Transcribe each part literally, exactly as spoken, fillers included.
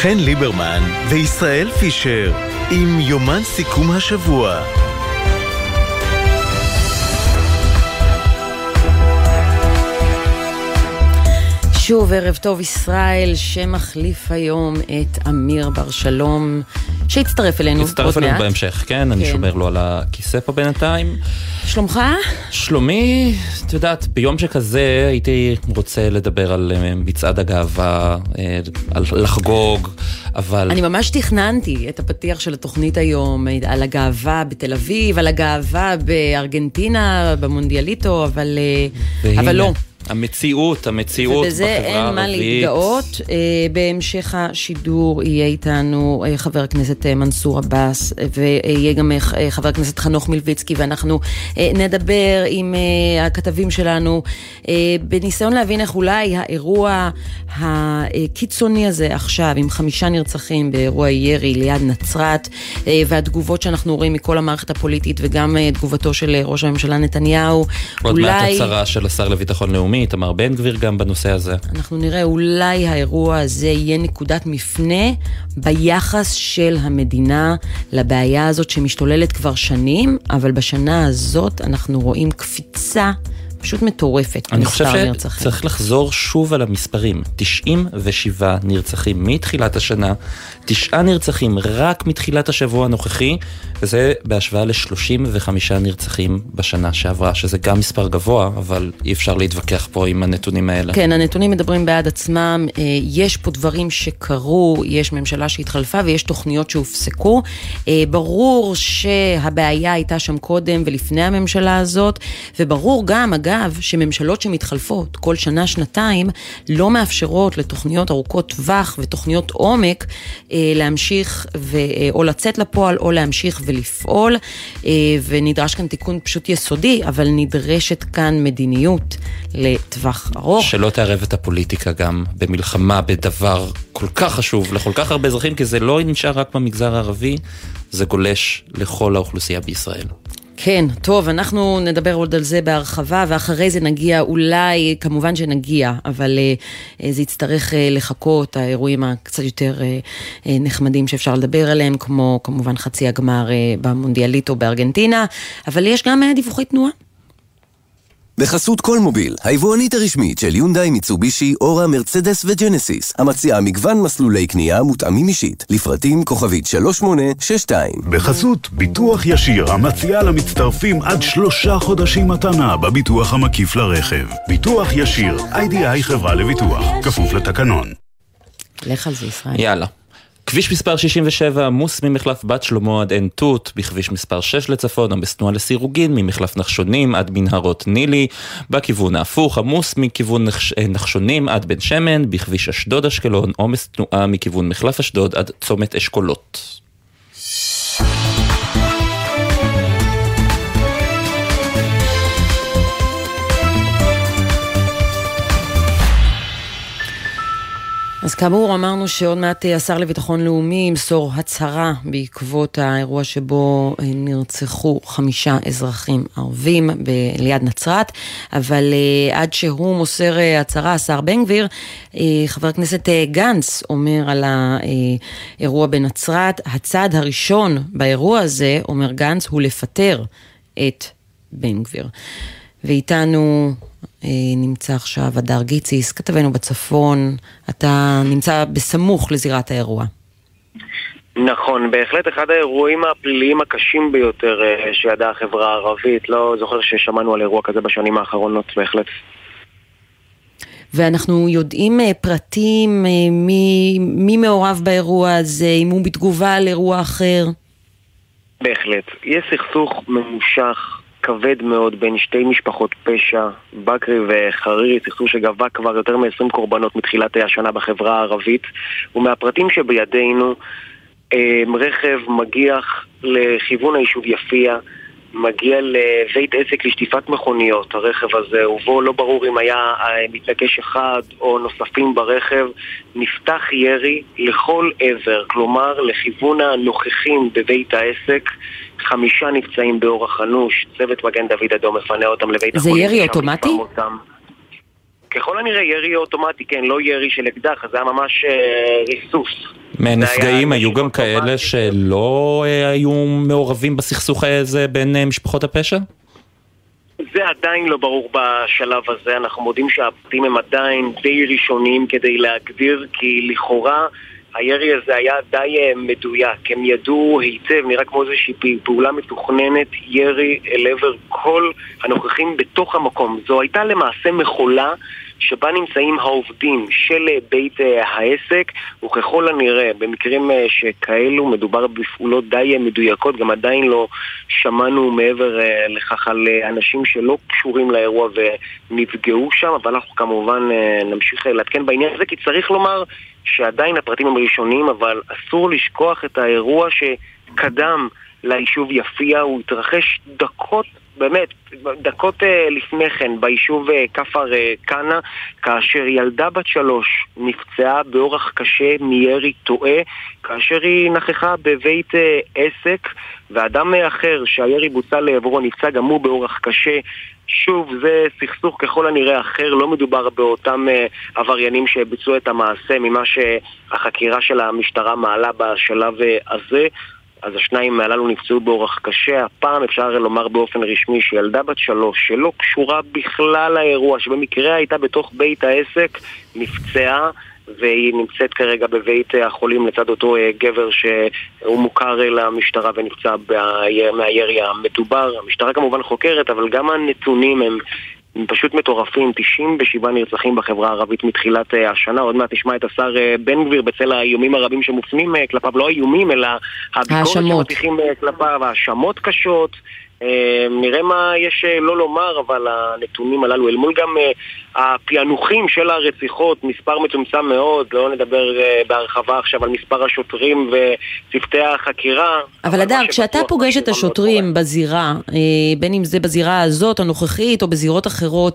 חן ליברמן וישראל פישר עם יומן סיכום השבוע. שוב ערב טוב ישראל, שמחליף היום את אמיר בר שלום שהצטרף אלינו. הצטרף אלינו בהמשך, כן, אני שומר לו על הכיסא פה בינתיים. שלומך? שלומי, את יודעת, ביום שכזה הייתי רוצה לדבר על מצעד הגאווה, על לחגוג, אבל... אני ממש תכננתי את הפתיח של התוכנית היום, על הגאווה בתל אביב, על הגאווה בארגנטינה, במונדיאליטו, אבל, אבל לא. המציאות, המציאות בחברה הערבית. ובזה אין מה להתגאות. בהמשך השידור יהיה איתנו חבר הכנסת מנסור עבאס, ויהיה גם חבר הכנסת חנוך מלביצקי, ואנחנו נדבר עם הכתבים שלנו, בניסיון להבין איך אולי האירוע הקיצוני הזה עכשיו, עם חמישה נרצחים באירוע ירי ליד נצרת, והתגובות שאנחנו רואים מכל המערכת הפוליטית, וגם תגובתו של ראש הממשלה נתניהו. עוד מעט הצהרה של השר לביטחון לאומי, תמר בן גביר גם בנושא הזה. אנחנו נראה אולי האירוע הזה יהיה נקודת מפנה ביחס של המדינה לבעיה הזאת שמשתוללת כבר שנים, אבל בשנה הזאת אנחנו רואים קפיצה פשוט מטורפת. אני חושב שצריך לחזור שוב על המספרים. תשעים ושבעה נרצחים מתחילת השנה, תשעה נרצחים רק מתחילת השבוע הנוכחי, וזה בהשוואה ל-שלושים וחמישה נרצחים בשנה שעברה, שזה גם מספר גבוה, אבל אי אפשר להתווכח פה עם הנתונים האלה. כן, הנתונים מדברים בעד עצמם, יש פה דברים שקרו, יש ממשלה שהתחלפה ויש תוכניות שהופסקו. ברור שהבעיה הייתה שם קודם ולפני הממשלה הזאת, וברור גם, אגב, שממשלות שמתחלפות כל שנה, שנתיים, לא מאפשרות לתוכניות ארוכות טווח ותוכניות עומק להמשיך ו... או לצאת לפועל או להמשיך ולפעול, ונדרש כאן תיקון פשוט יסודי, אבל נדרשת כאן מדיניות לטווח ארוך. שלא תערב את הפוליטיקה גם במלחמה בדבר כל כך חשוב לכל כך הרבה אזרחים, כי זה לא נשאר רק במגזר הערבי, זה גולש לכל האוכלוסייה בישראל. כן, טוב, אנחנו נדבר עוד על זה בהרחבה, ואחרי זה נגיע, אולי, כמובן שנגיע, אבל uh, זה יצטרך uh, לחכות, האירועים הקצת יותר uh, uh, נחמדים שאפשר לדבר עליהם, כמו כמובן חצי הגמר uh, במונדיאליטו בארגנטינה, אבל יש גם uh, דיווחי תנועה. בחסות כל מוביל, היבואנית הרשמית של יונדאי, מיצובישי, אורה, מרצדס וג'נסיס, המציעה מגוון מסלולי קנייה מותאמים אישית, לפרטים כוכבית שלוש שמונה שש שתיים. בחסות ביטוח ישיר, המציעה למצטרפים עד שלושה חודשים מתנה בביטוח המקיף לרכב. ביטוח ישיר, איי די איי חברה לביטוח, כפוף לתקנון. לך על זה ישראל. יאללה. כביש מספר שישים ושבע עמוס ממחלף בת שלמה עד עין תות, בכביש מספר שש לצפון עומס תנועה לסירוגין, ממחלף נחשונים עד מנהרות נילי, בכיוון ההפוך עמוס מכיוון נחש... נחשונים עד בן שמן, בכביש אשדוד אשקלון עומס תנועה מכיוון מחלף אשדוד עד צומת אשכולות. אז כאמור אמרנו שעוד מעט השר לביטחון לאומי ימסור הצהרה בעקבות האירוע שבו נרצחו חמישה אזרחים ערבים ליד נצרת, אבל עד שהוא מוסר הצהרה, השר בן גביר, חבר הכנסת גנץ אומר על האירוע בנצרת, הצעד הראשון באירוע הזה, אומר גנץ, הוא לפטר את בן גביר. ואיתנו נמצא עכשיו הדר גיציס, כתבנו בצפון, אתה נמצא בסמוך לזירת האירוע. נכון, בהחלט אחד האירועים הפליליים הקשים ביותר שידעה החברה הערבית, לא זוכר ששמענו על אירוע כזה בשנים האחרונות, בהחלט. ואנחנו יודעים פרטים, מי, מי מעורב באירוע הזה, אם הוא בתגובה על אירוע אחר? בהחלט, יש סכסוך ממושך, כבד מאוד בין שתי משפחות פשע, בקרי וחרירי, סכסוך שגבה כבר יותר מ-עשרים קורבנות מתחילת השנה בחברה הערבית, ומהפרטים שבידינו, רכב מגיח לכיוון היישוב יפיע, מגיע לבית עסק לשטיפת מכוניות, הרכב הזה, ובו לא ברור אם היה מתנגש אחד או נוספים ברכב, נפתח ירי לכל עבר, כלומר לכיוון הנוכחים בבית העסק, חמישה נפצעים באורח אנוש, צוות מגן דוד אדום מפנה אותם לבית החולים. זה ירי אוטומטי? ככל הנראה ירי אוטומטי, כן, לא ירי של אקדח, זה היה ממש אה, ריסוס. מהנפגעים היו גם כאלה שלא היו מעורבים בסכסוך הזה בין משפחות הפשע? זה עדיין לא ברור בשלב הזה, אנחנו מודים שהפרטים הם עדיין די ראשונים כדי להגדיר, כי לכאורה הירי הזה היה די מדויק, הם ידעו היטב, נראה כמו איזושהי פעולה מתוכננת, ירי אל עבר כל הנוכחים בתוך המקום. זו הייתה למעשה מחולה שבה נמצאים העובדים של בית העסק, וככל הנראה במקרים שכאלו מדובר בפעולות די מדויקות, גם עדיין לא שמענו מעבר לכך על אנשים שלא קשורים לאירוע ונפגעו שם, אבל אנחנו כמובן נמשיך להתקן בעניין הזה, כי צריך לומר שעדיין הפרטים הם ראשונים, אבל אסור לשכוח את האירוע שקדם ליישוב יפיע. הוא התרחש דקות, באמת, דקות לפני כן ביישוב כפר קנה, כאשר ילדה בת שלוש נפצעה באורח קשה מירי טועה, כאשר היא נכחה בבית עסק, ואדם אחר שהירי בוצע לעברו נפצע גם הוא באורח קשה. שוב, זה סכסוך ככל הנראה אחר, לא מדובר באותם uh, עבריינים שביצעו את המעשה ממה שהחקירה של המשטרה מעלה בשלב uh, הזה. אז השניים הללו נפצעו באורח קשה. הפעם אפשר לומר באופן רשמי שילדה בת שלוש שלא קשורה בכלל לאירוע, שבמקרה הייתה בתוך בית העסק, נפצעה, והיא נמצאת כרגע בבית החולים לצד אותו גבר שהוא מוכר למשטרה ונפצע מהירי המדובר. המשטרה כמובן חוקרת, אבל גם הנתונים הם, הם פשוט מטורפים. תשעים ושבעה נרצחים בחברה הערבית מתחילת השנה. עוד מעט נשמע את השר בן גביר בצל האיומים הרבים שמופנים כלפיו, לא האיומים אלא הביקורת שמתיחים כלפיו, האשמות קשות. נראה מה יש לא לומר, אבל הנתונים הללו אל מול גם הפיענוחים של הרציחות, מספר מצומצם מאוד, לא נדבר בהרחבה עכשיו על מספר השוטרים וצוותי החקירה. אבל אדר, כשאתה פוגש את השוטרים בזירה, בין אם זה בזירה הזאת הנוכחית או בזירות אחרות,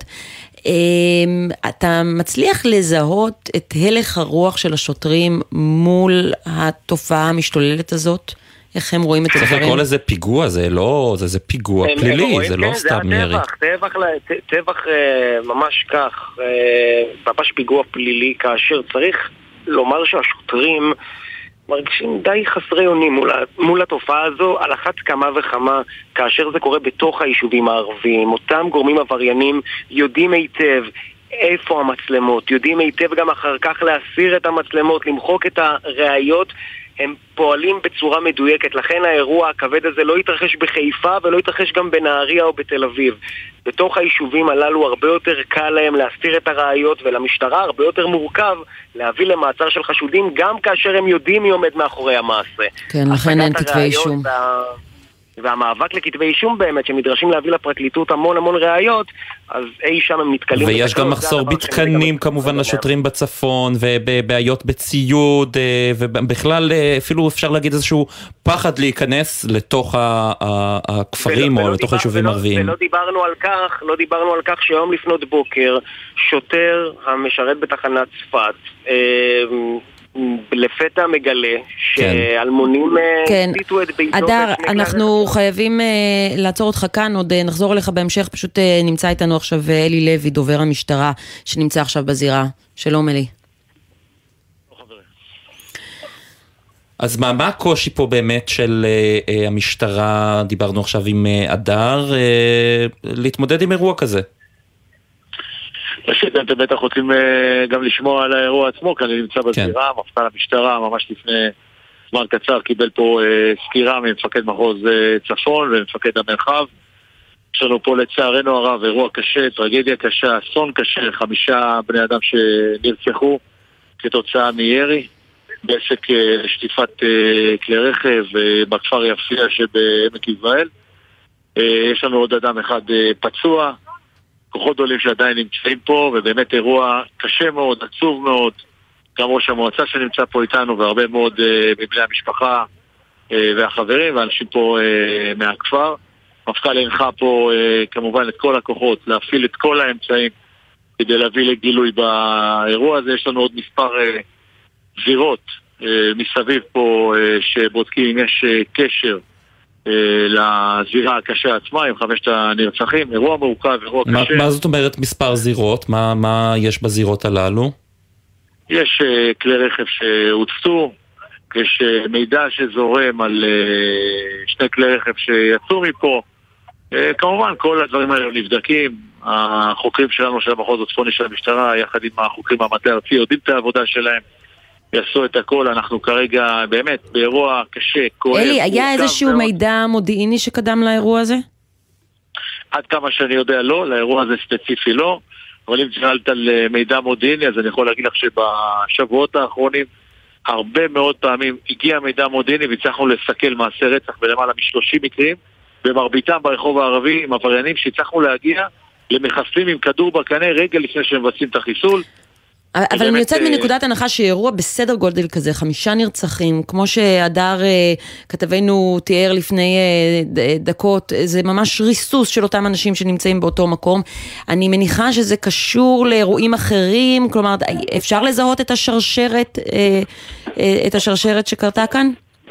אתה מצליח לזהות את הלך הרוח של השוטרים מול התופעה המשתוללת הזאת? איך הם רואים את הדברים? צריך לקרוא לזה פיגוע, זה לא, זה, זה פיגוע פלילי, זה לא סתם ירי. טבח, טבח ממש כך, ממש פיגוע פלילי, כאשר צריך לומר שהשוטרים מרגישים די חסרי אונים מול, מול התופעה הזו, על אחת כמה וכמה, כאשר זה קורה בתוך היישובים הערביים. אותם גורמים עבריינים יודעים היטב איפה המצלמות, יודעים היטב גם אחר כך להסיר את המצלמות, למחוק את הראיות, הם פועלים בצורה מדויקת. לכן האירוע הכבד הזה לא יתרחש בחיפה ולא יתרחש גם בנהריה או בתל אביב. בתוך היישובים הללו הרבה יותר קל להם להסתיר את הראיות, ולמשטרה הרבה יותר מורכב להביא למעצר של חשודים גם כאשר הם יודעים מי עומד מאחורי המעשה. כן, לכן אין כתבי אישום. וה... והמאבק לכתבי אישום באמת, שמדרשים להביא לפרקליטות המון המון ראיות, אז אי שם הם נתקלים. ויש גם מחסור בתקנים כמובן לשוטרים בצפון, ובבעיות בציוד, ובכלל אפילו אפשר להגיד איזשהו פחד להיכנס לתוך הכפרים או לתוך היישובים ערביים. ולא דיברנו על כך, לא דיברנו על כך שיום לפנות בוקר, שוטר המשרת בתחנת צפת, לפתע מגלה שאלמונים פיתו את ביתו. אדר, אנחנו חייבים לעצור אותך כאן, עוד נחזור אליך בהמשך, פשוט נמצא איתנו עכשיו אלי לוי, דובר המשטרה, שנמצא עכשיו בזירה. שלום אלי. אז מה, מה הקושי פה באמת של המשטרה, דיברנו עכשיו עם אדר, להתמודד עם אירוע כזה? ראשית, אתם בטח רוצים גם לשמוע על האירוע עצמו, כי אני נמצא בזירה, מפכ"ל המשטרה ממש לפני זמן קצר קיבל פה סקירה ממפקד מחוז צפון ומפקד המרחב. יש לנו פה לצערנו הרב אירוע קשה, טרגדיה קשה, אסון קשה, חמישה בני אדם שנרצחו כתוצאה מירי בעסק לשטיפת כלי רכב בכפר יפיע שבעמק יזרעאל. יש לנו עוד אדם אחד פצוע, כוחות גדולים שעדיין נמצאים פה, ובאמת אירוע קשה מאוד, עצוב מאוד, גם ראש המועצה שנמצא פה איתנו, והרבה מאוד uh, מבני המשפחה uh, והחברים, ואנשים פה uh, מהכפר. מפכ"ל הנחה פה uh, כמובן את כל הכוחות, להפעיל את כל האמצעים, כדי להביא לגילוי באירוע הזה. יש לנו עוד מספר uh, זירות uh, מסביב פה, uh, שבודקים אם יש uh, קשר, לזירה הקשה עצמה עם חמשת הנרצחים. אירוע מורכב, אירוע מה, קשה. מה זאת אומרת מספר זירות? מה, מה יש בזירות הללו? יש uh, כלי רכב שהוצתו, יש מידע שזורם על שני כלי רכב שיצאו מפה. כמובן כל הדברים האלה נבדקים, החוקרים שלנו של המחוז הצפוני של המשטרה יחד עם החוקרים המטה הארצי יודעים את העבודה שלהם, יעשו את הכל. אנחנו כרגע באמת באירוע קשה, כואב. אלי, היה איזשהו מאוד... מידע מודיעיני שקדם לאירוע הזה? עד כמה שאני יודע לא, לאירוע הזה ספציפי לא, אבל אם שאלת על מידע מודיעיני, אז אני יכול להגיד לך שבשבועות האחרונים הרבה מאוד פעמים הגיע מידע מודיעיני והצלחנו לסכל מעשי רצח בלמעלה מ-שלושים מקרים, במרביתם ברחוב הערבי עם עבריינים שהצלחנו להגיע למחסלים עם כדור בקנה רגע לפני שהם מבצעים את החיסול. אבל אני יוצאת מנקודת הנחה שאירוע בסדר גודל כזה, חמישה נרצחים, כמו שהדר כתבנו תיאר לפני דקות, זה ממש ריסוס של אותם אנשים שנמצאים באותו מקום. אני מניחה שזה קשור לאירועים אחרים, כלומר אפשר לזהות את השרשרת, את השרשרת שקרתה כאן?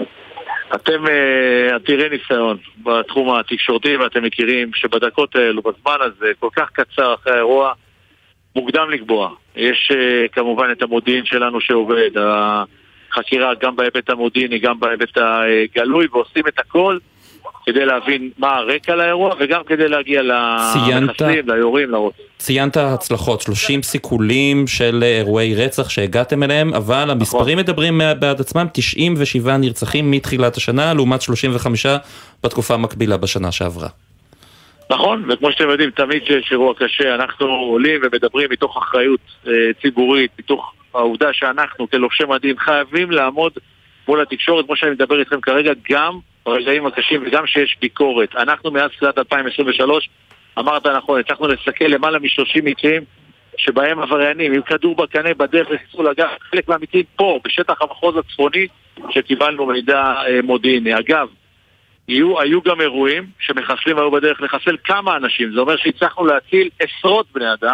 אתם עתירי ניסיון בתחום התקשורתי, ואתם מכירים שבדקות האלו, בזמן הזה, כל כך קצר אחרי האירוע, מוקדם לקבוע. יש uh, כמובן את המודיעין שלנו שעובד, החקירה גם בהיבט המודיעיני, גם בהיבט הגלוי, ועושים את הכל כדי להבין מה הרקע לאירוע, וגם כדי להגיע למחסלים, ליורים, לרוץ. ציינת הצלחות, שלושים סיכולים של אירועי רצח שהגעתם אליהם, אבל המספרים מדברים בעד עצמם, תשעים ושבעה נרצחים מתחילת השנה, לעומת שלושים וחמישה בתקופה המקבילה בשנה שעברה. נכון, וכמו שאתם יודעים, תמיד שיש אירוע קשה, אנחנו עולים ומדברים מתוך אחריות אה, ציבורית, מתוך העובדה שאנחנו כלובשי מדים חייבים לעמוד מול התקשורת, כמו שאני מדבר איתכם כרגע, גם ברגעים הקשים וגם שיש ביקורת. אנחנו מאז תחילת אלפיים עשרים ושלוש, אמרת נכון, הצלחנו לסכל למעלה מ-שלושים מקרים שבהם עבריינים עם כדור בקנה בדרך לחיסול אגב, חלק מהמקרים פה, בשטח המחוז הצפוני, שקיבלנו מידע אה, מודיעיני. אגב, היו, היו גם אירועים שמחסלים היו בדרך לחסל כמה אנשים, זה אומר שהצלחנו להציל עשרות בני אדם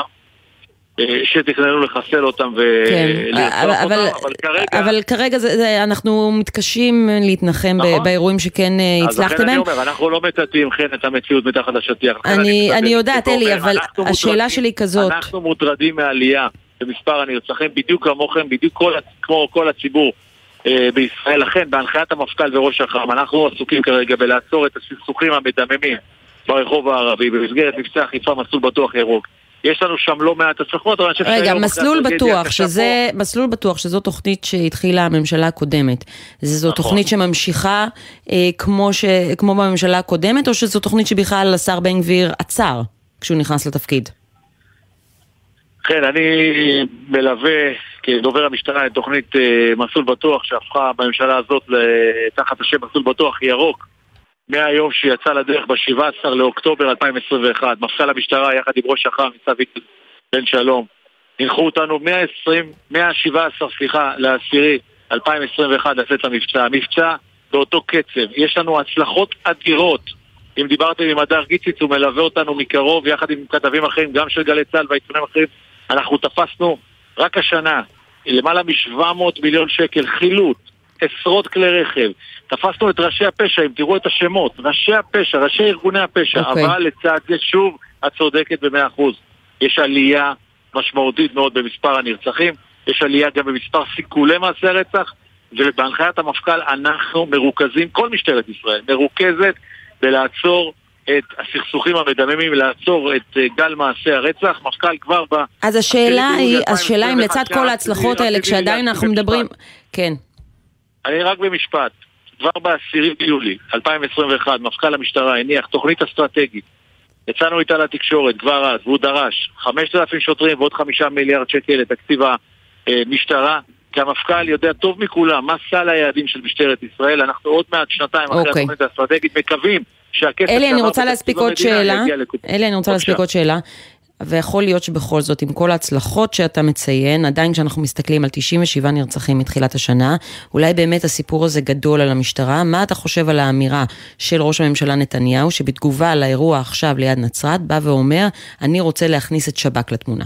שתכננו לחסל אותם ולרצוח אותם, אבל כרגע... אבל כרגע זה, זה, אנחנו מתקשים להתנחם נכון? באירועים שכן הצלחתם בהם. אז לכן אני אומר, אנחנו לא מטאטאים כן את המציאות מתחת לשטיח. אני, אני יודעת, אלי, אבל השאלה שלי כזאת... אנחנו מוטרדים מעלייה במספר הנרצחים, בדיוק כמוכם, בדיוק כל, כמו כל הציבור. בישראל, לכן, בהנחיית המפכ"ל וראש אח"ם, אנחנו עסוקים כרגע בלעצור את הסכסוכים המדממים ברחוב הערבי, במסגרת מבצע אכיפה מסלול בטוח ירוק. יש לנו שם לא מעט הצלחות, אבל אני חושב רגע, מסלול בטוח, שזה, מסלול בטוח, שזו תוכנית שהתחילה הממשלה הקודמת. זו נכון. תוכנית שממשיכה אה, כמו, ש, כמו בממשלה הקודמת, או שזו תוכנית שבכלל השר בן גביר עצר כשהוא נכנס לתפקיד? כן, אני מלווה כדובר המשטרה את תוכנית uh, מסלול בטוח שהפכה בממשלה הזאת תחת השם מסלול בטוח ירוק מהיום שיצא לדרך ב-שבעה עשר לאוקטובר אלפיים עשרים ואחת. מפכ"ל המשטרה יחד עם ראש אח"ם ניצב בן שלום הנחו אותנו מאה שבע עשרה סליחה לעשירי אלפיים עשרים ואחת לצאת למבצע. המבצע באותו קצב, יש לנו הצלחות אדירות. אם דיברתם עם הדר גיציץ הוא מלווה אותנו מקרוב יחד עם כתבים אחרים גם של גלי צה"ל והעיתונים אחרים. אנחנו תפסנו רק השנה למעלה מ-שבע מאות מיליון שקל חילוט, עשרות כלי רכב. תפסנו את ראשי הפשע, אם תראו את השמות, ראשי הפשע, ראשי ארגוני הפשע, okay. אבל לצד זה שוב את צודקת ב-מאה אחוז. יש עלייה משמעותית מאוד במספר הנרצחים, יש עלייה גם במספר סיכולי מעשי רצח, ובהנחיית המפכ"ל אנחנו מרוכזים, כל משטרת ישראל מרוכזת בלעצור את הסכסוכים המדממים, לעצור את גל מעשי הרצח. מפכ"ל כבר ב... אז השאלה היא, השאלה אם לצד כל ההצלחות האלה, כשעדיין אנחנו מדברים... כן. אני רק במשפט. כבר בעשירי ביולי אלפיים עשרים ואחת, מפכ"ל המשטרה הניח תוכנית אסטרטגית. יצאנו איתה לתקשורת כבר אז, והוא דרש חמשת אלפים שוטרים ועוד חמישה מיליארד שקל לתקציב המשטרה. כי המפכ"ל יודע טוב מכולם מה סל היעדים של משטרת ישראל. אנחנו עוד מעט שנתיים אחרי התוכנית האסטרטגית מקווים אלי, אני רוצה להספיק עוד שאלה. אלי, אני רוצה להספיק עוד שאלה. ויכול להיות שבכל זאת, עם כל ההצלחות שאתה מציין, עדיין כשאנחנו מסתכלים על תשעים ושבעה נרצחים מתחילת השנה, אולי באמת הסיפור הזה גדול על המשטרה. מה אתה חושב על האמירה של ראש הממשלה נתניהו, שבתגובה על האירוע עכשיו ליד נצרת, בא ואומר, אני רוצה להכניס את שב"כ לתמונה?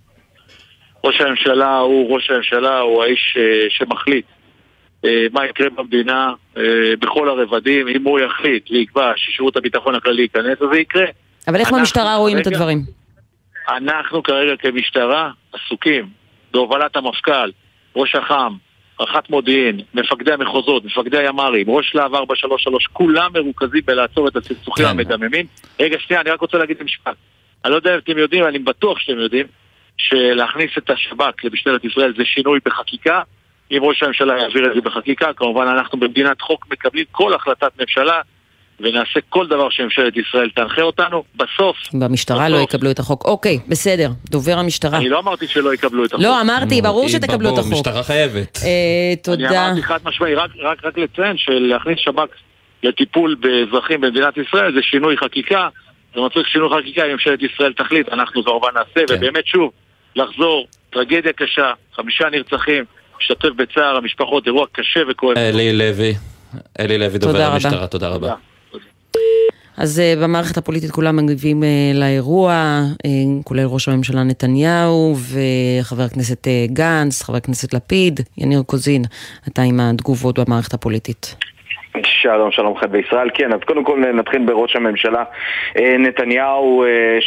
ראש הממשלה הוא ראש הממשלה, הוא האיש שמחליט מה יקרה במדינה בכל הרבדים. אם הוא יחליט ויקבע ששירות הביטחון הכללי ייכנס, אז זה יקרה. אבל איך במשטרה רואים את הדברים? אנחנו כרגע כמשטרה עסוקים בהובלת המפכ"ל, ראש אח"ם, רח"ט מודיעין, מפקדי המחוזות, מפקדי הימ"רים, ראש להב ארבע שלוש שלוש, כולם מרוכזים בלעצור את הסכסוכים המדממים. רגע, שנייה, אני רק רוצה להגיד משפט. אני לא יודע אם אתם יודעים, אני בטוח שאתם יודעים, שלהכניס את השב"כ למשטרת ישראל זה שינוי בחקיקה. אם ראש הממשלה יעביר את זה בחקיקה, כמובן אנחנו במדינת חוק מקבלים כל החלטת ממשלה, ונעשה כל דבר שממשלת ישראל תנחה אותנו. בסוף במשטרה לא יקבלו את החוק. אוקיי, בסדר, דובר המשטרה. אני לא אמרתי שלא יקבלו את החוק. לא, אמרתי, ברור שתקבלו את החוק. משטרה חייבת. תודה. אני אמרתי חד משמעי, רק רק לציין שלהכניס שב"כ לטיפול באזרחים במדינת ישראל זה שינוי חקיקה. זה מצריך שינוי חקיקה, אם ממשלת ישראל תחליט, אנחנו כמובן נעשה, ובאמת שוב, לחזור, טרגדיה קשה, חמישה נרצחים, משתתף בצער המשפחות, אירוע קשה וכואב. אלי לוי, אלי לוי דובר המשטרה, תודה רבה. אז במערכת הפוליטית כולם מגיבים לאירוע, כולל ראש הממשלה נתניהו וחבר הכנסת גנץ, חבר הכנסת לפיד. יניר קוזין, אתה עם התגובות במערכת הפוליטית. שלום, שלום חד בישראל. כן, אז קודם כל נתחיל בראש הממשלה נתניהו,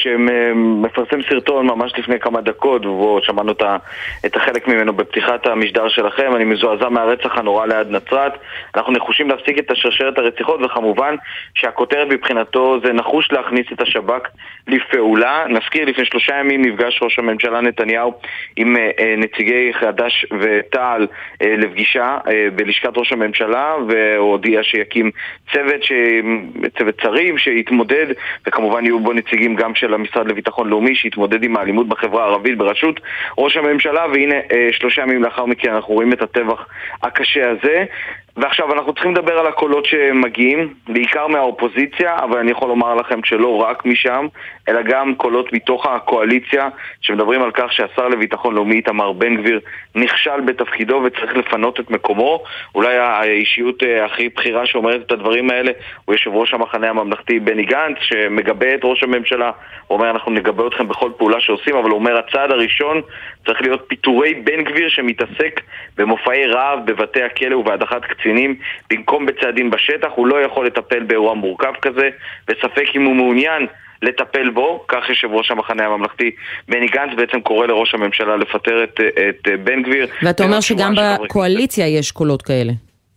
שמפרסם סרטון ממש לפני כמה דקות, ובו שמענו את החלק ממנו בפתיחת המשדר שלכם. אני מזועזע מהרצח הנורא ליד נצרת. אנחנו נחושים להפסיק את השרשרת הרציחות, וכמובן שהכותרת מבחינתו זה נחוש להכניס את השב"כ לפעולה. נזכיר, לפני שלושה ימים נפגש ראש הממשלה נתניהו עם נציגי חד"ש ותע"ל לפגישה בלשכת ראש הממשלה, והודיע שיקים צוות, ש... צוות שרים שיתמודד, וכמובן יהיו בו נציגים גם של המשרד לביטחון לאומי שיתמודד עם האלימות בחברה הערבית בראשות ראש הממשלה. והנה שלושה ימים לאחר מכן אנחנו רואים את הטבח הקשה הזה. ועכשיו אנחנו צריכים לדבר על הקולות שמגיעים, בעיקר מהאופוזיציה, אבל אני יכול לומר לכם שלא רק משם, אלא גם קולות מתוך הקואליציה, שמדברים על כך שהשר לביטחון לאומי איתמר בן גביר נכשל בתפקידו וצריך לפנות את מקומו. אולי האישיות הכי בחירה שאומרת את הדברים האלה הוא יושב ראש המחנה הממלכתי בני גנץ, שמגבה את ראש הממשלה. הוא אומר אנחנו נגבה אתכם בכל פעולה שעושים, אבל הוא אומר הצעד הראשון צריך להיות פיטורי בן גביר שמתעסק במופעי רעב בבתי הכלא ובהדחת קצינים במקום בצעדים בשטח. הוא לא יכול לטפל באירוע מורכב כזה, וספק אם הוא מעוניין לטפל בו. כך יושב ראש המחנה הממלכתי בני גנץ בעצם קורא לראש הממשלה לפטר את, את בן גביר. ואתה אומר שגם בקואליציה יש קולות כאלה.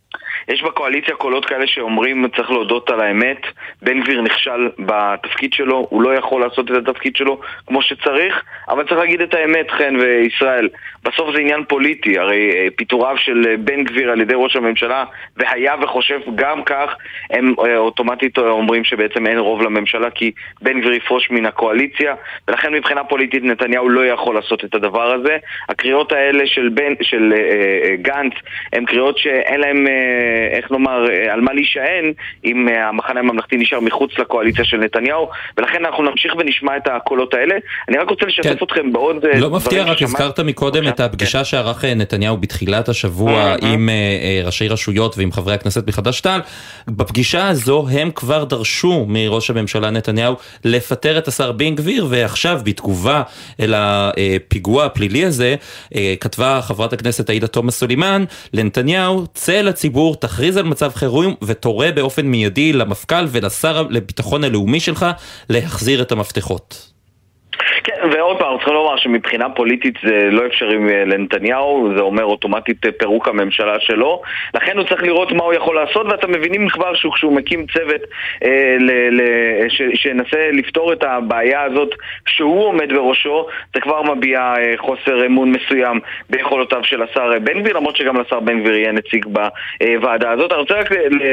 יש בקואליציה קולות כאלה שאומרים צריך להודות על האמת, בן גביר נכשל בתפקיד שלו, הוא לא יכול לעשות את התפקיד שלו כמו שצריך, אבל צריך להגיד את האמת, חן וישראל, בסוף זה עניין פוליטי. הרי פיטוריו של בן גביר על ידי ראש הממשלה, והיה וחושב גם כך, הם אוטומטית אומרים שבעצם אין רוב לממשלה כי בן גביר יפרוש מן הקואליציה, ולכן מבחינה פוליטית נתניהו לא יכול לעשות את הדבר הזה. הקריאות האלה של, בן, של uh, גנץ הם קריאות שאין להם איך לומר, על מה להישען אם המחנה הממלכתי נשאר מחוץ לקואליציה של נתניהו, ולכן אנחנו נמשיך ונשמע את הקולות האלה. אני רק רוצה לשתף אתכם בעוד... לא מפתיע, רק הזכרת מקודם את הפגישה שערך נתניהו בתחילת השבוע עם ראשי רשויות ועם חברי הכנסת בחד"ש-תע"ל. בפגישה הזו הם כבר דרשו מראש הממשלה נתניהו לפטר את השר בן גביר, ועכשיו בתגובה אל הפיגוע הפלילי הזה כתבה חברת הכנסת עאידה תומא סלימאן לנתניהו, צא לציבור, תכריז על מצב חירום ותורה באופן מיידי למפכ"ל ולשר לביטחון הלאומי שלך להחזיר את המפתחות. כן, ועוד פעם, צריכים לומר שמבחינה פוליטית זה לא אפשרי לנתניהו, זה אומר אוטומטית פירוק הממשלה שלו, לכן הוא צריך לראות מה הוא יכול לעשות, ואתם מבינים כבר שהוא מקים צוות אה, ל, ל, ש, שנסה לפתור את הבעיה הזאת שהוא עומד בראשו. זה כבר מביע אה, חוסר אמון מסוים ביכולותיו של השר בן גביר, למרות שגם לשר בן גביר יהיה נציג בוועדה הזאת. אני רוצה רק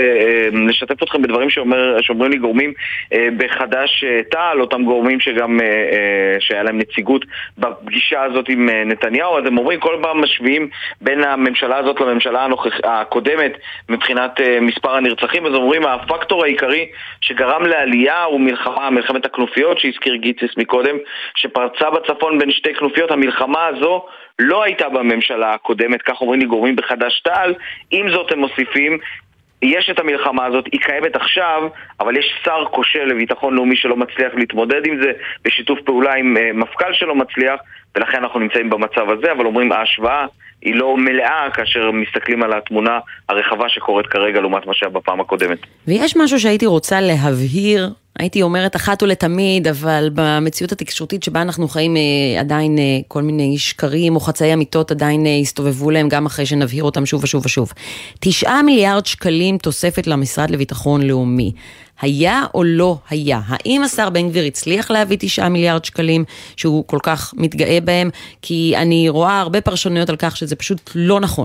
לשתף אתכם בדברים שאומר, שאומרים לי גורמים אה, בחד"ש תע"ל, אותם גורמים שגם אה, שהיה להם נציגות בפגישה הזאת עם נתניהו. אז הם אומרים כל פעם משווים בין הממשלה הזאת לממשלה הקודמת מבחינת מספר הנרצחים, אז אומרים הפקטור העיקרי שגרם לעלייה הוא מלחמה, מלחמת הכנופיות שהזכיר גיציס מקודם, שפרצה בצפון בין שתי כנופיות. המלחמה הזו לא הייתה בממשלה הקודמת, כך אומרים לי גורמים בחד"ש-תע"ל. עם זאת הם מוסיפים, יש את המלחמה הזאת, היא קיימת עכשיו, אבל יש שר כושל לביטחון לאומי שלא מצליח להתמודד עם זה, בשיתוף פעולה עם uh, מפכ"ל שלא מצליח, ולכן אנחנו נמצאים במצב הזה. אבל אומרים ההשוואה היא לא מלאה כאשר מסתכלים על התמונה הרחבה שקורית כרגע לעומת מה שהיה בפעם הקודמת. ויש משהו שהייתי רוצה להבהיר הייתי אומרת אחת ולתמיד, אבל במציאות התקשורתית שבה אנחנו חיים עדיין כל מיני שקרים או חצאי אמיתות עדיין הסתובבו להם גם אחרי שנבהיר אותם שוב ושוב ושוב. תשעה מיליארד שקלים תוספת למשרד לביטחון לאומי. היה או לא היה? האם השר בן גביר הצליח להביא תשעה מיליארד שקלים שהוא כל כך מתגאה בהם? כי אני רואה הרבה פרשנויות על כך שזה פשוט לא נכון.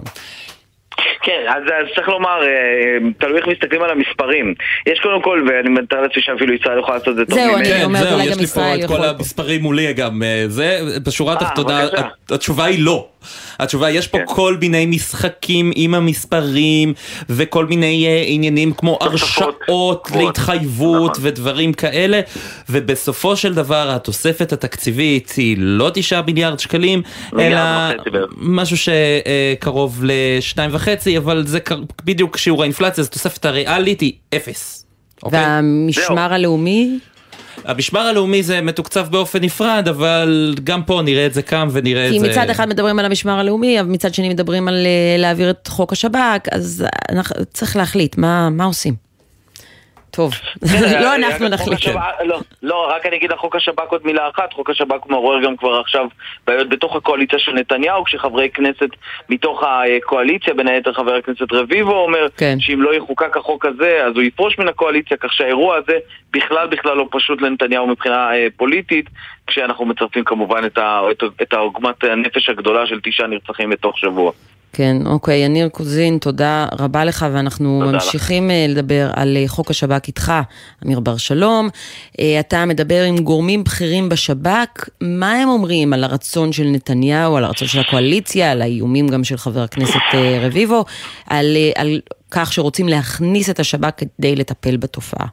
כן, אז, אז צריך לומר, תלוי איך מסתכלים על המספרים. יש קודם כל, ואני מתאר לעצמי שאפילו ישראל יכולה לעשות את זה טוב ממנו. זהו, אני אומרת, אולי גם ישראל יכול. יש לי פה את כל המספרים מולי גם. זה, בשורה התחתונה, התשובה היא לא. התשובה, יש פה כל מיני משחקים עם המספרים, וכל מיני עניינים כמו הרשאות להתחייבות וקדברים כאלה, ובסופו של דבר התוספת התקציבית היא לא תשעה מיליארד שקלים, אלא משהו שקרוב לשניים וחצי, אבל זה בדיוק שיעור האינפלציה, זו תוספת הריאלית היא אפס. והמשמר הלאומי? המשמר הלאומי זה מתוקצב באופן נפרד, אבל גם פה נראה את זה קם ונראה את זה... כי מצד אחד מדברים על המשמר הלאומי, אבל מצד שני מדברים על להעביר את חוק השב"כ, אז צריך להחליט, מה, מה עושים? טוב, לא אנחנו נחליט. לא, רק אני אגיד על חוק השב"כ עוד מילה אחת, חוק השב"כ מעורר גם כבר עכשיו בעיות בתוך הקואליציה של נתניהו, כשחברי כנסת מתוך הקואליציה, בין היתר חבר הכנסת רביבו אומר שאם לא יחוקק החוק הזה, אז הוא יפרוש מן הקואליציה, כך שהאירוע הזה בכלל בכלל לא פשוט לנתניהו מבחינה פוליטית, כשאנחנו מצרפים כמובן את העוגמת הנפש הגדולה של תשעה נרצחים בתוך שבוע. כן, אוקיי, יניר קוזין, תודה רבה לך, ואנחנו ממשיכים לך. לדבר על חוק השב"כ איתך, אמיר בר שלום. אתה מדבר עם גורמים בכירים בשב"כ, מה הם אומרים על הרצון של נתניהו, על הרצון של הקואליציה, על האיומים גם של חבר הכנסת רביבו, על, על כך שרוצים להכניס את השב"כ כדי לטפל בתופעה,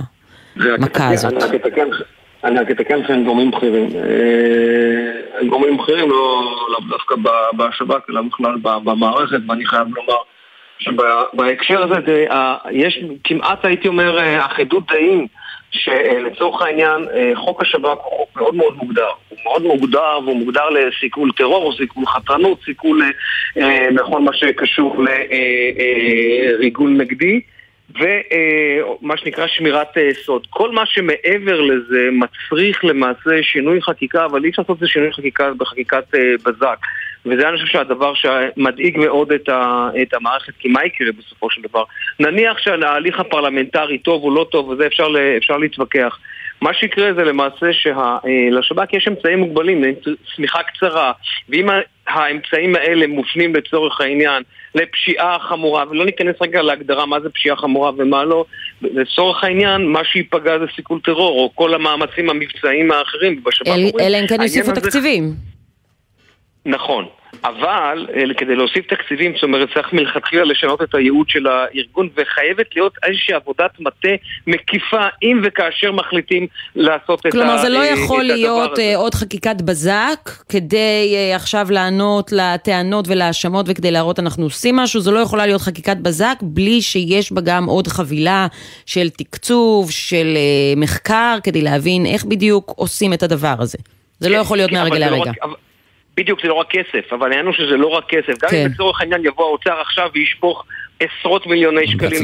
במכה הזאת. אני רק אתקן לכם גורמים בכירים. גורמים בכירים לא דווקא בשב"כ, אלא בכלל במערכת, ואני חייב לומר שבהקשר הזה יש כמעט, הייתי אומר, אחידות דעים, שלצורך העניין חוק השב"כ הוא חוק מאוד מאוד מוגדר. הוא מאוד מוגדר, והוא מוגדר לסיכול טרור, או סיכול חתרנות, סיכול בכל מה שקשור לריגול נגדי. ומה שנקרא שמירת סוד. כל מה שמעבר לזה מצריך למעשה שינוי חקיקה, אבל אי אפשר לעשות את זה שינוי חקיקה בחקיקת בזק. וזה אני חושב שהדבר שמדאיג מאוד את, ה, את המערכת, כי מה יקרה בסופו של דבר? נניח שההליך הפרלמנטרי טוב או לא טוב, וזה אפשר, אפשר להתווכח. מה שיקרה זה למעשה שלשב"כ יש אמצעים מוגבלים, סמיכה קצרה, ואם האמצעים האלה מופנים לצורך העניין לפשיעה חמורה, ולא ניכנס רגע להגדרה מה זה פשיעה חמורה ומה לא, לצורך העניין מה שיפגע זה סיכול טרור, או כל המאמצים המבצעיים האחרים בשב"כ. אלא אם כן יוסיפו תקציבים. נכון. אבל כדי להוסיף תקציבים, זאת אומרת, צריך מלכתחילה לשנות את הייעוד של הארגון, וחייבת להיות איזושהי עבודת מטה מקיפה, אם וכאשר מחליטים לעשות את הדבר הזה. כלומר, זה לא יכול להיות עוד חקיקת בזק, כדי עכשיו לענות לטענות ולהאשמות, וכדי להראות אנחנו עושים משהו, זה לא יכולה להיות חקיקת בזק, בלי שיש בה גם עוד חבילה של תקצוב, של מחקר, כדי להבין איך בדיוק עושים את הדבר הזה. זה לא יכול להיות מהרגע להרגע. בדיוק, זה לא רק כסף, אבל העניין הוא שזה לא רק כסף. גם אם בצורך העניין יבוא האוצר עכשיו וישפוך עשרות מיליוני שקלים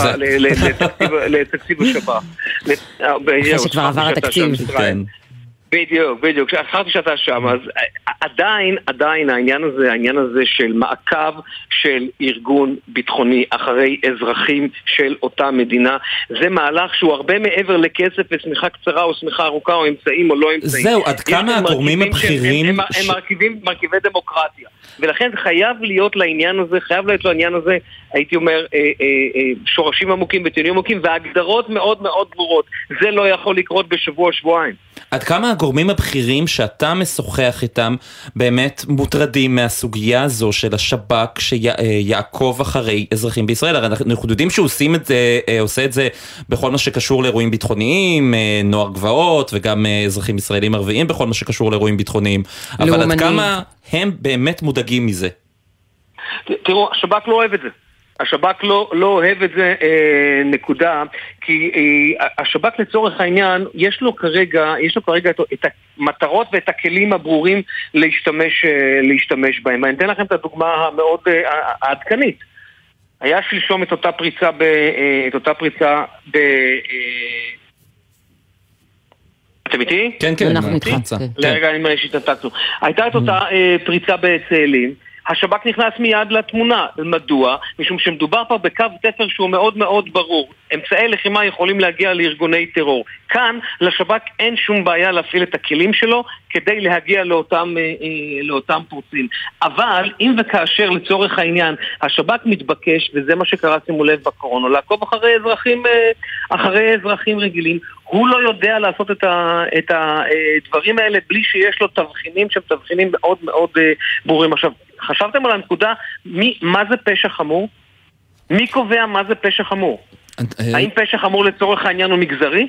לתקציב השב"כ. אחרי שכבר עבר התקציב. בדיוק, בדיוק. כשאחרתי שאתה שם, אז עדיין, עדיין העניין הזה, העניין הזה של מעקב של ארגון ביטחוני אחרי אזרחים של אותה מדינה, זה מהלך שהוא הרבה מעבר לכסף וסמיכה קצרה או סמיכה ארוכה או אמצעים או לא אמצעים. זהו, עד כמה הגורמים הבכירים... הם, הם מרכיבים, מרכיבי דמוקרטיה. ולכן חייב להיות לעניין הזה, חייב להיות לעניין הזה, הייתי אומר, אה, אה, אה, שורשים עמוקים וטיעונים עמוקים, והגדרות מאוד מאוד ברורות. זה לא יכול לקרות בשבוע, שבועיים. עד כמה הגורמים הבכירים שאתה משוחח איתם באמת מוטרדים מהסוגיה הזו של השב"כ שיעקוב אחרי אזרחים בישראל? הרי אנחנו יודעים שהוא עושה את זה בכל מה שקשור לאירועים ביטחוניים, נוער גבעות וגם אזרחים ישראלים ערביים בכל מה שקשור לאירועים ביטחוניים. אבל עד כמה הם באמת מודאגים מזה? תראו, השב"כ לא אוהב את זה. השב"כ לא, לא אוהב את זה אה, נקודה, כי אה, השב"כ לצורך העניין, יש לו כרגע, יש לו כרגע את, את המטרות ואת הכלים הברורים להשתמש, אה, להשתמש בהם. אני אתן לכם את הדוגמה המאוד אה, העדכנית. היה שלשום את אותה פריצה, ב, אה, את אותה פריצה ב, אה, אתם איתי? כן, כן. אנחנו איתך. לרגע אני שהתנתקנו. הייתה את אותה פריצה בצאלים, השב"כ נכנס מיד לתמונה. מדוע? משום שמדובר פה בקו תפר שהוא מאוד מאוד ברור. אמצעי לחימה יכולים להגיע לארגוני טרור. כאן לשב"כ אין שום בעיה להפעיל את הכלים שלו כדי להגיע לאותם, לאותם פורצים. אבל אם וכאשר לצורך העניין השב"כ מתבקש, וזה מה שקרה שימו לב בקורונה, לעקוב אחרי אזרחים, אחרי אזרחים רגילים, הוא לא יודע לעשות את, ה, את הדברים האלה בלי שיש לו תבחינים שהם תבחינים מאוד מאוד ברורים. עכשיו, חשבתם על הנקודה, מי, מה זה פשע חמור? מי קובע מה זה פשע חמור? האם פשע חמור לצורך העניין הוא מגזרי?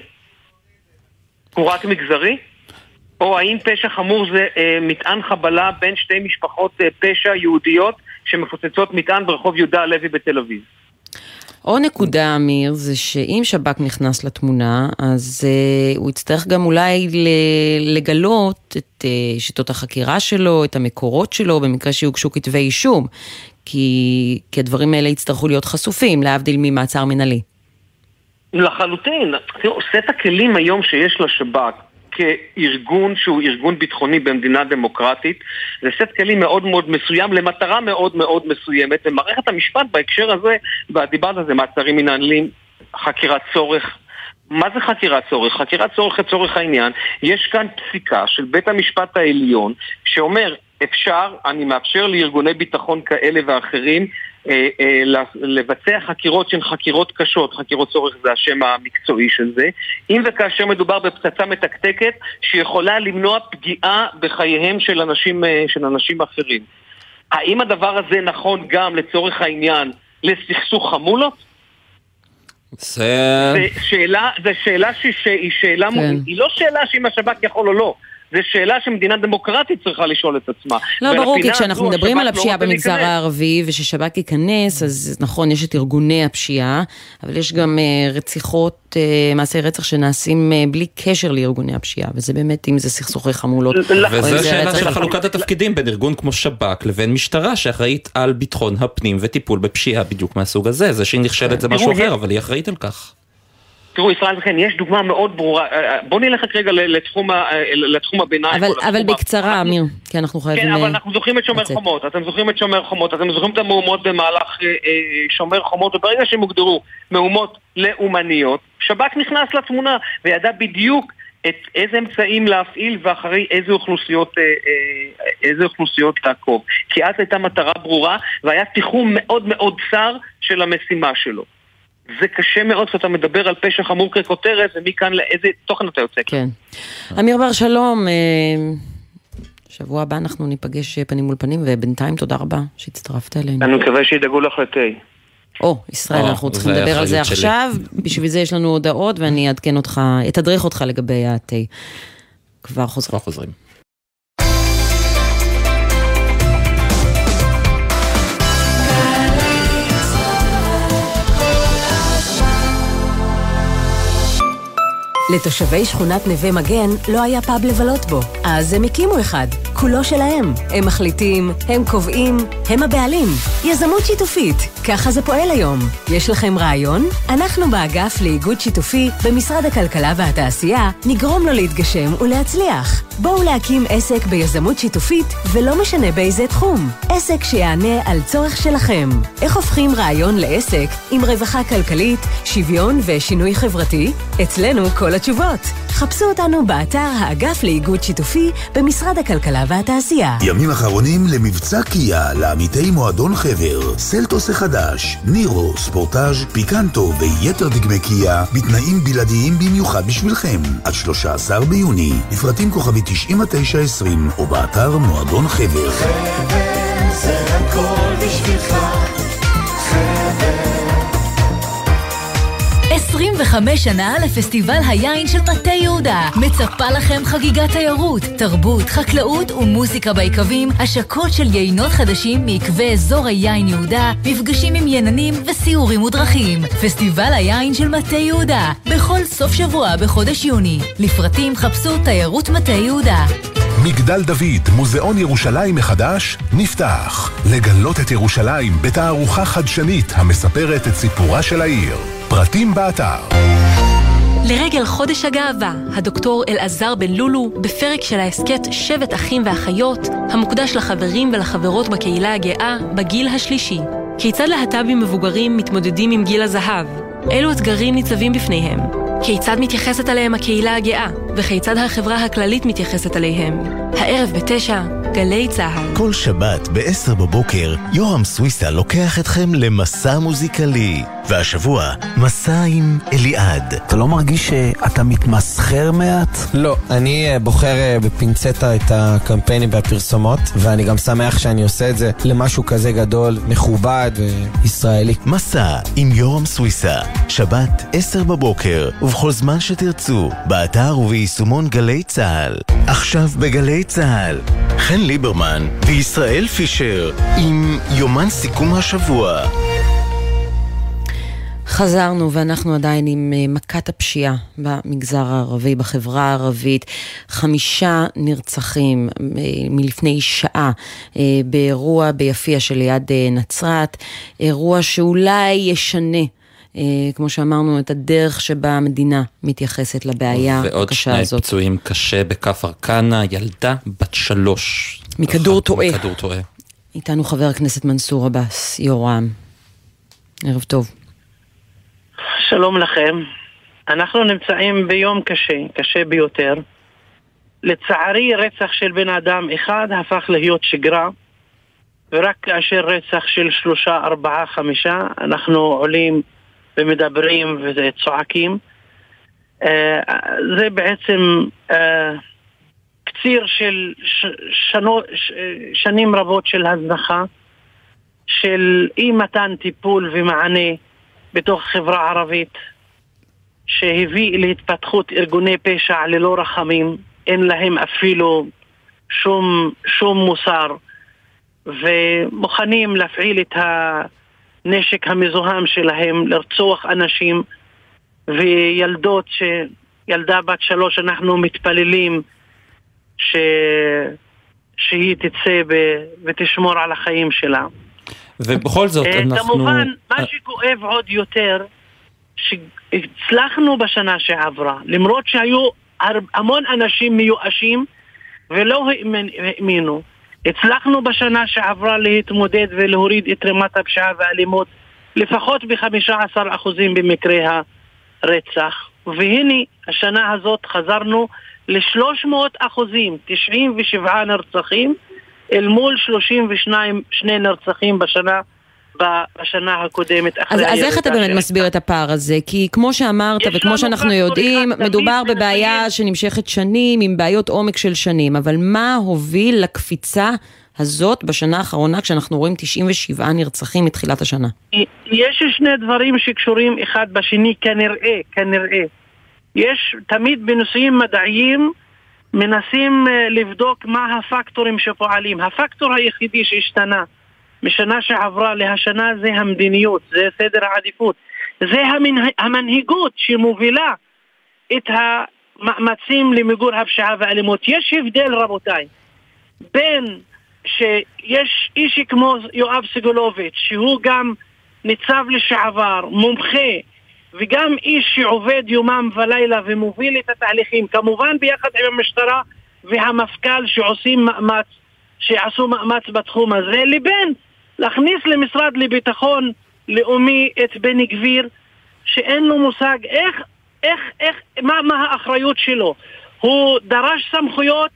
הוא רק מגזרי? או האם פשע חמור זה אה, מטען חבלה בין שתי משפחות אה, פשע יהודיות שמפוצצות מטען ברחוב יהודה הלוי בתל אביב? עוד נקודה, אמיר, זה שאם שב"כ נכנס לתמונה, אז uh, הוא יצטרך גם אולי לגלות את uh, שיטות החקירה שלו, את המקורות שלו, במקרה שיוגשו כתבי אישום, כי, כי הדברים האלה יצטרכו להיות חשופים, להבדיל ממעצר מנהלי. לחלוטין. תראו, סט הכלים היום שיש לשב"כ, כארגון שהוא ארגון ביטחוני במדינה דמוקרטית, זה סט כלים מאוד מאוד מסוים, למטרה מאוד מאוד מסוימת, ומערכת המשפט בהקשר הזה, בדיברת הזה, מעצרים מנהליים, חקירת צורך. מה זה חקירת צורך? חקירת צורך לצורך העניין, יש כאן פסיקה של בית המשפט העליון, שאומר, אפשר, אני מאפשר לארגוני ביטחון כאלה ואחרים, אה, אה, לבצע חקירות שהן חקירות קשות, חקירות צורך זה השם המקצועי של זה, אם וכאשר מדובר בפצצה מתקתקת שיכולה למנוע פגיעה בחייהם של אנשים, אה, של אנשים אחרים. האם הדבר הזה נכון גם לצורך העניין לסכסוך חמולות? זה... זה שאלה, זה שאלה שהיא שאלה, כן. היא לא שאלה שאם השב"כ יכול או לא, זה שאלה שמדינה דמוקרטית צריכה לשאול את עצמה. לא, ברור, כי כשאנחנו מדברים על הפשיעה במגזר הערבי, וששב"כ ייכנס, אז נכון, יש את ארגוני הפשיעה, אבל יש גם רציחות, מעשי רצח שנעשים בלי קשר לארגוני הפשיעה, וזה באמת, אם זה סכסוכי חמולות. וזה שאלה של חלוקת התפקידים בין ארגון כמו שב"כ לבין משטרה, שאחראית על ביטחון הפנים וטיפול בפשיעה בדיוק מהסוג הזה. זה שהיא נכשלת זה משהו אחר, אבל היא אחראית על כך. תראו, ישראל, כן, יש דוגמה מאוד ברורה. בוא נלך רגע לתחום, לתחום הביניים. אבל, אבל בקצרה, אמיר, כי אנחנו חייבים... כן, אבל אנחנו זוכרים את שומר חומות. אתם זוכרים את שומר חומות. אתם זוכרים את המהומות במהלך שומר חומות, וברגע שהם הוגדרו מהומות לאומניות, שב"כ נכנס לתמונה, וידע בדיוק את איזה אמצעים להפעיל, ואחרי איזה אוכלוסיות, איזה אוכלוסיות לעקוב. כי אז הייתה מטרה ברורה, והיה תיחום מאוד מאוד צר של המשימה שלו. זה קשה מאוד שאתה מדבר על פשע חמור ככותרת, ומכאן לאיזה תוכן אתה יוצא. כן. אמיר בר שלום, שבוע הבא אנחנו ניפגש פנים מול פנים, ובינתיים תודה רבה שהצטרפת אלינו. אני מקווה שידאגו לך לתי. או, ישראל, אנחנו צריכים לדבר על זה עכשיו, בשביל זה יש לנו הודעות, ואני אעדכן אותך, אתדריך אותך לגבי התי. כבר חוזרים. כבר חוזרים. לתושבי שכונת נווה מגן לא היה פאב לבלות בו, אז הם הקימו אחד, כולו שלהם. הם מחליטים, הם קובעים, הם הבעלים. יזמות שיתופית, ככה זה פועל היום. יש לכם רעיון? אנחנו באגף לאיגוד שיתופי במשרד הכלכלה והתעשייה נגרום לו להתגשם ולהצליח. בואו להקים עסק ביזמות שיתופית ולא משנה באיזה תחום. עסק שיענה על צורך שלכם. איך הופכים רעיון לעסק עם רווחה כלכלית, שוויון ושינוי חברתי? אצלנו כל התשובות. חפשו אותנו באתר האגף לאיגוד שיתופי במשרד הכלכלה והתעשייה. ימים אחרונים למבצע קיה לעמיתי מועדון חבר. סלטוס החדש, נירו, ספורטאז', פיקנטו ויתר דגמי קיה בתנאים בלעדיים במיוחד בשבילכם. עד שלושה עשר ביוני, לפרטים כוכבי תשעים ותשע עשרים או באתר מועדון חבר. חבר זה הכל בשבילך. חבר עשרים וחמש שנה לפסטיבל היין של מטה יהודה. מצפה לכם חגיגת תיירות, תרבות, חקלאות ומוזיקה בעקבים, השקות של יינות חדשים מעקבי אזור היין יהודה, מפגשים עם יננים וסיורים ודרכים. פסטיבל היין של מטה יהודה, בכל סוף שבוע בחודש יוני. לפרטים חפשו תיירות מטה יהודה. מגדל דוד, מוזיאון ירושלים מחדש, נפתח. לגלות את ירושלים בתערוכה חדשנית המספרת את סיפורה של העיר. פרטים באתר. לרגל חודש הגאווה, הדוקטור אלעזר בן לולו, בפרק של ההסכת שבט אחים ואחיות, המוקדש לחברים ולחברות בקהילה הגאה בגיל השלישי. כיצד להט"בים מבוגרים מתמודדים עם גיל הזהב? אילו אתגרים ניצבים בפניהם? כיצד מתייחסת עליהם הקהילה הגאה? וכיצד החברה הכללית מתייחסת עליהם? הערב בתשע, גלי צהל. כל שבת בעשר בבוקר, יורם סוויסה לוקח אתכם למסע מוזיקלי. והשבוע, מסע עם אליעד. אתה לא מרגיש שאתה מתמסחר מעט? לא, אני בוחר בפינצטה את הקמפיינים והפרסומות, ואני גם שמח שאני עושה את זה למשהו כזה גדול, מכובד וישראלי. מסע עם יורם סוויסה, שבת עשר בבוקר, ובכל זמן שתרצו, באתר וביישומון גלי צהל. עכשיו בגלי צהל, חן ליברמן וישראל פישר עם יומן סיכום השבוע. חזרנו ואנחנו עדיין עם מכת הפשיעה במגזר הערבי, בחברה הערבית. חמישה נרצחים מלפני שעה באירוע ביפיע שליד נצרת, אירוע שאולי ישנה, כמו שאמרנו, את הדרך שבה המדינה מתייחסת לבעיה הקשה הזאת. ועוד שני פצועים קשה בכפר כנא, ילדה בת שלוש. מכדור טועה. מכדור טועה. איתנו חבר הכנסת מנסור עבאס, יורם. ערב טוב. שלום לכם. אנחנו נמצאים ביום קשה, קשה ביותר. לצערי רצח של בן אדם אחד הפך להיות שגרה, ורק כאשר רצח של שלושה, ארבעה, חמישה, אנחנו עולים ומדברים וצועקים. זה בעצם קציר של שנו, שנים רבות של הזנחה, של אי מתן טיפול ומענה בתוך חברה ערבית, שהביא להתפתחות ארגוני פשע ללא רחמים, אין להם אפילו שום, שום מוסר, ומוכנים להפעיל את הנשק המזוהם שלהם, לרצוח אנשים, וילדות, ילדה בת שלוש, אנחנו מתפללים ש... שהיא תצא ב... ותשמור על החיים שלה. ובכל זאת אנחנו... כמובן, מה שכואב עוד יותר, שהצלחנו בשנה שעברה, למרות שהיו המון אנשים מיואשים ולא האמינו, הצלחנו בשנה שעברה להתמודד ולהוריד את רמת הפשיעה והאלימות לפחות ב-חמישה עשר אחוזים במקרי הרצח. והנה, השנה הזאת חזרנו ל-שלוש מאות אחוזים, תשעים ושבעה נרצחים, אל מול שלושים ושניים שני נרצחים בשנה בשנה הקודמת. אז, אז איך אתה באמת מסביר את הפער הזה? כי כמו שאמרת וכמו שאנחנו יודעים, מדובר בבעיה שנמשכת שנים, עם בעיות עומק של שנים, אבל מה הוביל לקפיצה הזאת בשנה האחרונה, כשאנחנו רואים תשעים ושבעה נרצחים מתחילת השנה? יש שני דברים שקשורים אחד בשני, כנראה, כנראה. יש תמיד בנושאים מדעיים, מנסים לבדוק מה הפקטורים שפועלים. הפקטור היחידי שהשתנה משנה שעברה להשנה זה המדיניות, זה סדר העדיפות, זה המנהיגות שמובילה את המאמצים למיגור הפשיעה והאלימות. יש הבדל, רבותיי, בין שיש אישי כמו יואב סגלוביץ', שהוא גם ניצב לשעבר, מומחה, וגם איש שעובד יומם ולילה ומוביל את התהליכים, כמובן ביחד עם המשטרה והמפכ"ל שעושים מאמץ, שעשו מאמץ בתחום הזה, לבין להכניס למשרד לביטחון לאומי את בני גביר, שאין לו מושג איך, איך, איך, מה, מה האחריות שלו. הוא דרש סמכויות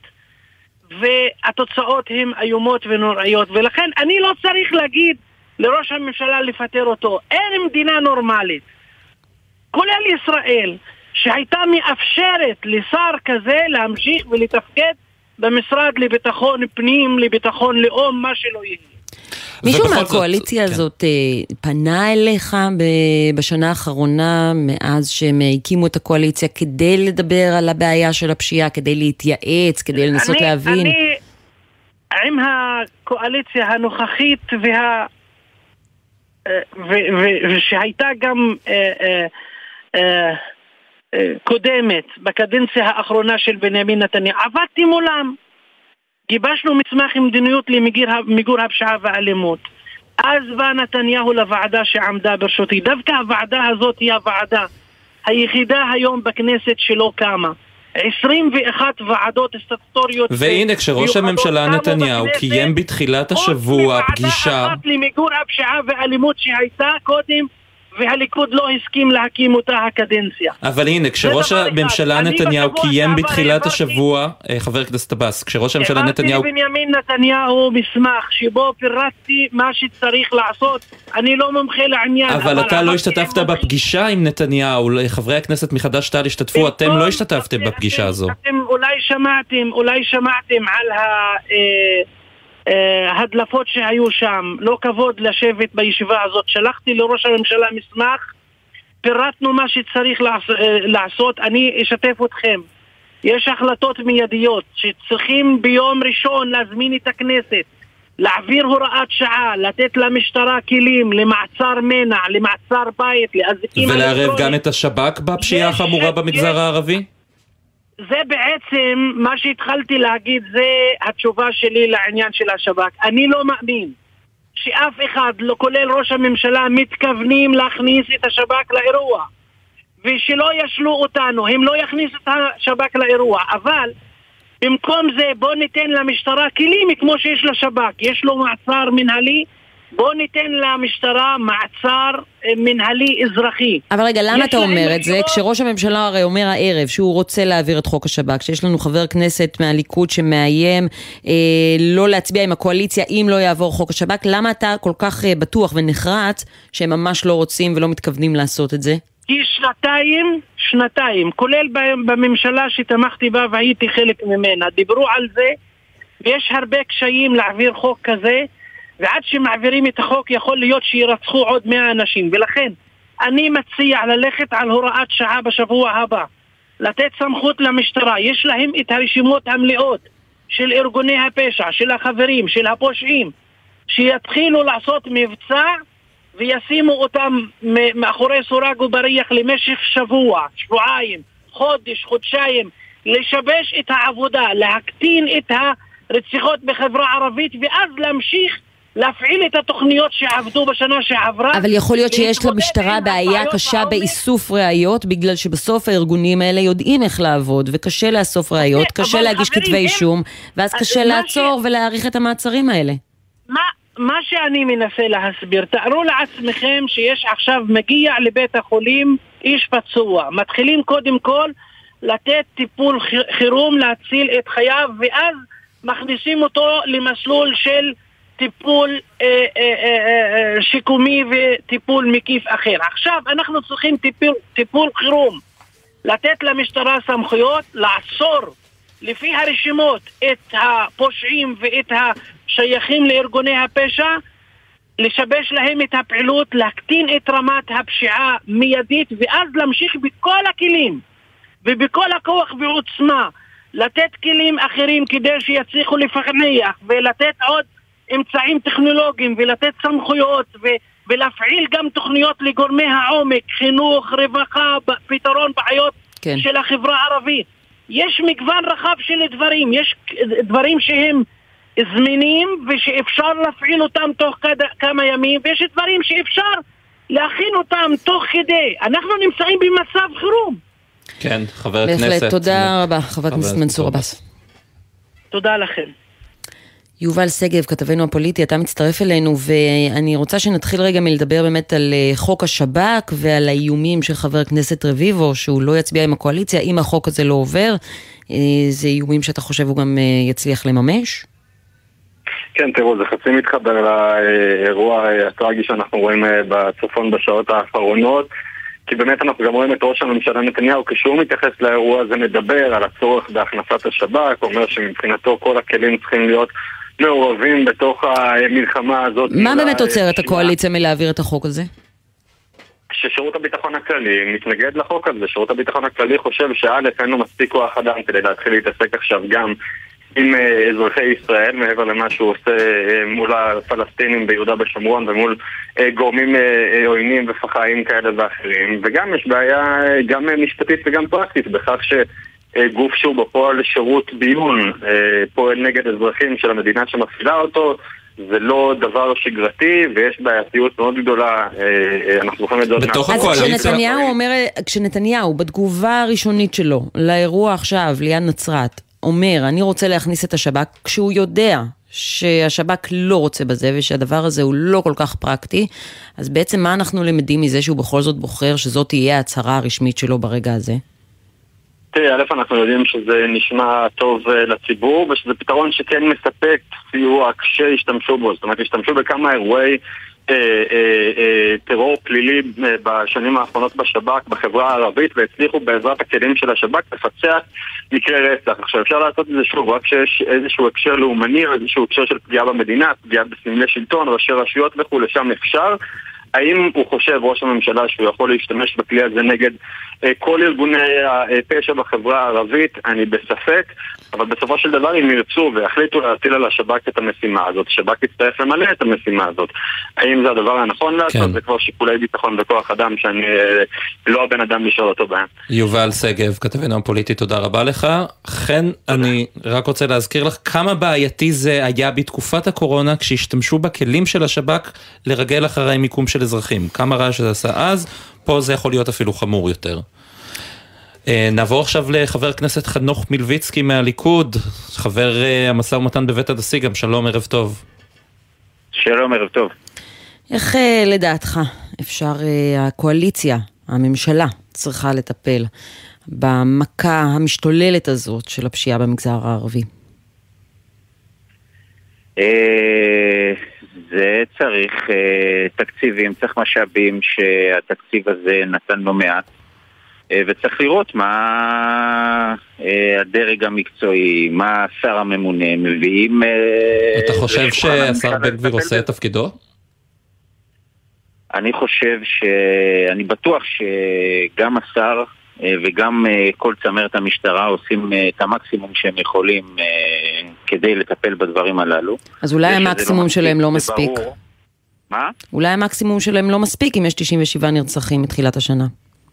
והתוצאות הן איומות ונוראיות, ולכן אני לא צריך להגיד לראש הממשלה לפטר אותו. אין מדינה נורמלית, כולל ישראל, שהייתה מאפשרת לשר כזה להמשיך ולתפקד במשרד לביטחון פנים, לביטחון לאום, מה שלא יהיה. מישהו מהקואליציה הזאת פנה אליך בשנה האחרונה, מאז שהם הקימו את הקואליציה, כדי לדבר על הבעיה של הפשיעה, כדי להתייעץ, כדי לנסות להבין? אני, עם הקואליציה הנוכחית וה... ושהייתה גם קודמת בקדנציה האחרונה של בנימין נתניהו, עבדתי מולם, גיבשנו מסמך עם מדיניות למיגור הפשיעה והאלימות. אז בא נתניהו לוועדה שעמדה ברשותי, דווקא הוועדה הזאת היא הוועדה היחידה היום בכנסת שלא קמה. עשרים ואחת ועדות סטטוטוריות. והנה, כשראש הממשלה נתניהו קיים בתחילת השבוע פגישה... ועדה אחת למיגור הפשיעה ואלימות שהייתה קודם, והליכוד לא הסכים להקים אותה הקדנציה. אבל הנה, כשראש הממשלה נתניהו קיים בתחילת השבוע, חבר הכנסת עבאס, כשראש הממשלה נתניהו... העברתי לבנימין נתניהו מסמך שבו פירטתי מה שצריך לעשות. אני לא מומחה לעניין. אבל אתה לא השתתפת בפגישה עם נתניהו, חברי הכנסת מחדש תע"ל השתתפו, אתם לא השתתפתם בפגישה הזו. אתם אולי שמעתם, אולי שמעתם על ה... הדלפות שהיו שם. לא כבוד לשבת בישיבה הזאת. שלחתי לראש הממשלה מסמך, פירטנו מה שצריך לעשות. אני אשתף אתכם. יש החלטות מיידיות שצריכים ביום ראשון להזמין את הכנסת, להעביר הוראת שעה, לתת למשטרה כלים למעצר מנע, למעצר בית, לאזיקים ולערב גם את השב"כ בפשיעה החמורה במגזר הערבי? זה בעצם מה שהתחלתי להגיד, זה התשובה שלי לעניין של השב"כ. אני לא מאמין שאף אחד, לא כולל ראש הממשלה, מתכוונים להכניס את השב"כ לאירוע, ושלא ישלו אותנו, הם לא יכניסו את השב"כ לאירוע. אבל במקום זה בוא ניתן למשטרה כלים כמו שיש לשב"כ. יש לו מעצר מנהלי, בוא ניתן למשטרה מעצר מנהלי אזרחי. אבל רגע, למה אתה אומר את זה? כשראש הממשלה הרי אומר הערב שהוא רוצה להעביר את חוק השב"כ, שיש לנו חבר כנסת מהליכוד שמאיים אה, לא להצביע עם הקואליציה אם לא יעבור חוק השב"כ, למה אתה כל כך אה, בטוח ונחרץ שהם ממש לא רוצים ולא מתכוונים לעשות את זה? כי שנתיים, שנתיים, כולל בממשלה שתמכתי בה והייתי חלק ממנה, דיברו על זה, ויש הרבה קשיים להעביר חוק כזה, ועד שמעבירים את החוק יכול להיות שירצחו עוד מאה אנשים. ולכן אני מציע ללכת על הוראת שעה בשבוע הבא, לתת סמכות למשטרה. יש להם את הרשימות המלאות של ארגוני הפשע, של החברים, של הפושעים, שיתחילו לעשות מבצע וישימו אותם מאחורי סורג ובריח למשך שבוע, שבועיים, חודש, חודשיים, לשבש את העבודה, להקטין את הרציחות בחברה הערבית, ואז להמשיך להפעיל את התוכניות שעבדו בשנה שעברה. אבל יכול להיות שיש למשטרה בעיה קשה באיסוף ראיות, בגלל שבסוף הארגונים האלה יודעים איך לעבוד, וקשה לאסוף ראיות, קשה להגיש כתבי אישום, ואז קשה לעצור ולהאריך את המעצרים האלה. מה, מה שאני מנסה להסביר, תארו לעצמכם שיש עכשיו מגיע לבית החולים איש פצוע, מתחילים קודם כל לתת טיפול חירום להציל את חייו, ואז מכניסים אותו למסלול של טיפול אה, אה, אה, שיקומי וטיפול מקיף אחר. עכשיו אנחנו צריכים טיפול, טיפול חירום, לתת למשטרה סמכויות, לעצור לפי הרשימות את הפושעים ואת השייכים לארגוני הפשע, לשבש להם את הפעילות, להקטין את רמת הפשיעה מיידית, ואז להמשיך בכל הכלים ובכל הכוח ועוצמה, לתת כלים אחרים כדי שיצליחו לפענח, ולתת עוד אמצעים טכנולוגיים, ולתת סמכויות, ו- ולהפעיל גם תוכניות לגורמי העומק, חינוך, רווחה, פתרון בעיות כן. של החברה הערבית. יש מגוון רחב של דברים, יש דברים שהם זמינים ושאפשר להפעיל אותם תוך כמה ימים, ויש דברים שאפשר להכין אותם תוך כדי. אנחנו נמצאים במצב חירום. כן, חבר הכנסת. בהחלט, תודה רבה, חבר הכנסת מנסור עבאס. תודה לכם. יובל סגב, כתבנו הפוליטי, אתה מצטרף אלינו, ואני רוצה שנתחיל רגע מלדבר באמת על חוק השב"כ ועל האיומים של חבר הכנסת רביבו, שהוא לא יצביע עם הקואליציה, אם החוק הזה לא עובר. זה איומים שאתה חושב הוא גם יצליח לממש? כן, תראו, זה חצי מתחבר לאירוע הטרגי שאנחנו רואים בצפון בשעות האחרונות, כי באמת אנחנו גם רואים את ראש הממשלה נתניהו, כשהוא מתייחס לאירוע הזה מדבר על הצורך בהכנסת השב"כ, אומר שמבחינתו כל הכלים צריכים להיות מעורבים בתוך המלחמה הזאת. מה באמת עוצר את הקואליציה מלהעביר את החוק הזה? ששירות הביטחון הכללי מתנגד לחוק הזה. שירות הביטחון הכללי חושב שא' אין לו מספיק כוח אדם כדי להתחיל להתעסק עכשיו גם עם אזרחי ישראל, מעבר למה שהוא עושה מול הפלסטינים ביהודה בשומרון ומול גורמים עוינים ופחיים כאלה ואחרים. וגם יש בעיה גם משפטית וגם פרקטית בכך שגוף שהוא בפועל שירות ביון פועל נגד אזרחים של המדינה שמפעילה אותו, זה לא דבר שגרתי, ויש בעייתיות מאוד גדולה, אנחנו זוכרים את זה. אז כשנתניהו אומר, כשנתניהו בתגובה הראשונית שלו לאירוע עכשיו ליד נצרת, אומר, אני רוצה להכניס את השב"כ, כשהוא יודע שהשב"כ לא רוצה בזה, ושהדבר הזה הוא לא כל כך פרקטי, אז בעצם מה אנחנו למדים מזה שהוא בכל זאת בוחר שזאת תהיה ההצהרה הרשמית שלו ברגע הזה? תראה, א' אנחנו יודעים שזה נשמע טוב לציבור, ושזה פתרון שכן מספק סיוע כשהשתמשו בו, זאת אומרת, השתמשו בכמה אירועי אה, אה, אה, טרור פלילי בשנים האחרונות בשב"כ, בחברה הערבית, והצליחו בעזרת הכלים של השב"כ לפצח מקרה רצח. עכשיו אפשר לעשות את זה שוב, רק שיש איזשהו הקשר לאומני, או איזשהו הקשר של פגיעה במדינה, פגיעה בסמלי שלטון, ראשי רשויות וכו', לשם אפשר. האם הוא חושב, ראש הממשלה, שהוא יכול להשתמש בכלי הזה נגד אה, כל ארגוני הפשע בחברה הערבית? אני בספק, אבל בסופו של דבר אם ירצו והחליטו להטיל על השב"כ את המשימה הזאת, השב"כ יצטרך למלא את המשימה הזאת. האם זה הדבר הנכון לעשות? כן. זה כבר שיקולי ביטחון וכוח אדם שאני אה, לא הבן אדם לשאול אותו בהם. יובל סגב, כתבנו הפוליטי, תודה רבה לך. כן, אני רק רוצה להזכיר לך כמה בעייתי זה היה בתקופת הקורונה, כשהשתמשו בכלים של השב"כ לרגל אחרי מיקום של אזרחים. כמה רע שזה עשה אז, פה זה יכול להיות אפילו חמור יותר. נעבור עכשיו לחבר הכנסת חנוך מלביצקי מהליכוד, חבר המשא ומתן בבית הנשיא, גם שלום, ערב טוב. שלום, ערב טוב. איך לדעתך אפשר, הקואליציה, הממשלה, צריכה לטפל במכה המשתוללת הזאת של הפשיעה במגזר הערבי? זה צריך תקציבים, צריך משאבים שהתקציב הזה נתן לו מעט, וצריך לראות מה הדרג המקצועי, מה השר הממונה מביאים. אתה חושב שהשר בן גביר עושה את תפקידו? אני חושב שאני בטוח שגם השר וגם כל צמרת המשטרה עושים את המקסימום שהם יכולים כדי לטפל בדברים הללו. אז אולי המקסימום שלהם לא מספיק. מה? אולי המקסימום שלהם לא מספיק אם יש תשעים ושבעה נרצחים מתחילת השנה.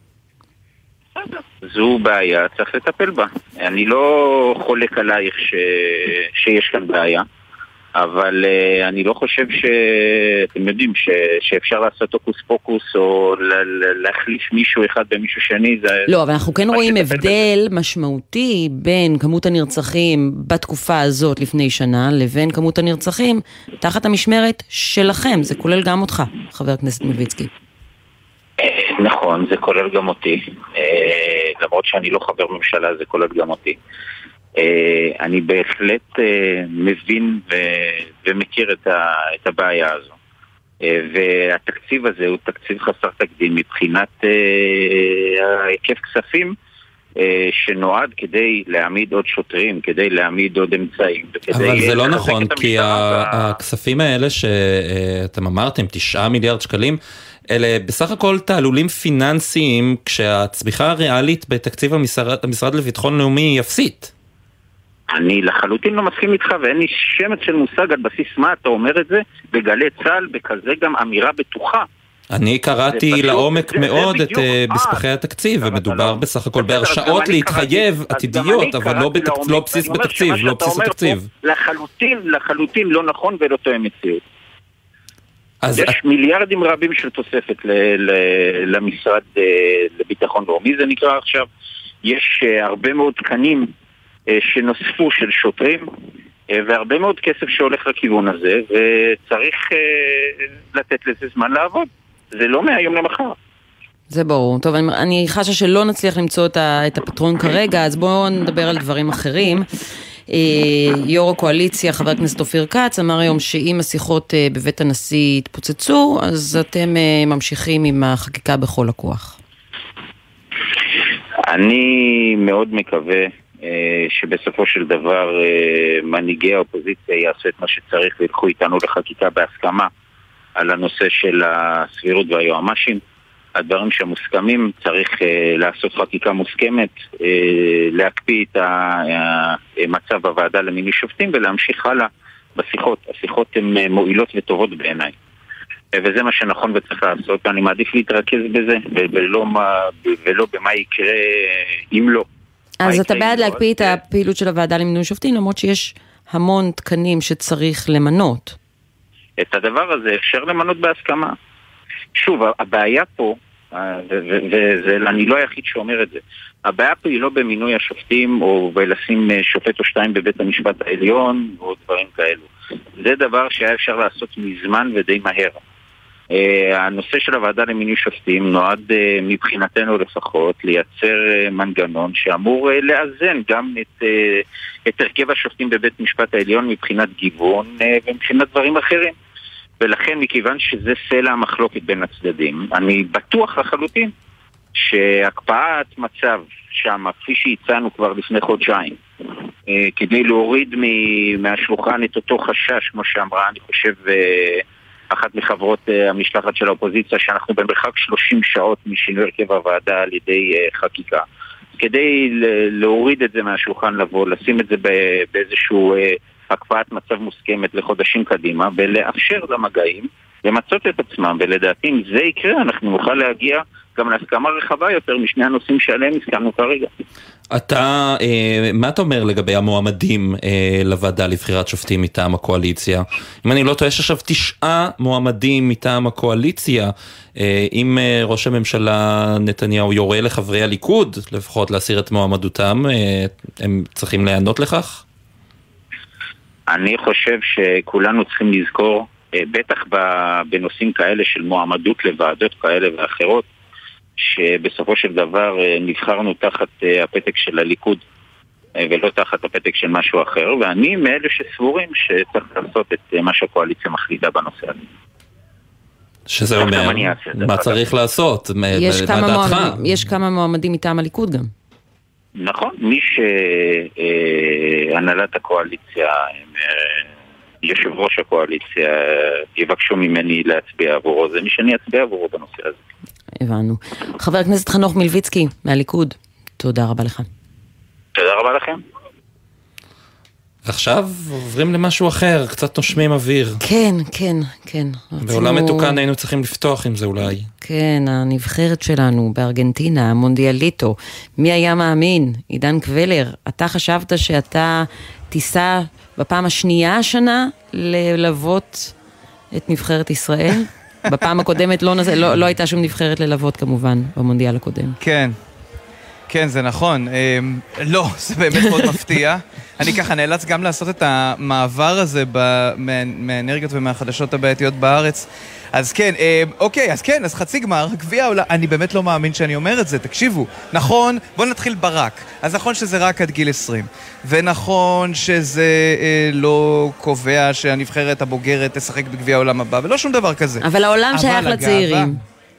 זו בעיה, צריך לטפל בה. אני לא חולק עלייך ש... שיש כאן בעיה, אבל uh, אני לא חושב שאתם יודעים ש... שאפשר לעשות אוקוס פוקוס או ל... להחליף מישהו אחד במישהו שני. זה... לא, אבל אנחנו כן רואים הבדל בזה. משמעותי בין כמות הנרצחים בתקופה הזאת לפני שנה לבין כמות הנרצחים תחת המשמרת שלכם. זה כולל גם אותך, חבר הכנסת מלביצקי. נכון, זה כולל גם אותי, למרות שאני לא חבר ממשלה, זה כולל גם אותי. אני בהחלט מבין ומכיר את הבעיה הזו, והתקציב הזה הוא תקציב חסר תקדים מבחינת היקף כספים שנועד כדי להעמיד עוד שוטרים, כדי להעמיד עוד אמצעים. אבל זה לא נכון, כי הכספים האלה שאתם אמרתם, תשעה מיליארד שקלים, אלה בסך הכל תעלולים פיננסיים, כשהצמיחה הריאלית בתקציב המשרד, המשרד לביטחון לאומי היא אפסית. אני לחלוטין לא מסכים איתך, ואין לי שמץ של מושג על בסיס מה אתה אומר את זה, בגלי צה"ל, בכזה גם אמירה בטוחה. אני קראתי לעומק מאוד את בספחי התקציב, ומדובר בסך הכל בהרשאות להתחייב עתידיות, אבל לא בסיס בתקציב, לא בסיס בתקציב. לחלוטין, לחלוטין לא נכון ולא תואם מציאות. יש מיליארדים רבים של תוספת למשרד לביטחון לאומי, זה נקרא עכשיו. יש הרבה מאוד תקנים שנוספו של שוטרים, והרבה מאוד כסף שהולך לכיוון הזה, וצריך לתת לזה זמן לעבוד. זה לא מהיום למחר. זה ברור. טוב, אני, אני חשה שלא נצליח למצוא את, ה, את הפתרון כרגע, אז בואו נדבר על דברים אחרים. יו"ר הקואליציה, חבר הכנסת אופיר כץ, אמר היום שאם השיחות בבית הנשיא התפוצצו, אז אתם ממשיכים עם החקיקה בכל הכוח. אני מאוד מקווה שבסופו של דבר מנהיגי האופוזיציה יעשו את מה שצריך וילכו איתנו לחקיקה בהסכמה על הנושא של הסבירות והיועמ"שים. הדברים שמוסכמים, צריך uh, לעשות חקיקה מוסכמת, uh, להקפיא את המצב בוועדה למינוי שופטים ולהמשיך הלאה בשיחות. השיחות הן uh, מועילות וטובות בעיניי. Uh, וזה מה שנכון וצריך לעשות. אני מעדיף להתרכז בזה ולא, ולא במה יקרה אם לא. אז אתה בעד להקפיא את הפעילות של הוועדה למינוי שופטים, למרות שיש המון תקנים שצריך למנות. את הדבר הזה אפשר למנות בהסכמה. שוב, הבעיה פה, ואני לא היחיד שאומר את זה, הבעיה פה היא לא במינוי השופטים או בלשים שופט או שתיים בבית המשפט העליון או דברים כאלו. זה דבר שהיה אפשר לעשות מזמן ודי מהר. הנושא של הוועדה למינוי שופטים נועד מבחינתנו לפחות לייצר מנגנון שאמור לאזן גם את, את הרכב השופטים בבית משפט העליון מבחינת גיוון ומבחינת דברים אחרים. ולכן מכיוון שזה סלע המחלוקת בין הצדדים, אני בטוח לחלוטין שהקפאת מצב שם, כפי שהצענו כבר לפני חודשיים, כדי להוריד מהשולחן את אותו חשש, כמו שאמרה, אני חושב, אחת מחברות המשלחת של האופוזיציה, שאנחנו במרחק שלושים שעות משינוי הרכב הוועדה על ידי חקיקה. כדי להוריד את זה מהשולחן, לבוא, לשים את זה באיזשהו הקפאת מצב מוסכמת לחודשים קדימה, ולאפשר למגעים למצות את עצמם, ולדעתי אם זה יקרה, אנחנו נוכל להגיע גם להסכמה רחבה יותר משני הנושאים שעליהם הסכמנו כרגע. אתה, אה, מה אתה אומר לגבי המועמדים אה, לוועדה לבחירת שופטים מטעם הקואליציה? אם אני לא טועה, יש עכשיו תשעה מועמדים מטעם הקואליציה, אה, אם אה, ראש הממשלה נתניהו יורה לחברי הליכוד, לפחות להסיר את מועמדותם, אה, הם צריכים לענות לכך? אני חושב שכולנו צריכים לזכור, אה, בטח בנושאים כאלה של מועמדות לוועדות כאלה ואחרות, שבסופו של דבר נבחרנו תחת הפתק של הליכוד ולא תחת הפתק של משהו אחר, ואני מאלה שסבורים שצריך לעשות את מה שהקואליציה מחליטה בנושא הזה. שזה אומר, מה צריך לעשות? יש כמה, מועמד, יש כמה מועמדים מטעם הליכוד גם. נכון, מי שהנהלת הקואליציה, יושב ראש הקואליציה, יבקשו ממני להצביע עבורו, זה מי שאני אצביע עבורו בנושא הזה. הבנו. חבר הכנסת חנוך מלביצקי מהליכוד, תודה רבה לך. תודה רבה לכם. עכשיו עוברים למשהו אחר, קצת נושמים אוויר. כן, כן, כן. בעולם מתוקן היינו צריכים לפתוח עם זה אולי. כן, הנבחרת שלנו בארגנטינה, המונדיאליטו. מי היה מאמין? עידן קבלר, אתה חשבת שאתה תיסע בפעם השנייה השנה ללוות את נבחרת ישראל? בפעם הקודמת לא, לא, לא הייתה שום נבחרת ללוות כמובן במונדיאל הקודם. כן, כן, זה נכון. לא, זה באמת מאוד מפתיע. אני ככה נאלץ גם לעשות את המעבר הזה מהאנרגיות ומהחדשות הבעייתיות בארץ. אז כן, אוקיי, אז כן, אז חצי גמר, גביע העולם, אני באמת לא מאמין שאני אומר את זה, תקשיבו. נכון, בואו נתחיל ברק. אז נכון שזה רק עד גיל עשרים. ונכון שזה אה, לא קובע שהנבחרת הבוגרת תשחק בגביע העולם הבא, ולא שום דבר כזה. אבל העולם שייך לצעירים.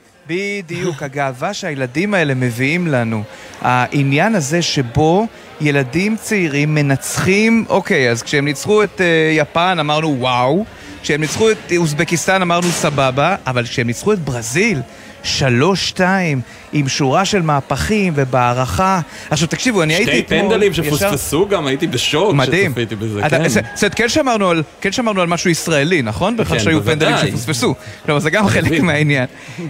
בדיוק, הגאווה שהילדים האלה מביאים לנו, העניין הזה שבו ילדים צעירים מנצחים, אוקיי, אז כשהם ניצחו את uh, יפן אמרנו וואו, כשהם ניצחו את אוזבקיסטן אמרנו סבבה, אבל כשהם ניצחו את ברזיל, שלוש שתיים, עם שורה של מהפכים ובערכה. עכשיו תקשיבו, אני הייתי אתמול... שתי פנדלים שפוספסו גם, הייתי בשוק שצפיתי בזה, כן. זאת כן שמרנו על, כן שמרנו על משהו ישראלי, נכון? בכך שהיו פנדלים שפוספסו. כלומר, זה גם חלק מהעניין.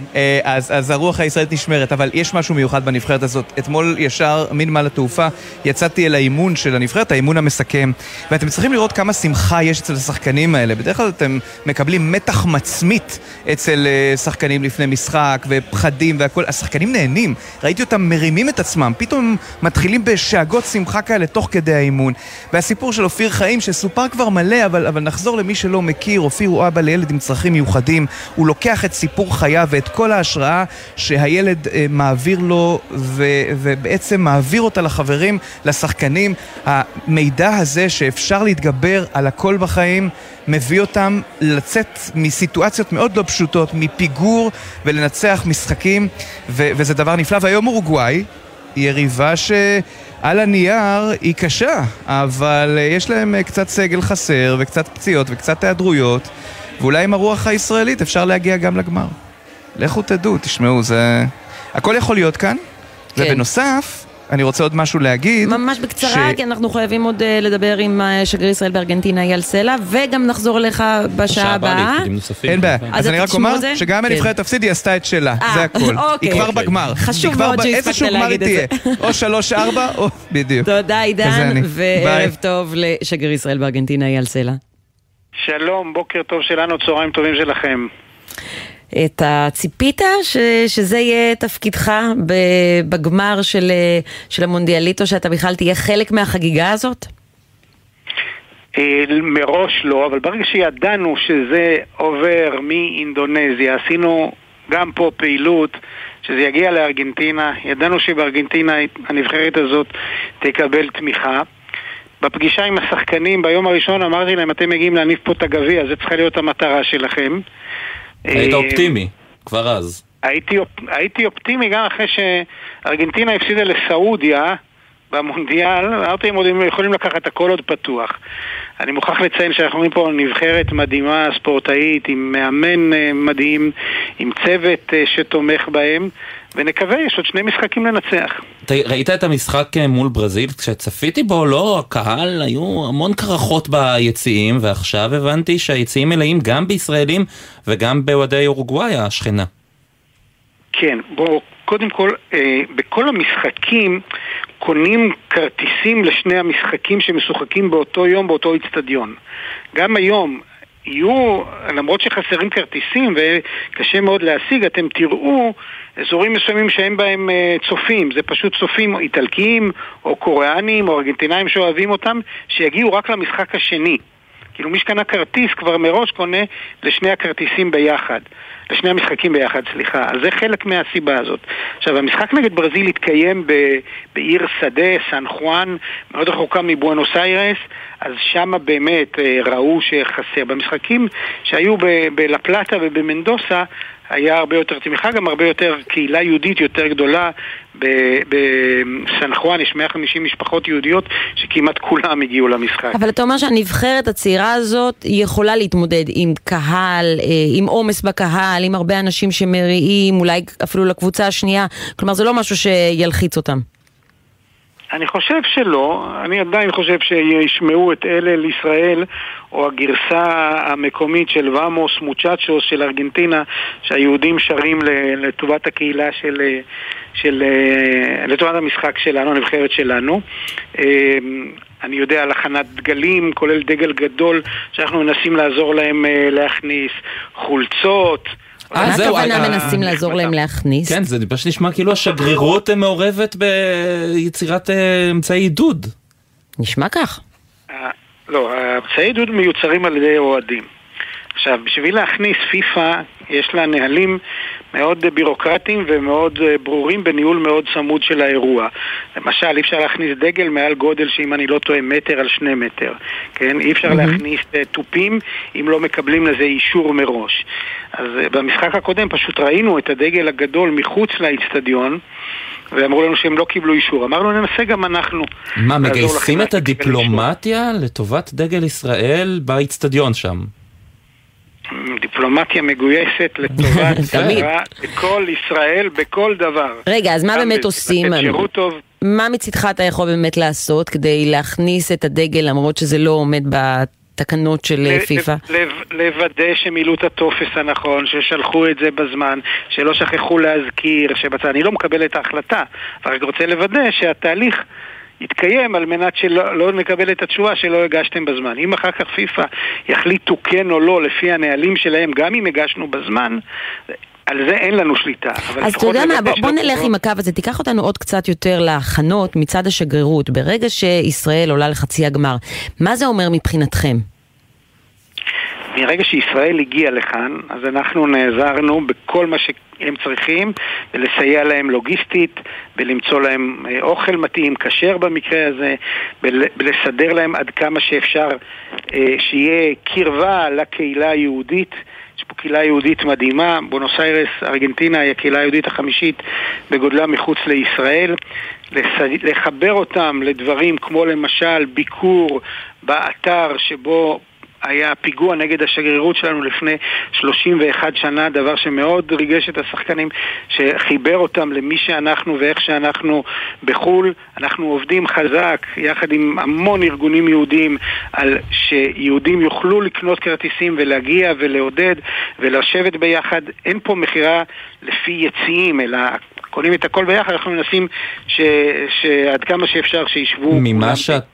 אז הרוח הישראלית נשמרת, אבל יש משהו מיוחד בנבחרת הזאת. אתמול ישר מנמל התעופה, יצאתי אל האימון של הנבחרת, האימון המסכם, ואתם צריכים לראות כמה שמחה יש אצל השחקנים האלה. בדרך כלל אתם מקבלים מתח מצמית אצל שחקנים לפני משחק ופחדים והכל. השחקנים נהנים, ראיתי אותם מרימים את עצמם, פתאום מתחילים בשאגות שמחה כאלה תוך כדי האימון. והסיפור של אופיר חיים שסופר כבר מלא, אבל, אבל נחזור למי שלא מכיר. אופיר הוא אבא לילד עם צרכים מיוחדים, הוא לוקח את סיפור חייו ואת כל ההשראה שהילד אה, מעביר לו ו, ובעצם מעביר אותה לחברים, לשחקנים. המידע הזה שאפשר להתגבר על הכל בחיים מביא אותם לצאת מסיטואציות מאוד לא פשוטות, מפיגור ולנצח משחקים, ו- וזה דבר נפלא. והיום אורוגוואי היא יריבה שעל הנייר היא קשה, אבל יש להם קצת סגל חסר וקצת פציעות וקצת היעדרויות, ואולי עם הרוח הישראלית אפשר להגיע גם לגמר. לכו תדעו, תשמעו, זה... הכל יכול להיות כאן, כן. ובנוסף... אני רוצה עוד משהו להגיד. ממש בקצרה, ש... כי אנחנו חייבים עוד uh, לדבר עם uh, שגריר ישראל בארגנטינה, אייל סלע, וגם נחזור אליך בשעה הבאה. אין בעיה. אז, אז אני רק אומר שגם הנבחרת כן. תפסיד, היא עשתה את שלה. 아, זה הכל. אוקיי. היא כבר בגמר. חשוב מאוד שהספקת להגיד את זה. או שלוש ארבע, או בדיוק. תודה עידן, וערב טוב לשגריר ישראל בארגנטינה, אייל סלע. שלום, בוקר טוב שלנו, צהריים טובים שלכם. אתה ציפית ש, שזה יהיה תפקידך בגמר של, של המונדיאליטו, שאתה בכלל תהיה חלק מהחגיגה הזאת? מראש לא, אבל ברגע שידענו שזה עובר מאינדונזיה, עשינו גם פה פעילות שזה יגיע לארגנטינה, ידענו שבארגנטינה הנבחרת הזאת תקבל תמיכה. בפגישה עם השחקנים ביום הראשון אמרתי להם, אתם מגיעים להניף פה את הגביע, זה צריכה להיות המטרה שלכם. היית אופטימי, כבר אז. הייתי, הייתי אופטימי גם אחרי שארגנטינה הפסידה לסעודיה במונדיאל, אמרתי, הם יכולים לקחת הכל עוד פתוח. אני מוכרח לציין שאנחנו רואים פה נבחרת מדהימה, ספורטאית, עם מאמן מדהים, עם צוות שתומך בהם, ונקווה, יש עוד שני משחקים לנצח. ראית את המשחק מול ברזיל? כשצפיתי בו, לא, הקהל, היו המון קרחות ביציעים, ועכשיו הבנתי שהיציעים מלאים גם בישראלים וגם באוהדי אורוגוואי השכנה. כן, בוא, קודם כל, אה, בכל המשחקים קונים כרטיסים לשני המשחקים שמשוחקים באותו יום, באותו אצטדיון. גם היום יהיו, למרות שחסרים כרטיסים וקשה מאוד להשיג, אתם תראו אזורים מסוימים שהם בהם צופים, זה פשוט צופים איטלקיים או קוריאנים או ארגנטינאים שאוהבים אותם, שיגיעו רק למשחק השני. כאילו מי שקנה כרטיס כבר מראש קונה לשני הכרטיסים ביחד, לשני המשחקים ביחד, סליחה. אז זה חלק מהסיבה הזאת. עכשיו, המשחק נגד ברזיל התקיים ב- בעיר שדה, סן חואן, מאוד רחוקה מבואנוס איירס, אז שם באמת ראו שחסר. במשחקים שהיו בלפלטה ובמנדוסה, היה הרבה יותר תמיכה, גם הרבה יותר קהילה יהודית יותר גדולה. בסן חואן יש מאה וחמישים משפחות יהודיות שכמעט כולם הגיעו למשחק. אבל אתה אומר שהנבחרת הצעירה הזאת יכולה להתמודד עם קהל, עם עומס בקהל, עם הרבה אנשים שמריעים, אולי אפילו לקבוצה השנייה, כלומר זה לא משהו שילחיץ אותם. אני חושב שלא, אני עדיין חושב שישמעו את אלה לישראל, או הגרסה המקומית של ואמוס מוצ'צ'וס של ארגנטינה, שהיהודים שרים לטובת הקהילה של, של, לטובת המשחק שלנו, הנבחרת שלנו. אני יודע על הכנת דגלים, כולל דגל גדול, שאנחנו מנסים לעזור להם להכניס, חולצות. מה הכוונה מנסים לעזור להם להכניס? כן, זה פשוט נשמע כאילו השגרירות מעורבת ביצירת אמצעי עידוד. נשמע כך. לא, אמצעי עידוד מיוצרים על ידי אוהדים. עכשיו, בשביל להכניס פיפה, יש לה נהלים מאוד בירוקרטיים ומאוד ברורים בניהול מאוד צמוד של האירוע. למשל, אי אפשר להכניס דגל מעל גודל שאם אני לא טועה מטר על שני מטר. כן? אי אפשר להכניס טופים אם לא מקבלים לזה אישור מראש. אז במשחק הקודם פשוט ראינו את הדגל הגדול מחוץ לאצטדיון, ואמרו לנו שהם לא קיבלו אישור. אמרנו, ננסה גם אנחנו. מה, מגייסים את הדיפלומטיה לטובת דגל ישראל באצטדיון שם? דיפלומטיה מגויסת לטובת בכל ישראל, בכל דבר. רגע, אז מה באמת עושים? מה מצדך אתה יכול באמת לעשות כדי להכניס את הדגל למרות שזה לא עומד בתקנות של פיפה? לוודא שמילאו את הטופס הנכון, ששלחו את זה בזמן, שלא שכחו להזכיר, שבצד אני לא מקבל את ההחלטה, אבל רוצה לוודא שהתהליך יתקיים על מנת שלא לא נקבל את התשובה שלא הגשתם בזמן. אם אחר כך פיפה יחליטו כן או לא לפי הנהלים שלהם, גם אם הגשנו בזמן, על זה אין לנו שליטה. אז אתה יודע מה, בוא, בוא נלך עם הקו הזה, תיקח אותנו עוד קצת יותר להכנות מצד השגרירות. ברגע שישראל עולה לחצי הגמר, מה זה אומר מבחינתכם? מרגע שישראל הגיע לכאן, אז אנחנו נעזרנו בכל מה שהם צריכים, ולסייע להם לוגיסטית, ולמצוא להם אוכל מתאים, כשר במקרה הזה, ולסדר להם עד כמה שאפשר שיהיה קרבה לקהילה היהודית. יש פה קהילה יהודית מדהימה, בונוס איירס, ארגנטינה, היא הקהילה היהודית החמישית בגודלה מחוץ לישראל. לחבר אותם לדברים כמו למשל ביקור באתר שבו היה פיגוע נגד השגרירות שלנו לפני שלושים ואחת שנה, דבר שמאוד ריגש את השחקנים, שחיבר אותם למי שאנחנו ואיך שאנחנו בחול. אנחנו עובדים חזק יחד עם המון ארגונים יהודים על שיהודים יוכלו לקנות כרטיסים ולהגיע ולעודד ולשבת ביחד. אין פה מחירה לפי יציאים, אלא קונים את הכל ביחד. אנחנו מנסים ש... שעד כמה שאפשר שישבו ממה שאת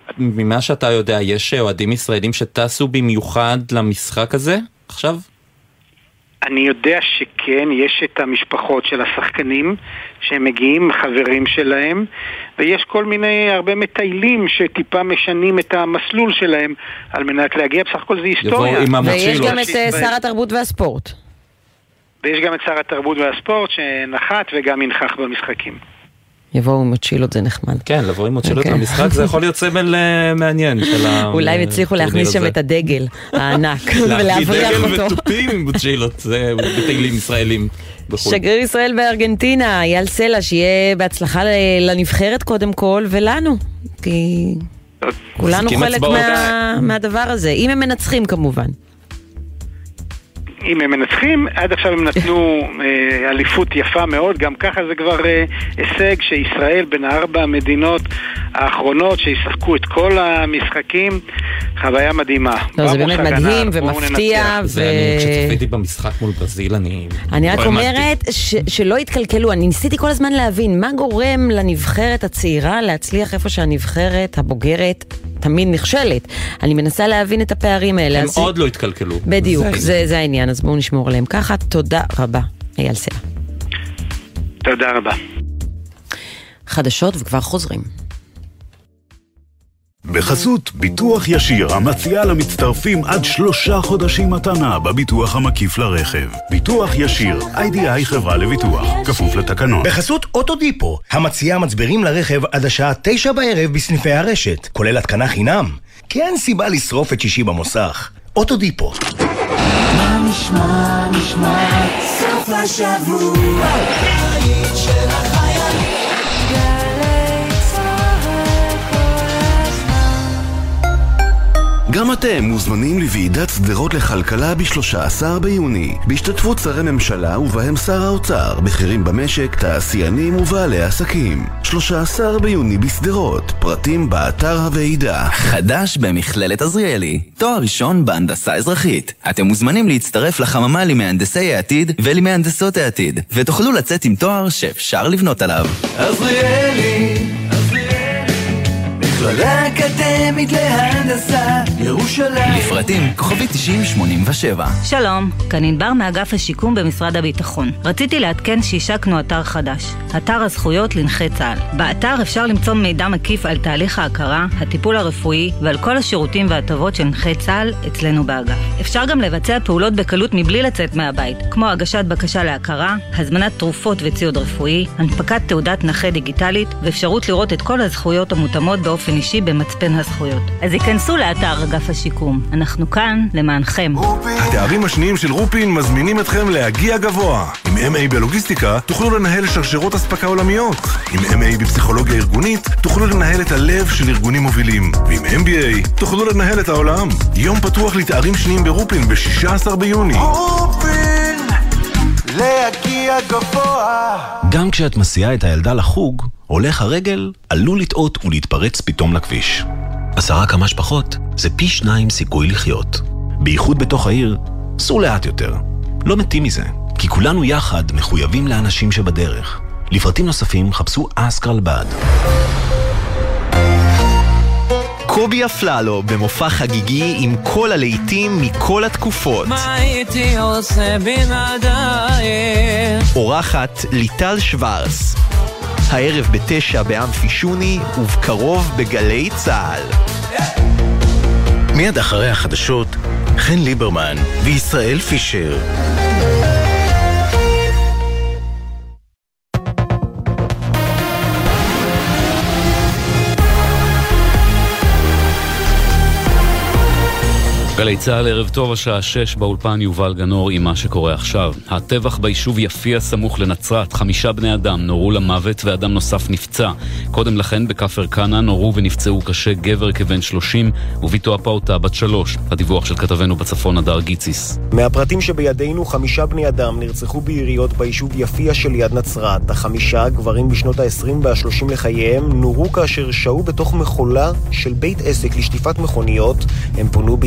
ממה שאתה יודע, יש אוהדים ישראלים שטסו במיוחד למשחק הזה עכשיו? אני יודע שכן, יש את המשפחות של השחקנים שהם מגיעים, חברים שלהם, ויש כל מיני הרבה מטיילים שטיפה משנים את המסלול שלהם על מנת להגיע, בסך הכל זה היסטוריה. ויש גם את שר התרבות והספורט. ויש גם את שר התרבות והספורט שנחת וגם ינכח במשחקים. יבואו עם מוצ'ילות, זה נחמד. כן, לבוא עם מוצ'ילות למשחק, זה יכול להיות סמל מעניין. אולי הם הצליחו להכניס שם את הדגל הענק, ולהבריח אותו. דגל וטופים עם מוצ'ילות, זה בטיילים ישראלים. שגריר ישראל בארגנטינה, אייל סלע, שיהיה בהצלחה לנבחרת קודם כל, ולנו. כי כולנו חלק מהדבר הזה, אם הם מנצחים כמובן. אם הם מנצחים, עד עכשיו הם נתנו אה, אליפות יפה מאוד, גם ככה זה כבר אה, הישג שישראל בין ארבע המדינות האחרונות שישחקו את כל המשחקים, חוויה מדהימה. לא, זה באמת מדהים ומפתיע. ו... זה אני כשצפיתי במשחק מול ברזיל, אני... אני רק אומרת ש- שלא יתקלקלו, אני ניסיתי כל הזמן להבין מה גורם לנבחרת הצעירה להצליח איפה שהנבחרת הבוגרת תמיד נכשלת. אני מנסה להבין את הפערים האלה. הם עוד לא התקלקלו. בדיוק, זה, זה העניין, אז בואו נשמור עליהם ככה. תודה רבה, אייל סלע. תודה רבה. חדשות וכבר חוזרים. בחסות ביטוח ישיר המציע למצטרפים עד שלושה חודשים מתנה בביטוח המקיף לרכב. ביטוח ישיר, איי די איי חברה לביטוח, כפוף לתקנון. בחסות אוטודיפו, המציע מצברים לרכב עד השעה תשע בערב בסניפי הרשת, כולל התקנה חינם, כי אין סיבה לשרוף את שישי במוסך. אוטודיפו. מה נשמע, נשמע, סוף השבוע, היית של החיילים. גם אתם מוזמנים לוועידת סדרות לכלכלה ב-שלושה עשר ביוני, בהשתתפות שרי ממשלה ובהם שר האוצר, בכירים במשק, תעשיינים ובעלי עסקים. שלושה עשר ביוני בסדרות, פרטים באתר הוועידה. חדש במכללת עזריאלי, תואר ראשון בהנדסה אזרחית. אתם מוזמנים להצטרף לחממה למהנדסי העתיד ולמהנדסות העתיד, ותוכלו לצאת עם תואר שאפשר לבנות עליו. עזריאלי, מכללה אקדמית להנדסה, ירושלים. לפרטים, כוכבי תשעים שמונים ושבע. שלום, כאן ענבר מאגף השיקום במשרד הביטחון. רציתי לעדכן שהשקנו אתר חדש, אתר הזכויות לנכי צה"ל. באתר אפשר למצוא מידע מקיף על תהליך ההכרה, הטיפול הרפואי ועל כל השירותים והטבות של נכי צה"ל אצלנו באגף. אפשר גם לבצע פעולות בקלות מבלי לצאת מהבית, כמו הגשת בקשה להכרה, הזמנת תרופות וציוד רפואי, הנפקת תעודת נכה דיגיטלית ואפשרות לראות את כל הזכויות המותאמות באופן אישי במצפן הזכויות. אז ייכנסו לאתר אגף השיקום. אנחנו כאן למענכם. התארים השניים של רופין מזמינים אתכם להגיע גבוה. עם אם איי בלוגיסטיקה תוכלו לנהל שרשרות אספקה עולמיות. עם אם איי בפסיכולוגיה ארגונית תוכלו לנהל את הלב של ארגונים מובילים. ועם אם בי איי תוכלו לנהל את העולם. יום פתוח לתארים שניים ברופין ב-שישה עשר ביוני. רופין, להגיע גבוה. גם כשאת מסיעה את הילדה לחוג, הולך הרגל עלול לטעות ולהתפרץ פתאום לכביש. עשרה כמה שפחות זה פי שניים סיכוי לחיות. בייחוד בתוך העיר, סעו לאט יותר. לא מתים מזה, כי כולנו יחד מחויבים לאנשים שבדרך. לפרטים נוספים חפשו אסקרלבד. קובי אפללו במופע חגיגי עם כל הלהיטים מכל התקופות. מה הייתי עושה בלעדייך? אורחת ליטל שוורס. הערב בתשע באמפי שוני ובקרוב בגלי צהל. מיד אחרי החדשות, חן ליברמן וישראל פישר. גלי צהל, ערב טוב, השעה שש באולפן יובל גנור עם מה שקורה עכשיו. הטבח ביישוב יפיע סמוך לנצרת, חמישה בני אדם נורו למוות ואדם נוסף נפצע. קודם לכן בכפר כנא נורו ונפצעו קשה גבר כבן שלושים וביתו הפעוטה בת שלוש. הדיווח של כתבנו בצפון הדר גיציס. מהפרטים שבידינו, חמישה בני אדם נרצחו ביריות ביישוב יפיע של יד נצרת. החמישה גברים בשנות ה-עשרים וה-שלושים לחייהם נורו כאשר שהו בתוך מכולה של בית עסק לשטיפת מכוניות. הם פונו בידי צוות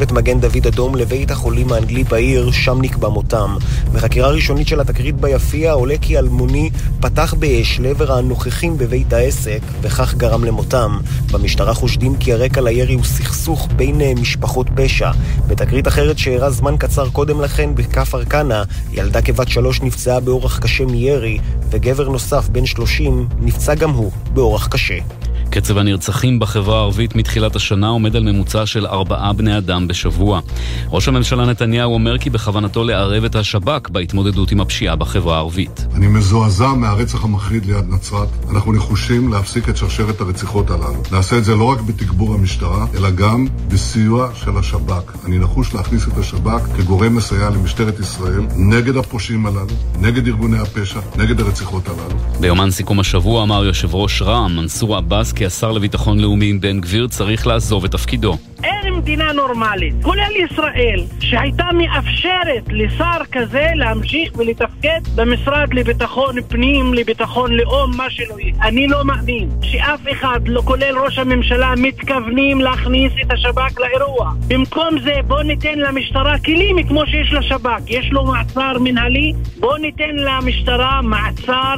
צוות מגן דוד אדום לבית החולים האנגלי בעיר, שם נקבע מותם. מחקירה ראשונית של התקרית ביפיע עולה כי אלמוני פתח באש לעבר הנוכחים בבית העסק, וכך גרם למותם. במשטרה חושדים כי הרקע לירי הוא סכסוך בין משפחות פשע. בתקרית אחרת שאירע זמן קצר קודם לכן בכפר כנא, ילדה כבת שלוש נפצעה באורח קשה מירי, וגבר נוסף בן שלושים נפצע גם הוא באורח קשה. קצב הנרצחים בחברה הערבית מתחילת השנה עומד על ממוצע של ארבעה בני אדם בשבוע. ראש הממשלה נתניהו אומר כי בכוונתו לערב את השב"כ בהתמודדות עם הפשיעה בחברה הערבית. אני מזועזע מהרצח המחריד ליד נצרת. אנחנו נחושים להפסיק את שרשרת הרציחות הללו. נעשה את זה לא רק בתגבור המשטרה, אלא גם בסיוע של השב"כ. אני נחוש להכניס את השב"כ כגורם מסייע למשטרת ישראל נגד הפושעים הללו, נגד ארגוני הפשע, נגד הרציחות הללו. ביומן סיכום השבוע אמר יושב ראש רע"מ מנסור עבאס כי השר לביטחון לאומי בן גביר צריך לעזוב את תפקידו. אין מדינה נורמלית, כולל ישראל, שהייתה מאפשרת לשר כזה להמשיך ולתפקד במשרד לביטחון פנים, לביטחון לאום, מה שלא יהיה. אני לא מאמין שאף אחד, לא כולל ראש הממשלה, מתכוונים להכניס את השב"כ לאירוע. במקום זה בוא ניתן למשטרה כלים כמו שיש לשב"כ. יש לו מעצר מנהלי, בוא ניתן למשטרה מעצר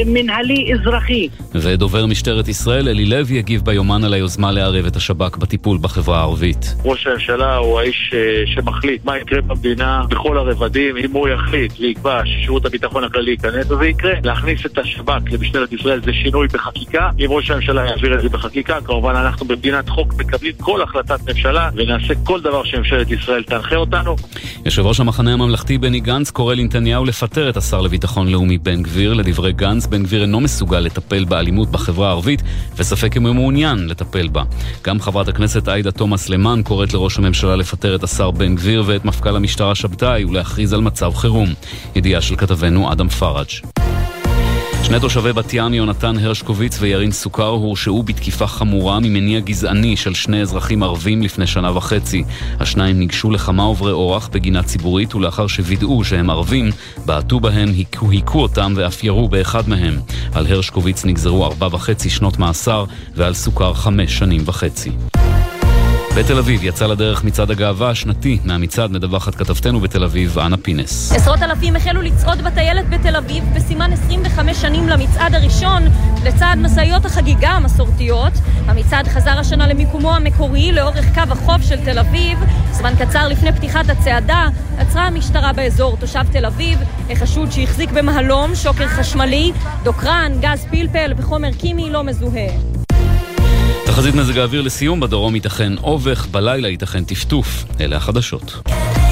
מנהלי אזרחי. ודובר משטרת ישראל אלי לוי יגיב ביומן על היוזמה לערב את השב"כ בטיפול בחברה הערבית. ראש הממשלה הוא האיש שמחליט מה יקרה במדינה בכל הרבדים. אם הוא יחליט ויקבע ששירות הביטחון הכללי ייכנס, אז זה יקרה. להכניס את השב"כ למשטרת ישראל זה שינוי בחקיקה. אם ראש הממשלה יעביר את זה בחקיקה, כמובן אנחנו במדינת חוק מקבלים כל החלטת ממשלה ונעשה כל דבר שממשלת ישראל תנחה אותנו. יושב ראש המחנה הממלכתי בני גנץ קורא לנתניהו לפטר את השר לביטחון לאומי בן גביר. לדברי גנץ, בן גביר אינו מסוגל לטפל באלימות בחברה הערבית וספק אם הוא מעוניין לטפל בה. גם חברת הכנסת עאידה תומא סלימאן קוראת לראש הממשלה לפטר את השר בן גביר ואת מפכ"ל המשטרה שבתאי ולהכריז על מצב חירום. ידיעה של כתבנו אדם פראג'. שני תושבי בת ים, יונתן הרשקוביץ וירין סוכר, הורשעו בתקיפה חמורה ממניע גזעני של שני אזרחים ערבים לפני שנה וחצי. השניים ניגשו לכמה עוברי אורח בגינה ציבורית, ולאחר שווידאו שהם ערבים, בעטו בהם, היכו, היכו אותם ואף ירו באחד מהם. על הרשקוביץ נגזרו ארבע וחצי שנות מאסר, ועל סוכר חמש שנים וחצי. בתל אביב יצא לדרך מצעד הגאווה השנתי. מהמצעד מדווחת כתבתנו בתל אביב, אנה פינס. עשרות אלפים החלו לצעוד בטיילת בתל אביב בסימן עשרים וחמש שנים למצעד הראשון, לצד מסעיות החגיגה המסורתיות. המצעד חזר השנה למיקומו המקורי לאורך קו החוף של תל אביב. זמן קצר לפני פתיחת הצעדה עצרה המשטרה באזור תושב תל אביב החשוד שהחזיק במהלום שוקר חשמלי, דוקרן, גז פלפל וחומר קימי לא מזוהה. תחזית מזג האוויר לסיום: בדרום ייתכן אובך, בלילה ייתכן טפטוף. אלה החדשות.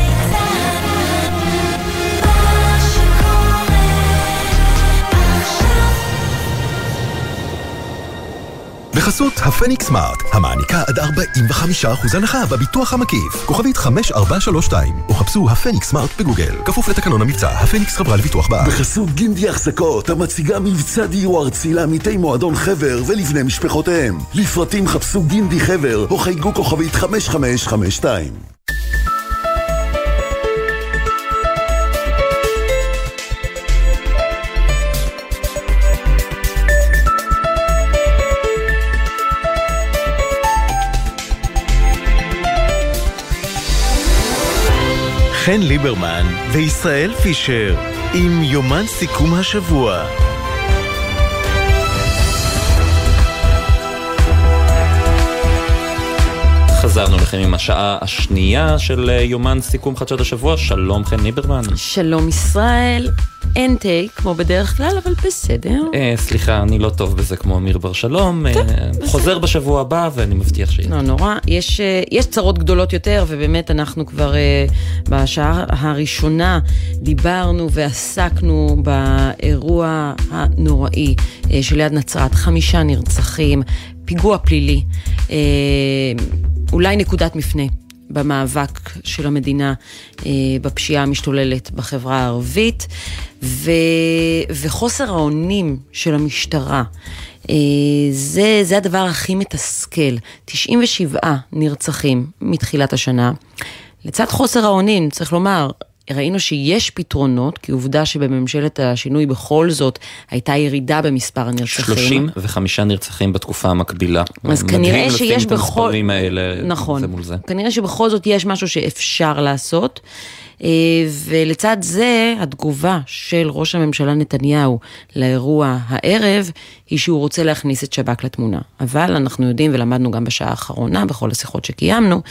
בחסות הפניקס סמארט, המעניקה עד ארבעים וחמישה אחוז הנחה בביטוח המקיף. כוכבית חמש ארבע שלוש שתיים, או חפשו הפניקס סמארט בגוגל. כפוף לתקנון המבצע, הפניקס חברה לביטוח בע"מ. בחסות גינדי החזקות, המציגה מבצע דיור ארצי לעמיתי מועדון חבר ולבני משפחותיהם. לפרטים חפשו גינדי חבר, או חייגו כוכבית חמש חמש חמש שתיים. חן ליברמן וישראל פישר עם יומן סיכום השבוע. חזרנו לכם עם השעה השנייה של יומן סיכום חדשות השבוע. שלום חן ליברמן. שלום ישראל. אין טייק כמו בדרך כלל, אבל בסדר. אה, סליחה, אני לא טוב בזה כמו אמיר בר שלום. אה, חוזר בשבוע הבא ואני מבטיח שיהיה. לא נורא. יש, יש צרות גדולות יותר, ובאמת אנחנו כבר אה, בשעה הראשונה דיברנו ועסקנו באירוע הנוראי אה, של יד נצרת. חמישה נרצחים, פיגוע פלילי, אה, אולי נקודת מפנה במאבק של המדינה אה, בפשיעה המשתוללת בחברה הערבית, ו, וחוסר האונים של המשטרה. אה, זה, זה הדבר הכי מתסכל. תשעים ושבעה נרצחים מתחילת השנה. לצד חוסר האונים, צריך לומר, ראינו שיש פתרונות, כי עובדה שבממשלת השינוי בכל זאת הייתה ירידה במספר הנרצחים. שלושים וחמישה נרצחים בתקופה המקבילה. אז כנראה שיש בכל... האלה, נכון. זה מול זה. כנראה שבכל זאת יש משהו שאפשר לעשות. ולצד זה, התגובה של ראש הממשלה נתניהו לאירוע הערב, היא שהוא רוצה להכניס את שב"כ לתמונה. אבל אנחנו יודעים, ולמדנו גם בשעה האחרונה, בכל השיחות שקיימנו,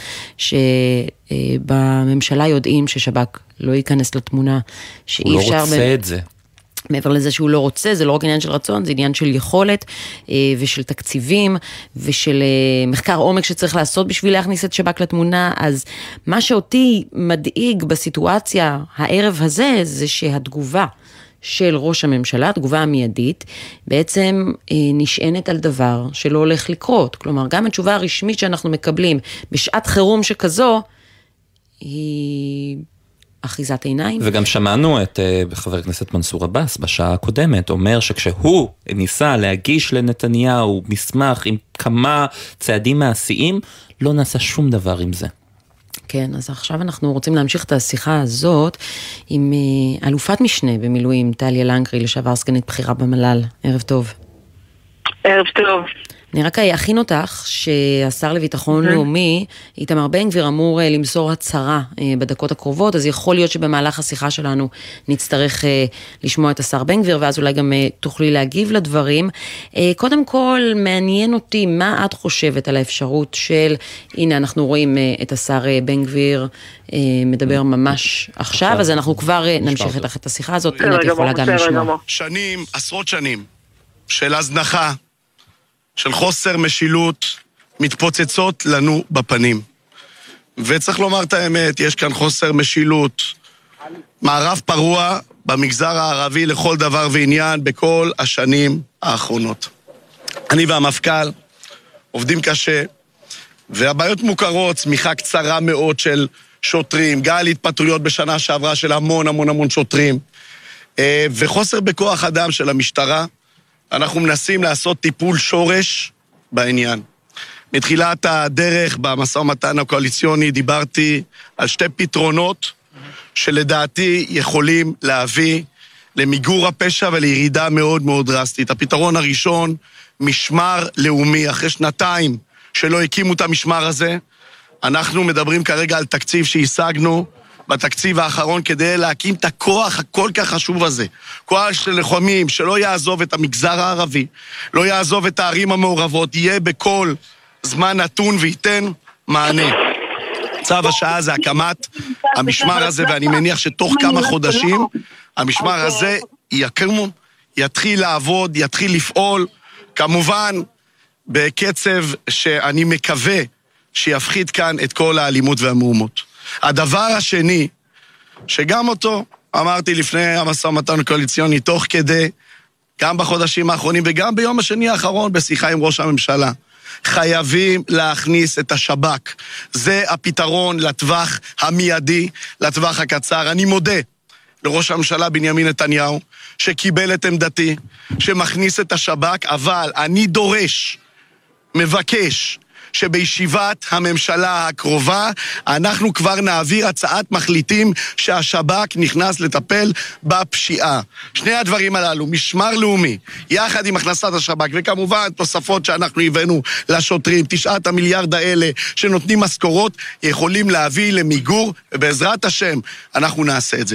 שבממשלה יודעים ששב"כ לא ייכנס לתמונה, שאי אפשר... הוא לא רוצה ב... את זה. מעבר לזה שהוא לא רוצה, זה לא רק עניין של רצון, זה עניין של יכולת ושל תקציבים ושל מחקר עומק שצריך לעשות בשביל להכניס את שב"כ לתמונה. אז מה שאותי מדאיג בסיטואציה הערב הזה, זה שהתגובה של ראש הממשלה, התגובה המיידית, בעצם נשענת על דבר שלא הולך לקרות. כלומר, גם התשובה הרשמית שאנחנו מקבלים בשעת חירום שכזו, היא... אחיזת עיניים. וגם שמענו את uh, חבר הכנסת מנסור עבאס בשעה הקודמת, אומר שכשהוא ניסה להגיש לנתניהו מסמך עם כמה צעדים מעשיים, לא נעשה שום דבר עם זה. כן, אז עכשיו אנחנו רוצים להמשיך את השיחה הזאת עם uh, אלופת משנה במילואים, טליה לנקרי, לשעבר סגנית בכירה במל"ל. ערב טוב. ערב טוב. אני רק אכין אותך שהשר לביטחון לאומי, איתמר בן גביר אמור למסור הצהרה בדקות הקרובות, אז יכול להיות שבמהלך השיחה שלנו נצטרך לשמוע את השר בן גביר, ואז אולי גם תוכלי להגיב לדברים. קודם כל, מעניין אותי מה את חושבת על האפשרות של, הנה אנחנו רואים את השר בן גביר מדבר ממש עכשיו, אז אנחנו כבר נמשיך איתך את השיחה הזאת, הנה את יכולה גם לשמוע. שנים, עשרות שנים, של הזנחה, של חוסר משילות, מתפוצצות לנו בפנים. וצריך לומר את האמת, יש כאן חוסר משילות, מערב פרוע במגזר הערבי לכל דבר ועניין בכל השנים האחרונות. אני והמפכ"ל עובדים קשה, והבעיות מוכרות, צמיחה קצרה מאוד של שוטרים, גל התפטרויות בשנה שעברה של המון המון המון שוטרים, וחוסר בכוח אדם של המשטרה. אנחנו מנסים לעשות טיפול שורש בעניין. מתחילת הדרך במשא ומתן הקואליציוני דיברתי על שתי פתרונות שלדעתי יכולים להביא למיגור הפשע ולירידה מאוד מאוד דרסטית. הפתרון הראשון, משמר לאומי. אחרי שנתיים שלא הקימו את המשמר הזה, אנחנו מדברים כרגע על תקציב שהשגנו בתקציב האחרון כדי להקים את הכוח הכל כך חשוב הזה. כוח של לוחמים שלא יעזוב את המגזר הערבי, לא יעזוב את הערים המעורבות, יהיה בכל זמן נתון וייתן מענה. צו השעה זה הקמת המשמר הזה, ואני מניח שתוך כמה חודשים המשמר הזה יקום, יתחיל לעבוד, יתחיל לפעול, כמובן בקצב שאני מקווה שיפחית כאן את כל האלימות והמהומות. הדבר השני, שגם אותו אמרתי לפני המשא ומתן הקואליציוני, תוך כדי, גם בחודשים האחרונים וגם ביום השני האחרון בשיחה עם ראש הממשלה, חייבים להכניס את השב"כ. זה הפתרון לטווח המיידי, לטווח הקצר. אני מודה לראש הממשלה בנימין נתניהו, שקיבל את עמדתי, שמכניס את השב"כ, אבל אני דורש, מבקש, שבישיבת הממשלה הקרובה אנחנו כבר נעביר הצעת מחליטים שהשב"כ נכנס לטפל בפשיעה. שני הדברים הללו, משמר לאומי, יחד עם הכנסת השב"כ, וכמובן תוספות שאנחנו הבאנו לשוטרים, תשעת המיליארד האלה שנותנים משכורות, יכולים להביא למיגור, ובעזרת השם אנחנו נעשה את זה.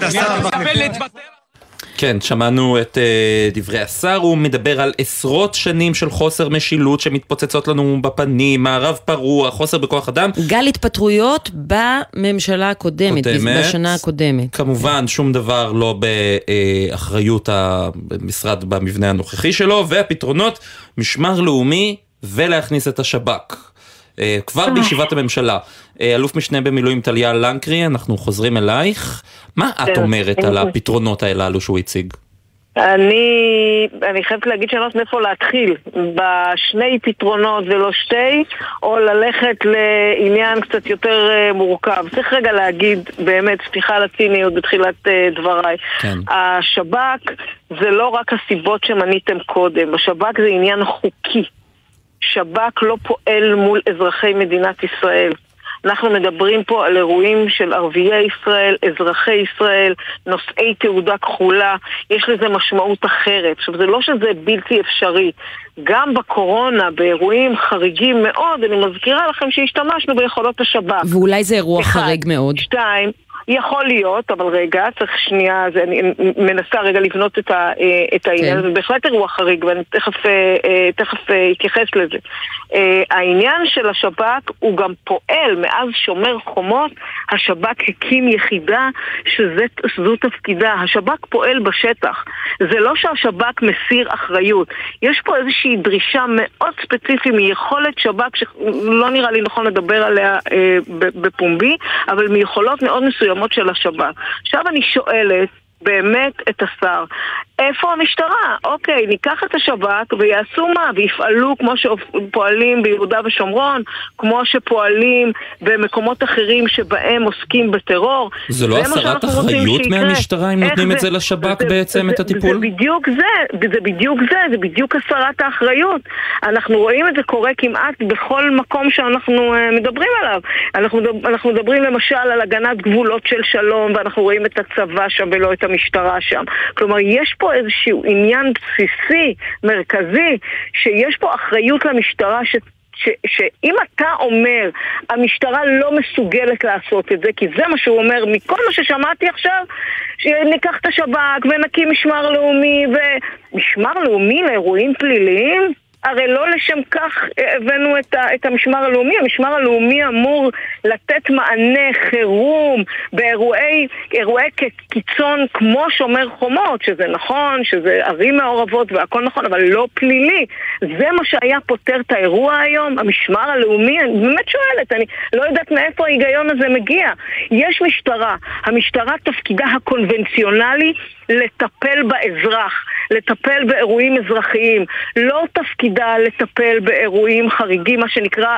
כן, שמענו את uh, דברי השר, הוא מדבר על עשרות שנים של חוסר משילות שמתפוצצות לנו בפנים, מערב פרוע, חוסר בכוח אדם. גל התפטרויות בממשלה הקודמת, קודמת, בשנה הקודמת. כמובן, שום דבר לא באחריות המשרד במבנה הנוכחי שלו, והפתרונות, משמר לאומי ולהכניס את השב"כ. כבר בישיבת הממשלה. אלוף משנה במילואים טליה לנקרי, אנחנו חוזרים אלייך. מה את אומרת על הפתרונות האלו שהוא הציג? אני, אני חייבת להגיד שאני לא יודעת מאיפה להתחיל, בשני פתרונות ולא שתי, או ללכת לעניין קצת יותר מורכב. צריך רגע להגיד, באמת, סליחה על הציניות בתחילת דבריי. כן. השב"כ זה לא רק הסיבות שמניתם קודם, השב"כ זה עניין חוקי. שב"כ לא פועל מול אזרחי מדינת ישראל. אנחנו מדברים פה על אירועים של ערביי ישראל, אזרחי ישראל, נושאי תעודה כחולה, יש לזה משמעות אחרת. עכשיו, זה לא שזה בלתי אפשרי. גם בקורונה, באירועים חריגים מאוד, אני מזכירה לכם שהשתמשנו ביכולות השב"כ. ואולי זה אירוע אחד, חריג מאוד. שתיים, יכול להיות, אבל רגע, צריך שנייה, זה, אני מנסה רגע לבנות את, ה, את העניין, כן. זה בהחלט אירוע חריג, ואני תכף, תכף אתייחס לזה. העניין של השב"כ הוא גם פועל, מאז שומר חומות, השב"כ הקים יחידה שזו תפקידה. השב"כ פועל בשטח. זה לא שהשב"כ מסיר אחריות. יש פה איזושהי דרישה מאוד ספציפית מיכולת שב"כ, שלא נראה לי נכון לדבר עליה בפומבי, אבל מיכולות מאוד מסוימות של השב"כ. עכשיו אני שואלת באמת את השר, איפה המשטרה? אוקיי, ניקח את השב"כ ויעשו מה? ויפעלו כמו שפועלים ביהודה ושומרון, כמו שפועלים במקומות אחרים שבהם עוסקים בטרור. זה לא הסרת אחריות מהמשטרה אם נותנים את זה לשב"כ בעצם את הטיפול? זה בדיוק זה, זה בדיוק זה, זה בדיוק הסרת האחריות. אנחנו רואים את זה קורה כמעט בכל מקום שאנחנו מדברים עליו. אנחנו, אנחנו מדברים למשל על הגנת גבולות של שלום, ואנחנו רואים את הצבא שם ולא את המשטרה שם. כלומר, יש פה איזשהו עניין בסיסי, מרכזי, שיש פה אחריות למשטרה ש... ש... שאם אתה אומר, המשטרה לא מסוגלת לעשות את זה, כי זה מה שהוא אומר, מכל מה ששמעתי עכשיו, שניקח את השב"כ ונקים משמר לאומי, ומשמר לאומי לאירועים פליליים, הרי לא לשם כך הבאנו את, ה, את המשמר הלאומי. המשמר הלאומי אמור לתת מענה חירום באירועי אירועי קיצון כמו שומר חומות, שזה נכון, שזה ערים מעורבות והכל נכון, אבל לא פלילי. זה מה שהיה פותר את האירוע היום. המשמר הלאומי, אני באמת שואלת, אני לא יודעת מאיפה ההיגיון הזה מגיע. יש משטרה, המשטרה תפקידה הקונבנציונלי לטפל באזרח, לטפל באירועים אזרחיים, לא תפקידה לטפל באירועים חריגים, מה שנקרא,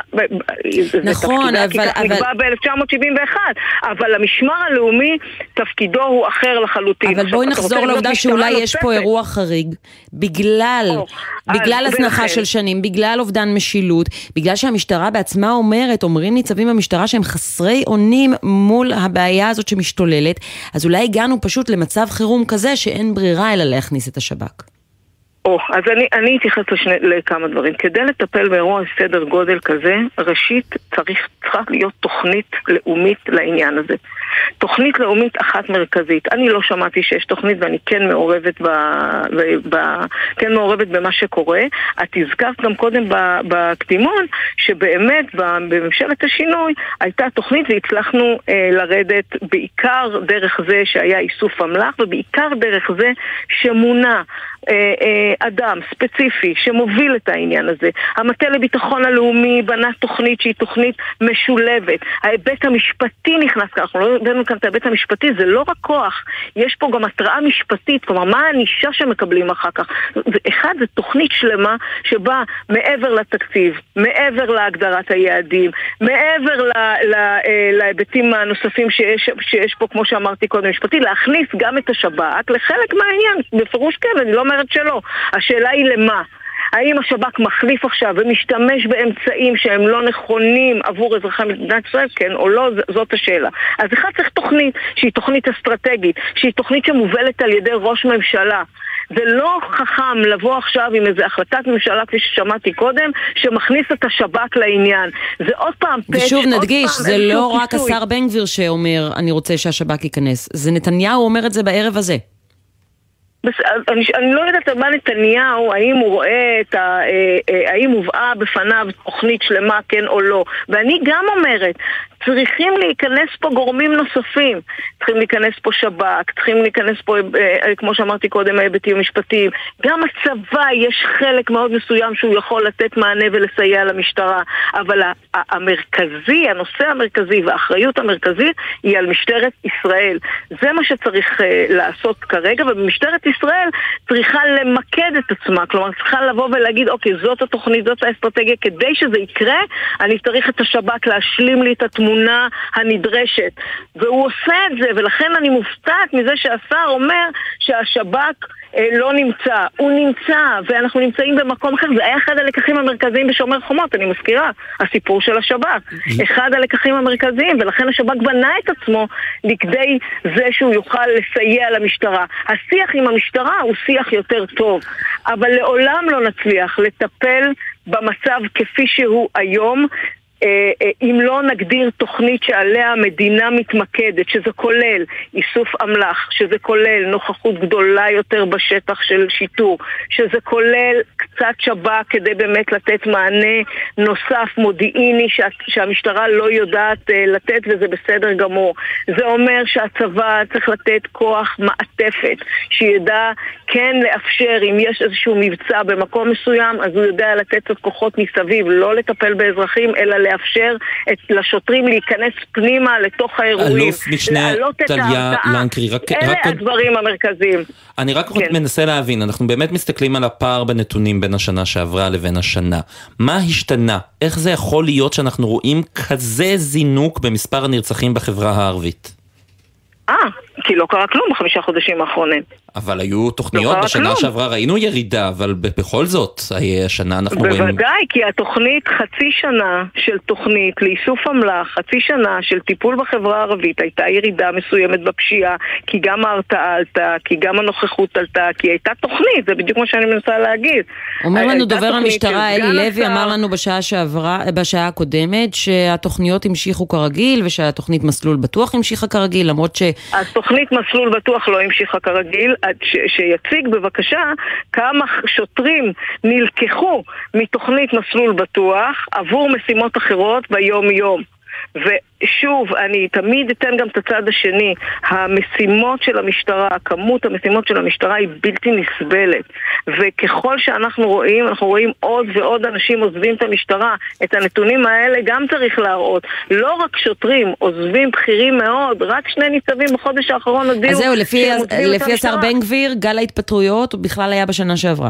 נכון, אבל, כי כך אבל... נקבע ב-אלף תשע מאות שבעים ואחת, אבל המשמר הלאומי תפקידו הוא אחר לחלוטין. אבל בואי נחזור לעובדה שאולי יש פה אירוע חריג, בגלל, בגלל הזנחה של שנים, בגלל אובדן משילות, בגלל שהמשטרה בעצמה אומרת, אומרים ניצבים במשטרה שהם חסרי אונים מול הבעיה הזאת שמשתוללת, אז אולי הגענו פשוט למצב חירום כזה שאין ברירה אלא להכניס את השב"כ. או, אז אני, אני אתייחס לשני, לכמה דברים. כדי לטפל באירוע סדר גודל כזה, ראשית צריך, צריכה להיות תוכנית לאומית לעניין הזה. תוכנית לאומית אחת מרכזית. אני לא שמעתי שיש תוכנית ואני כן מעורבת ב, ב, ב, כן מעורבת במה שקורה. את הזכרת גם קודם בקדימון שבאמת בממשלת השינוי הייתה תוכנית והצלחנו אה, לרדת בעיקר דרך זה שהיה איסוף אמל"ח ובעיקר דרך זה שמונה אה, אה, אדם ספציפי שמוביל את העניין הזה. המטה לביטחון הלאומי בנה תוכנית שהיא תוכנית משולבת. ההיבט המשפטי נכנס כאן, אנחנו לא הבאנו כאן את ההיבט המשפטי, זה לא רק כוח, יש פה גם התראה משפטית, כלומר מה האנישה שמקבלים אחר כך. אחד, זה תוכנית שלמה שבה מעבר לתקציב, מעבר להגדרת היעדים, מעבר ל, ל, להיבטים הנוספים שיש, שיש פה, כמו שאמרתי קודם, משפטי, להכניס גם את השב"כ לחלק מהעניין, בפירוש כן, אני לא אומרת שלא. השאלה היא למה? האם השב"כ מחליף עכשיו ומשתמש באמצעים שהם לא נכונים עבור אזרחי מדינת ישראל, כן או לא, זאת השאלה. אז אחד צריך תוכנית שהיא תוכנית אסטרטגית, שהיא תוכנית שמובלת על ידי ראש ממשלה. זה לא חכם לבוא עכשיו עם איזו החלטת ממשלה, כפי ששמעתי קודם, שמכניס את השב"כ לעניין. זה עוד פעם פש, ושוב נדגיש, פעם, זה לא רק כיסוי. השר בן גביר שאומר, אני רוצה שהשב"כ ייכנס. זה נתניהו אומר את זה בערב הזה. אני, אני לא יודעת מה נתניהו, האם הוא רואה את ה, האם הובאה בפניו תוכנית שלמה כן או לא, ואני גם אומרת, צריכים להיכנס פה גורמים נוספים, צריכים להיכנס פה שב"כ, צריכים להיכנס פה, כמו שאמרתי קודם, ההיבטים המשפטיים, גם הצבא יש חלק מאוד מסוים שהוא יכול לתת מענה ולסייע למשטרה, אבל המרכזי, הנושא המרכזי והאחריות המרכזית היא על משטרת ישראל. זה מה שצריך לעשות כרגע, ובמשטרת ישראל צריכה למקד את עצמה, כלומר צריכה לבוא ולהגיד, אוקיי, זאת התוכנית, זאת האסטרטגיה, כדי שזה יקרה, אני צריך את השב"כ להשלים לי את התמונה הנדרשת, והוא עושה את זה, ולכן אני מופתעת מזה שהשר אומר שהשב"כ לא נמצא, הוא נמצא, ואנחנו נמצאים במקום אחר. זה היה אחד הלקחים המרכזיים בשומר חומות, אני מזכירה, הסיפור של השב"כ. אחד הלקחים המרכזיים, ולכן השב"כ בנה את עצמו לכדי זה שהוא יוכל לסייע למשטרה. השיח עם המשטרה הוא שיח יותר טוב, אבל לעולם לא נצליח לטפל במצב כפי שהוא היום, אם לא נגדיר תוכנית שעליה המדינה מתמקדת, שזה כולל איסוף אמל"ח, שזה כולל נוכחות גדולה יותר בשטח של שיטור, שזה כולל קצת שב"כ כדי באמת לתת מענה נוסף מודיעיני שה, שהמשטרה לא יודעת לתת, וזה בסדר גמור. זה אומר שהצבא צריך לתת כוח מעטפת, שידע כן לאפשר, אם יש איזשהו מבצע במקום מסוים, אז הוא יודע לתת את כוחות מסביב, לא לטפל באזרחים, אלא לאפשר את, לשוטרים להיכנס פנימה לתוך האירועים. אלוף משנה טליה לנקרי, רק, אלה רק הדברים המרכזיים. אני רק כן. מנסה להבין, אנחנו באמת מסתכלים על הפער בנתונים בין השנה שעברה לבין השנה. מה השתנה? איך זה יכול להיות שאנחנו רואים כזה זינוק במספר הנרצחים בחברה הערבית? אה, כי לא קרה כלום בחמישה חודשים האחרונים. אבל היו תוכניות לא בשנה כלום. שעברה, ראינו ירידה, אבל בכל זאת, השנה אנחנו רואים... בוודאי, כי התוכנית, חצי שנה של תוכנית לאיסוף אמל"ח, חצי שנה של טיפול בחברה הערבית, הייתה ירידה מסוימת בפשיעה, כי גם ההרתעה עלתה, כי גם הנוכחות עלתה, כי הייתה תוכנית, זה בדיוק מה שאני מנסה להגיד. אומר לנו דובר המשטרה אלי לוי, השר... אמר לנו בשעה שעברה, בשעה הקודמת, שהתוכניות המשיכו כרגיל, ושהתוכנית מסלול בטוח המשיכה כרגיל, למרות ש... התוכנית מסלול בטוח לא המשיכה כרגיל, ש- שיציג בבקשה כמה שוטרים נלקחו מתוכנית מסלול בטוח עבור משימות אחרות ביום יום. ושוב, אני תמיד אתן גם את הצד השני, המשימות של המשטרה, כמות המשימות של המשטרה היא בלתי נסבלת, וככל שאנחנו רואים, אנחנו רואים עוד ועוד אנשים עוזבים את המשטרה. את הנתונים האלה גם צריך להראות, לא רק שוטרים, עוזבים בכירים מאוד, רק שני ניצבים בחודש האחרון הודיעו. אז זהו, לפי, לפי השר בן גביר, גל ההתפטרויות הוא בכלל היה בשנה שעברה.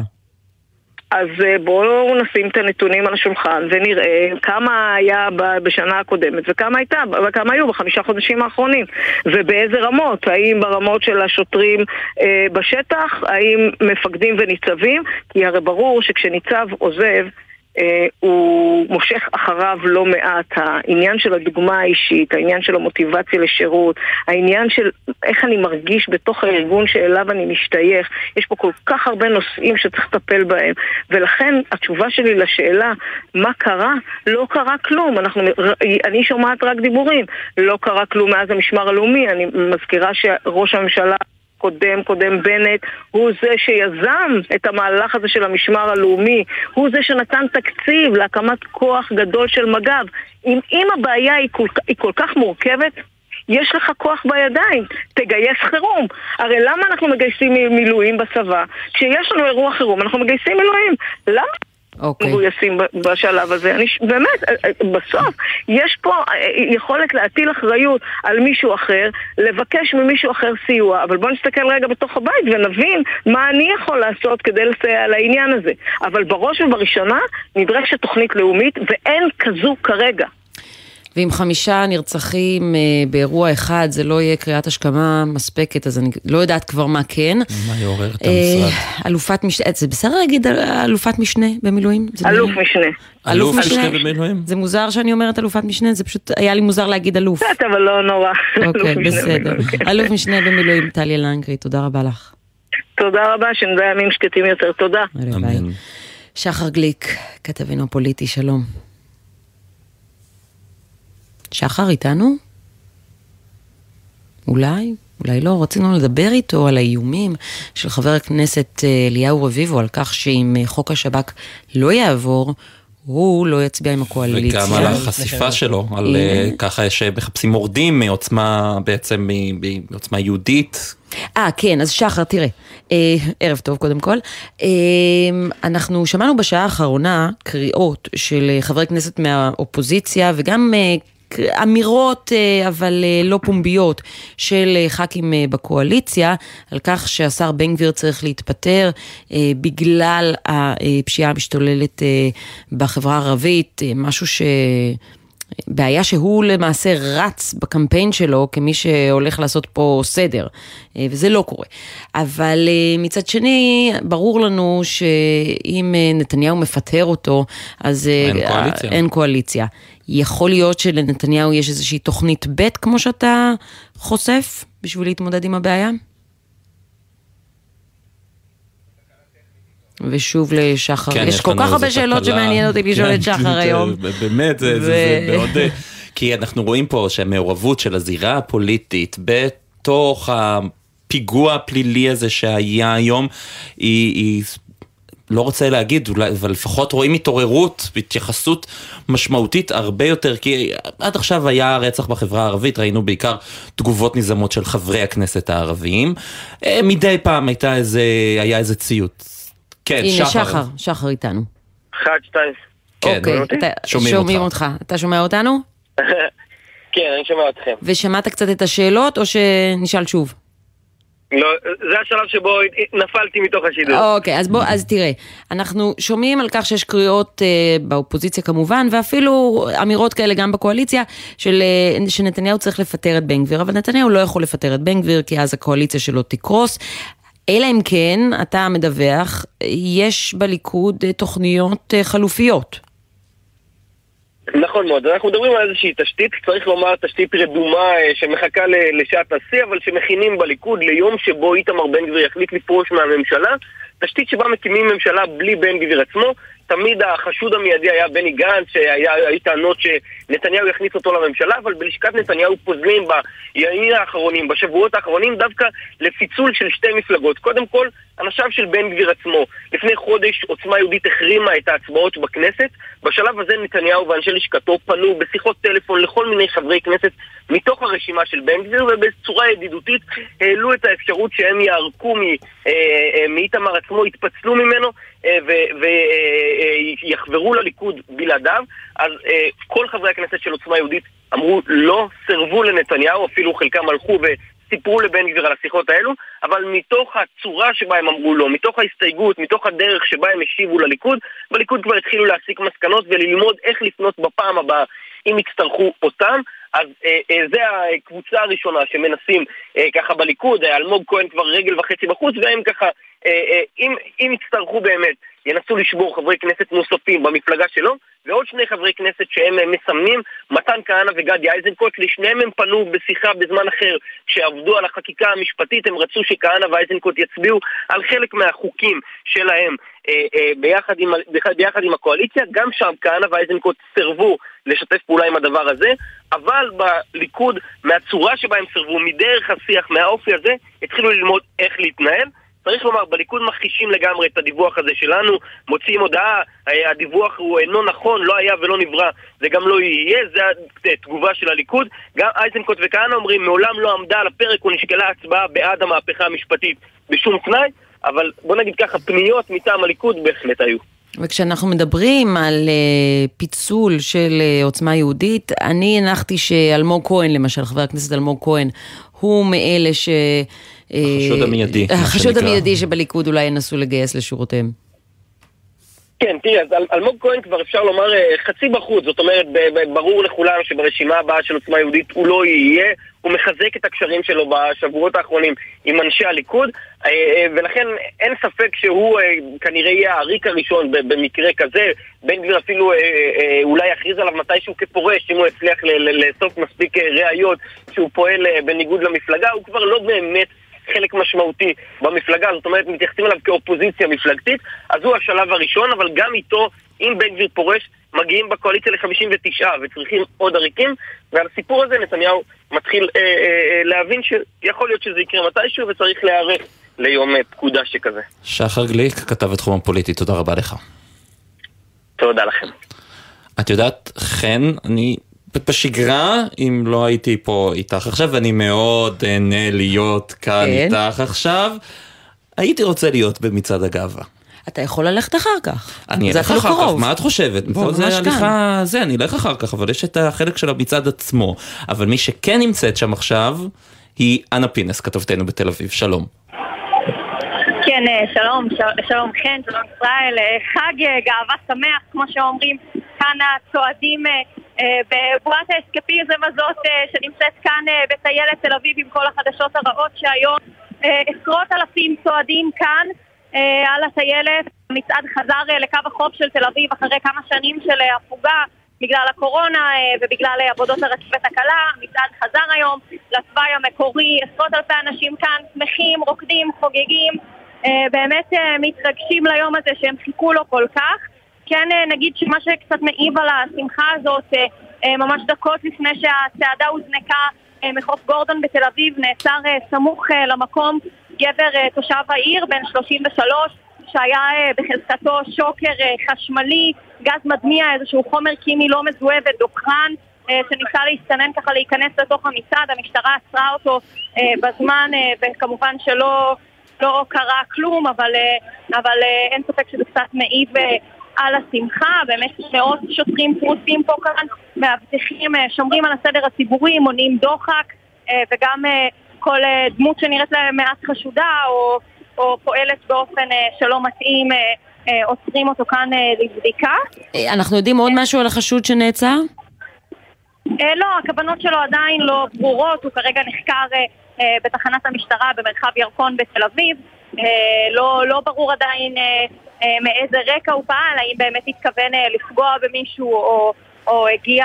אז בואו נשים את הנתונים על השולחן ונראה כמה היה בשנה הקודמת וכמה הייתה, וכמה היו בחמישה חודשים האחרונים, ובאיזה רמות, האם ברמות של השוטרים אה, בשטח, האם מפקדים וניצבים, כי הרי ברור שכשניצב עוזב, Uh, הוא מושך אחריו לא מעט. העניין של הדוגמה האישית, העניין של המוטיבציה לשירות, העניין של איך אני מרגיש בתוך הארגון שאליו אני משתייך, יש פה כל כך הרבה נושאים שצריך לטפל בהם, ולכן התשובה שלי לשאלה מה קרה, לא קרה כלום. אנחנו, אני שומעת רק דיבורים, לא קרה כלום מאז המשמר הלאומי. אני מזכירה שראש הממשלה קודם, קודם בנט, הוא זה שיזם את המהלך הזה של המשמר הלאומי, הוא זה שנתן תקציב להקמת כוח גדול של מג"ב. אם, אם הבעיה היא כל, היא כל כך מורכבת, יש לך כוח בידיים, תגייס חירום. הרי למה אנחנו מגייסים מילואים בצבא? כשיש לנו אירוע חירום, אנחנו מגייסים מילואים. למה? מגויסים בשלב הזה. אני, באמת, בסוף יש פה יכולת להטיל אחריות על מישהו אחר, לבקש ממישהו אחר סיוע, אבל בואו נסתכל רגע בתוך הבית ונבין מה אני יכול לעשות כדי לסייע לעניין הזה. אבל בראש ובראשונה נדרשת תוכנית לאומית, ואין כזו כרגע. ועם חמישה נרצחים באירוע אחד, זה לא יהיה קריאת השכמה מספקת, אז אני לא יודעת כבר מה כן. מה יעורר את המשרד? אלופת משנה, זה בסדר להגיד אלופת משנה במילואים? אלוף משנה. אלוף משנה במילואים? זה מוזר שאני אומרת אלופת משנה, זה פשוט היה לי מוזר להגיד אלוף. קצת, אבל לא נורא. אוקיי, בסדר. אלוף משנה במילואים, טליה לנקרי, תודה רבה לך. תודה רבה, שנדע ימים שקטים יותר, תודה. אמן. שחר גליק, כתבנו פוליטי, שלום. שחר איתנו? אולי, אולי לא, רצינו לדבר איתו על האיומים של חבר הכנסת אליהו רביבו, על כך שאם חוק השב"כ לא יעבור, הוא לא יצביע עם הקואליציה. וגם על החשיפה שלו, על ככה שמחפשים מורדים מעוצמה, בעצם מעוצמה יהודית. אה, כן, אז שחר, תראה, ערב טוב קודם כל, אנחנו שמענו בשעה האחרונה קריאות של חברי כנסת מהאופוזיציה, וגם אמירות אבל לא פומביות של ח"כים בקואליציה על כך שהשר בן גביר צריך להתפטר בגלל הפשיעה המשתוללת בחברה הערבית, משהו ש... בעיה שהוא למעשה רץ בקמפיין שלו כמי שהולך לעשות פה סדר, וזה לא קורה. אבל מצד שני, ברור לנו שאם נתניהו מפטר אותו, אז אין קואליציה. אין קואליציה. יכול להיות שלנתניהו יש איזושהי תוכנית ב' כמו שאתה חושף, בשביל להתמודד עם הבעיה? ושוב לשחר, כן, יש כל כך הרבה שאלות שמעניין אותי לשאול כן, את שחר היום. באמת, זה, ו... זה, זה מאוד... כי אנחנו רואים פה שהמעורבות של הזירה הפוליטית בתוך הפיגוע הפלילי הזה שהיה היום, היא... היא... לא רוצה להגיד, אבל לפחות רואים התעוררות והתייחסות משמעותית הרבה יותר, כי עד עכשיו היה רצח בחברה הערבית, ראינו בעיקר תגובות נזמות של חברי הכנסת הערביים, מדי פעם הייתה איזה, היה איזה ציוט. כן, הנה שחר. שחר, שחר איתנו. אחד, שתיים. כן, אוקיי, אתה, שומעים, שומעים אותך. אותך. אתה שומע אותנו? כן, אני שומע אתכם. ושמעת קצת את השאלות, או שנשאל שוב? לא, זה השלב שבו נפלתי מתוך השידור. אוקיי, אז בוא, אז תראה, אנחנו שומעים על כך שיש קריאות אה, באופוזיציה כמובן, ואפילו אמירות כאלה גם בקואליציה, של, אה, שנתניהו צריך לפטר את בן גביר, אבל נתניהו לא יכול לפטר את בן גביר, כי אז הקואליציה שלו תקרוס. אלא אם כן, אתה מדווח, יש בליכוד אה, תוכניות אה, חלופיות. נכון מאוד, אנחנו מדברים על איזושהי תשתית, צריך לומר תשתית רדומה שמחכה לשעת השיא, אבל שמכינים בליכוד ליום שבו איתמר בן גביר יחליט לפרוש מהממשלה, תשתית שבה מקימים ממשלה בלי בן גביר עצמו. תמיד החשוד המיידי היה בני גנץ, שהיה טענות שנתניהו יכניס אותו לממשלה, אבל בלשכת נתניהו פוזלים בימים האחרונים, בשבועות האחרונים, דווקא לפיצול של שתי מפלגות. קודם כל, אנשיו של בן גביר עצמו. לפני חודש עוצמה יהודית החרימה את ההצבעות בכנסת. בשלב הזה נתניהו ואנשי לשכתו פנו בשיחות טלפון לכל מיני חברי כנסת מתוך הרשימה של בן גביר, ובצורה ידידותית העלו את האפשרות שהם יערקו מאיתמר עצמו, יתפצלו ממנו ויחברו לליכוד בלעדיו. אז כל חברי הכנסת של עוצמה יהודית אמרו לא, סרבו לנתניהו, אפילו חלקם הלכו וסיפרו לבן גביר על השיחות האלו, אבל מתוך הצורה שבה הם אמרו לו, מתוך ההסתייגות, מתוך הדרך שבה הם השיבו לליכוד, בליכוד כבר התחילו להסיק מסקנות וללמוד איך לפנות בפעם הבאה אם יצטרכו אותם. אז אה, אה, זה הקבוצה הראשונה שמנסים אה, ככה בליכוד, אה, אלמוג כהן כבר רגל וחצי בחוץ, והם ככה, אה, אה, אם, אם יצטרכו באמת, ינסו לשבור חברי כנסת נוספים במפלגה שלו, ועוד שני חברי כנסת שהם מסמנים, מתן כהנא וגדי איזנקוט, לשניהם הם פנו בשיחה בזמן אחר, שעבדו על החקיקה המשפטית, הם רצו שכהנא ואיזנקוט יצביעו על חלק מהחוקים שלהם אה, אה, ביחד, עם, ביחד עם הקואליציה, גם שם כהנא ואיזנקוט סרבו לשתף פעולה עם הדבר הזה, אבל בליכוד, מהצורה שבה הם סרבו, מדרך השיח, מהאופי הזה, התחילו ללמוד איך להתנהל. צריך לומר, בליכוד מכחישים לגמרי את הדיווח הזה שלנו, מוציאים הודעה, הדיווח הוא אינו נכון, לא היה ולא נברא, זה גם לא יהיה, זה התגובה של הליכוד. גם איזנקוט וכהנא אומרים, מעולם לא עמדה על הפרק ונשקלה הצבעה בעד המהפכה המשפטית בשום תנאי, אבל בוא נגיד ככה, פניות מטעם הליכוד בהחלט היו. וכשאנחנו מדברים על uh, פיצול של uh, עוצמה יהודית, אני הנחתי שאלמוג כהן, למשל, חבר הכנסת אלמוג כהן, הוא מאלה ש... החשוד המיידי. החשוד המיידי שבליכוד אולי ינסו לגייס לשורותיהם. כן, תראי, אז אל, אלמוג כהן כבר אפשר לומר חצי בחוץ, זאת אומרת, ברור לכולנו שברשימה הבאה של עוצמה יהודית הוא לא יהיה, הוא מחזק את הקשרים שלו בשבועות האחרונים עם אנשי הליכוד, ולכן אין ספק שהוא כנראה יהיה העריק הראשון במקרה כזה. בן גביר אפילו אולי יכריז עליו מתישהו כפורש, אם הוא הצליח לאסוף מספיק ראיות שהוא פועל בניגוד למפלגה, הוא כבר לא באמת חלק משמעותי במפלגה, זאת אומרת מתייחסים עליו כאופוזיציה מפלגתית, אז הוא השלב הראשון, אבל גם איתו, אם בן גביר פורש, מגיעים בקואליציה ל-חמישים ותשע וצריכים עוד עריקים, ועל הסיפור הזה נתניהו מתחיל אה, אה, להבין שיכול להיות שזה יקרה מתישהו וצריך להיערך ליום פקודה שכזה. שחר גליק, כתב את תחום הפוליטי, תודה רבה לך. תודה לכם. את יודעת, חן, אני בשגרה, אם לא הייתי פה איתך עכשיו, ואני מאוד נהנה להיות כאן כן. איתך עכשיו, הייתי רוצה להיות במצעד הגאווה. אתה יכול ללכת אחר כך. אני אלך אחר כך, מה את חושבת? פה זה הליכה, זה, אני אלך אחר כך, אבל יש את החלק של המצעד עצמו. אבל מי שכן נמצאת שם עכשיו, היא אנה פינס, כתבתנו בתל אביב. שלום. כן, שלום, שלום חן, שלום ישראל. חג גאווה שמח, כמו שאומרים, כאן הצועדים בבועת האסקפיזם הזאת שנמצאת כאן בטיילת תל אביב עם כל החדשות הרעות שהיום עשרות אלפים צועדים כאן על הטיילת. המצעד חזר לקו החוף של תל אביב אחרי כמה שנים של הפוגה בגלל הקורונה ובגלל עבודות הרכבת הקלה. המצעד חזר היום לצוואי המקורי, עשרות אלפי אנשים כאן שמחים, רוקדים, חוגגים, באמת מתרגשים ליום הזה שהם חיכו לו כל כך. כן נגיד שמה שקצת מעיב על השמחה הזאת, ממש דקות לפני שהצעדה הוזנקה מחוף גורדון בתל אביב, נעצר סמוך למקום גבר תושב העיר בן שלושים ושלוש שהיה בחזקתו שוקר חשמלי, גז מדמיע, איזשהו חומר קימי לא מזוהה ודוקרן שניסה להסתנן ככה להיכנס לתוך המצעד. המשטרה עצרה אותו בזמן וכמובן שלא לא קרה כלום, אבל, אבל אין ספק שזה קצת מעיב על השמחה. באמת מאות שוטרים פרוסים פה כאן, מאבטחים, שומרים על הסדר הציבורי, מונעים דוחק, וגם כל דמות שנראית להם מעט חשודה או, או פועלת באופן שלא מתאים, עוצרים אותו כאן לבדיקה. אנחנו יודעים עוד משהו על החשוד שנעצר? לא, הכוונות שלו עדיין לא ברורות, הוא כרגע נחקר בתחנת המשטרה במרחב ירקון בתל אביב. לא, לא ברור עדיין מאיזה רקע הוא פעל, האם באמת התכוון לפגוע במישהו או, או הגיע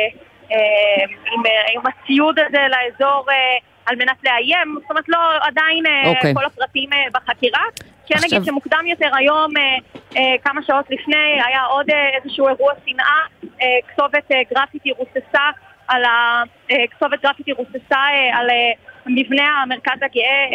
עם, עם הציוד הזה לאזור על מנת לאיים. זאת אומרת, לא עדיין okay. כל הפרטים בחקירה. כן עכשיו... נגיד שמוקדם יותר היום, כמה שעות לפני, היה עוד איזשהו אירוע שנאה, כתובת גרפיטי רוססה על ה... כתובת גרפיטי רוססה על מבנה המרכז הגאה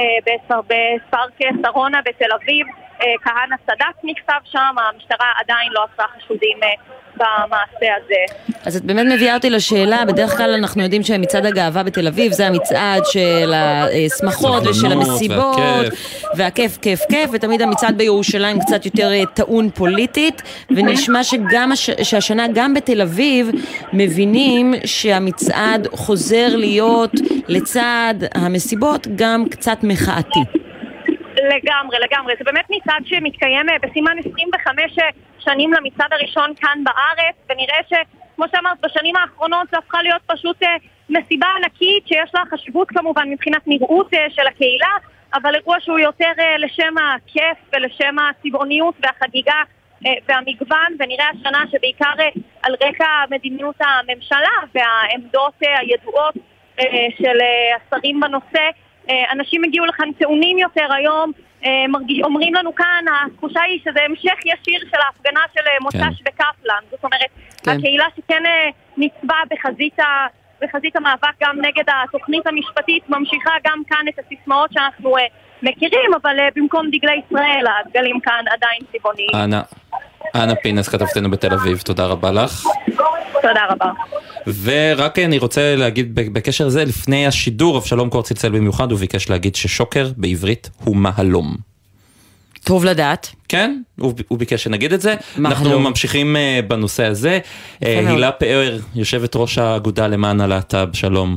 בפארק שרונה בתל אביב. כהנא סדק נכתב שם, המשטרה עדיין לא עשה חשודים במעשה הזה. אז את באמת מביאה אותי לשאלה, בדרך כלל אנחנו יודעים שמצעד הגאווה בתל אביב זה המצעד של השמחות ושל המסיבות והכיף כיף כיף, ותמיד המצעד בירושלים קצת יותר טעון פוליטית, ונשמע שגם שהשנה גם בתל אביב מבינים שהמצעד חוזר להיות לצד המסיבות גם קצת מחאתי. לגמרי, לגמרי. זה באמת מצעד שמתקיים בסימן עשרים וחמש שנים למצעד הראשון כאן בארץ, ונראה שכמו שאמרת, בשנים האחרונות זה הפכה להיות פשוט מסיבה ענקית שיש לה חשיבות כמובן מבחינת נראות של הקהילה, אבל אירוע שהוא יותר לשם הכיף ולשם הצבעוניות והחגיגה והמגוון, ונראה השנה שבעיקר על רקע מדיניות הממשלה והעמדות הידועות של השרים בנושא, אנשים הגיעו לכאן טעונים יותר היום, אומרים לנו כאן, התחושה היא שזה המשך ישיר של ההפגנה של מוצ"ש בקפלן. זאת אומרת, הקהילה שכן נצבע בחזית, בחזית המאבק גם נגד התוכנית המשפטית, ממשיכה גם כאן את הסיסמאות שאנחנו מכירים, אבל במקום דגלי ישראל, הדגלים כאן עדיין צבעוניים. אנה, אנה פינס, כתבתנו בתל אביב, תודה רבה לך. תודה רבה. ורק אני רוצה להגיד בקשר לזה, לפני השידור, אבשלום קור צלצל במיוחד, הוא ביקש להגיד ששוקר בעברית הוא מהלום. טוב לדעת. כן, הוא, הוא ביקש שנגיד את זה. מהלום. אנחנו ממשיכים uh, בנושא הזה. Uh, הילה פאר, יושבת ראש האגודה למען הלהט"ב, שלום.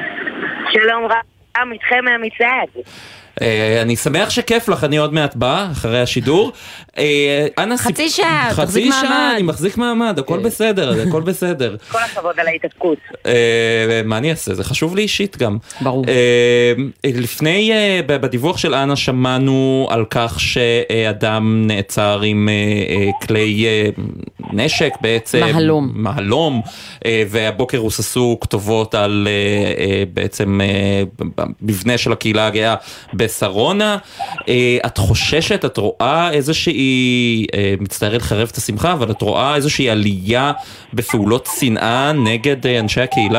שלום רב, איתכם מהמצעד. אני שמח שכיף לך, אני עוד מעט בא, אחרי השידור. חצי שעה, חצי שעה, אני מחזיק מעמד, הכל בסדר, הכל בסדר. כל הכבוד על ההתעסקות. מה אני אעשה? זה חשוב לי אישית גם. ברור. לפני, בדיווח של אנה שמענו על כך שאדם נעצר עם כלי נשק בעצם. מהלום. מהלום, והבוקר הוססו כתובות על בעצם מבנה של הקהילה הגאה בשרונה. את חוששת, את רואה איזושהי, מצטערת חרב את השמחה, אבל את רואה איזושהי עלייה בפעולות שנאה נגד אנשי הקהילה?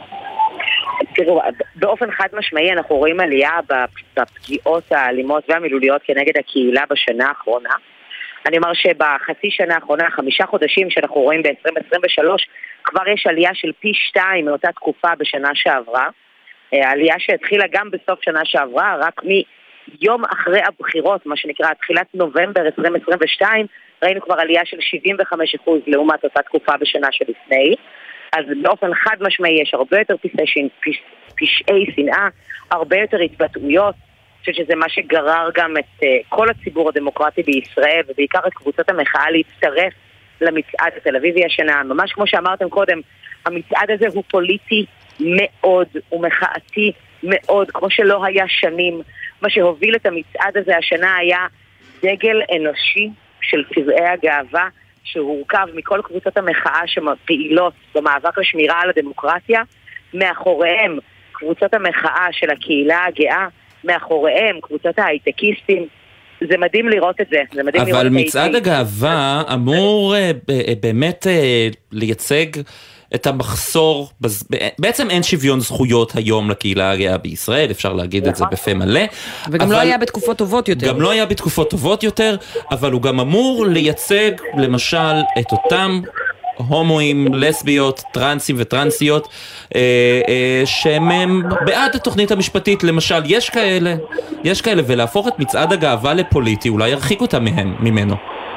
תראו, באופן חד משמעי אנחנו רואים עלייה בפגיעות האלימות והמילוליות כנגד הקהילה בשנה האחרונה. אני אומר שבחצי שנה האחרונה, חמישה חודשים שאנחנו רואים ב-עשרים עשרים ושלוש, כבר יש עלייה של פי שתיים מאותה תקופה בשנה שעברה. עלייה שהתחילה גם בסוף שנה שעברה, רק מיום אחרי הבחירות, מה שנקרא תחילת נובמבר עשרים עשרים ושתיים, ראינו כבר עלייה של שבעים וחמישה אחוז לעומת אותה תקופה בשנה שלפני. אז באופן חד משמעי יש הרבה יותר פשעי, פשעי שנאה, הרבה יותר התבטאויות, שזה מה שגרר גם את uh, כל הציבור הדמוקרטי בישראל, ובעיקר את קבוצות המחאה להצטרף למצעד התל אביבי השנה. ממש כמו שאמרתם קודם, המצעד הזה הוא פוליטי מאוד, הוא מחאתי מאוד, כמו שלא היה שנים. מה שהוביל את המצעד הזה השנה היה דגל אנושי של צבעי הגאווה, שהורכב מכל קבוצות המחאה שמפעילות במאבק לשמירה על הדמוקרטיה, מאחוריהם קבוצות המחאה של הקהילה הגאה, מאחוריהם קבוצות ההייטקיסטים. זה מדהים לראות את זה, זה מדהים לראות את זה. אבל מצעד הגאווה אמור באמת לייצג את המחסור, בעצם אין שוויון זכויות היום לקהילה הגאה בישראל, אפשר להגיד את זה בפה מלא. וגם לא היה בתקופות טובות יותר. גם לא היה בתקופות טובות יותר, אבל הוא גם אמור לייצג למשל את אותם הומואים, לסביות, טרנסים וטרנסיות, אה, אה, שהם בעד התוכנית המשפטית, למשל, יש כאלה, יש כאלה, ולהפוך את מצעד הגאווה לפוליטי, אולי ירחיק אותם מהם, ממנו.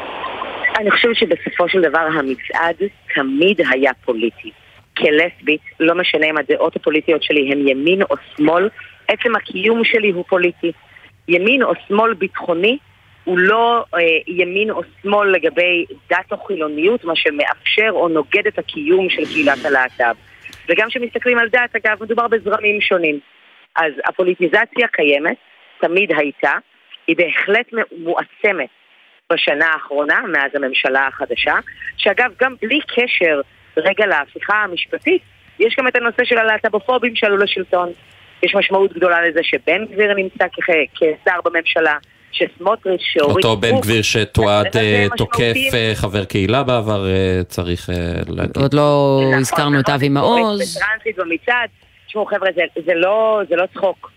אני חושבת שבסופו של דבר המצעד תמיד היה פוליטי. כלסבית, לא משנה אם הדעות הפוליטיות שלי הם ימין או שמאל, עצם הקיום שלי הוא פוליטי. ימין או שמאל ביטחוני, הוא לא אה, ימין או שמאל לגבי דת או חילוניות, מה שמאפשר או נוגד את הקיום של קהילת הלהט"ב. וגם כשמסתכלים על דת, אגב, מדובר בזרמים שונים. אז הפוליטיזציה קיימת, תמיד הייתה, היא בהחלט מועצמת בשנה האחרונה, מאז הממשלה החדשה, שאגב, גם בלי קשר רגע להפיכה המשפטית, יש גם את הנושא של הלהט"בופובים שעלו לשלטון. יש משמעות גדולה לזה שבן גביר נמצא כשר בממשלה, שסמוטריץ' שהוריד... אותו בן גביר שתועד תוקף חבר קהילה בעבר, צריך להגיד. עוד לא הזכרנו את אבי מעוז. בטרנסית במצעד, תשמעו חבר'ה, זה לא צחוק.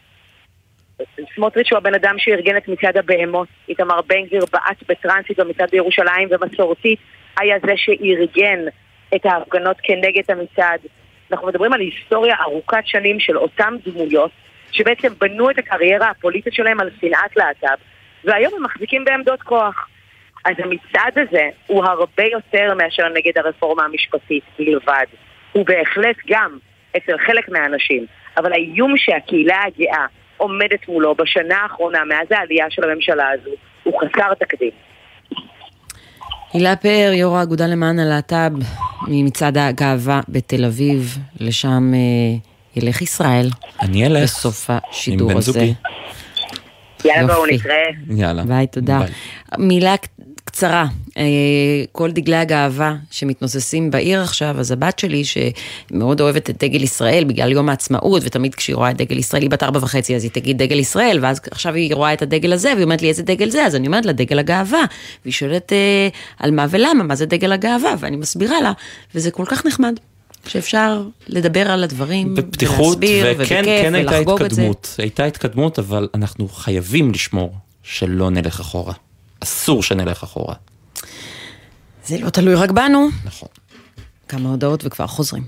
סמוטריץ' הוא הבן אדם שארגן את מצעד הבהמות, איתמר בן גביר בעט בטרנסית במצעד בירושלים, ומסורתית היה זה שארגן את ההפגנות כנגד המצעד. אנחנו מדברים על היסטוריה ארוכת שנים של אותם דמויות, שבעצם בנו את הקריירה הפוליטית שלהם על שנאת להט"ב, והיום הם מחזיקים בעמדות כוח. אז המצעד הזה הוא הרבה יותר מאשר נגד הרפורמה המשפטית בלבד. הוא בהחלט גם אצל חלק מהאנשים, אבל האיום שהקהילה הגאה עומדת מולו בשנה האחרונה, מאז העלייה של הממשלה הזו, הוא חסר תקדים. הילה פאר, יו"ר האגודה למען הלהט"ב ממצעד הגאווה בתל אביב, לשם אה, ילך ישראל. אני אלך. בסוף השידור הזה. זוגי. יאללה בואו נתראה. יאללה. ביי, תודה. ביי. מילה קצרה, כל דגלי הגאווה שמתנוססים בעיר עכשיו, אז הבת שלי שמאוד אוהבת את דגל ישראל בגלל יום העצמאות, ותמיד כשהיא רואה את דגל ישראל, היא בת ארבע וחצי, אז היא תגיד דגל ישראל, ואז עכשיו היא רואה את הדגל הזה, והיא אומרת לי איזה דגל זה, אז אני אומרת לה דגל הגאווה, והיא שואלת אה, על מה ולמה, מה זה דגל הגאווה, ואני מסבירה לה, וזה כל כך נחמד. שאפשר לדבר על הדברים, בפתיחות, ולהסביר, וכן, כן הייתה התקדמות, הייתה התקדמות, אבל אנחנו חייבים לשמור שלא נלך אחורה. אסור שנלך אחורה. זה לא תלוי רק בנו. נכון. כמה הודעות וכבר חוזרים.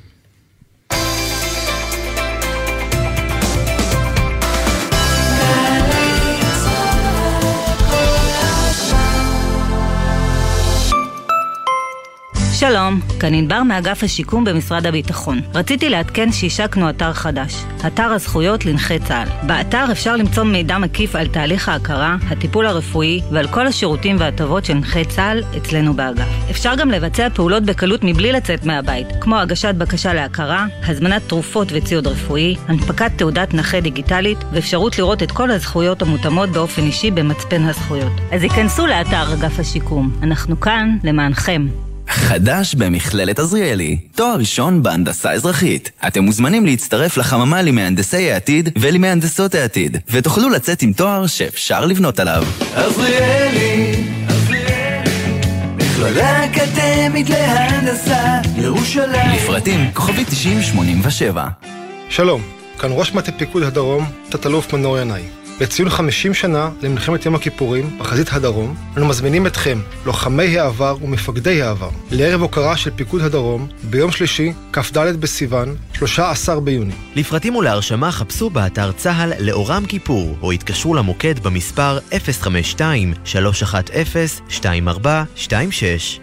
שלום, כאן ענבר מאגף השיקום במשרד הביטחון. רציתי לעדכן שהשקנו אתר חדש, אתר הזכויות לנכי צה"ל. באתר אפשר למצוא מידע מקיף על תהליך ההכרה, הטיפול הרפואי ועל כל השירותים והטבות של נכי צה"ל אצלנו באגף. אפשר גם לבצע פעולות בקלות מבלי לצאת מהבית, כמו הגשת בקשה להכרה, הזמנת תרופות וציוד רפואי, הנפקת תעודת נכה דיגיטלית ואפשרות לראות את כל הזכויות המותאמות באופן אישי במצפן הזכויות. אז ייכנסו לאתר אגף השיקום. אנחנו כאן למענכם. חדש במכללת עזריאלי, תואר ראשון בהנדסה אזרחית. אתם מוזמנים להצטרף לחממה למהנדסי העתיד ולמהנדסות העתיד, ותוכלו לצאת עם תואר שאפשר לבנות עליו. עזריאלי, עזריאלי, מכללה אקדמית להנדסה, ירושלים. לפרטים כוכבי תשעים שמונים ושבע. שלום, כאן ראש מטה פיקוד הדרום, תת-אלוף מנור ינאי. בציון חמישים שנה למלחמת יום הכיפורים בחזית הדרום, אנו מזמינים אתכם, לוחמי העבר ומפקדי העבר, לערב הוקרה של פיקוד הדרום ביום שלישי, כ"ד בסיוון, שלושה עשר ביוני. לפרטים ולהרשמה חפשו באתר צה"ל לאורם כיפור, או התקשרו למוקד במספר אפס חמש שתיים שלוש אחת אפס שתיים ארבע שתיים שש.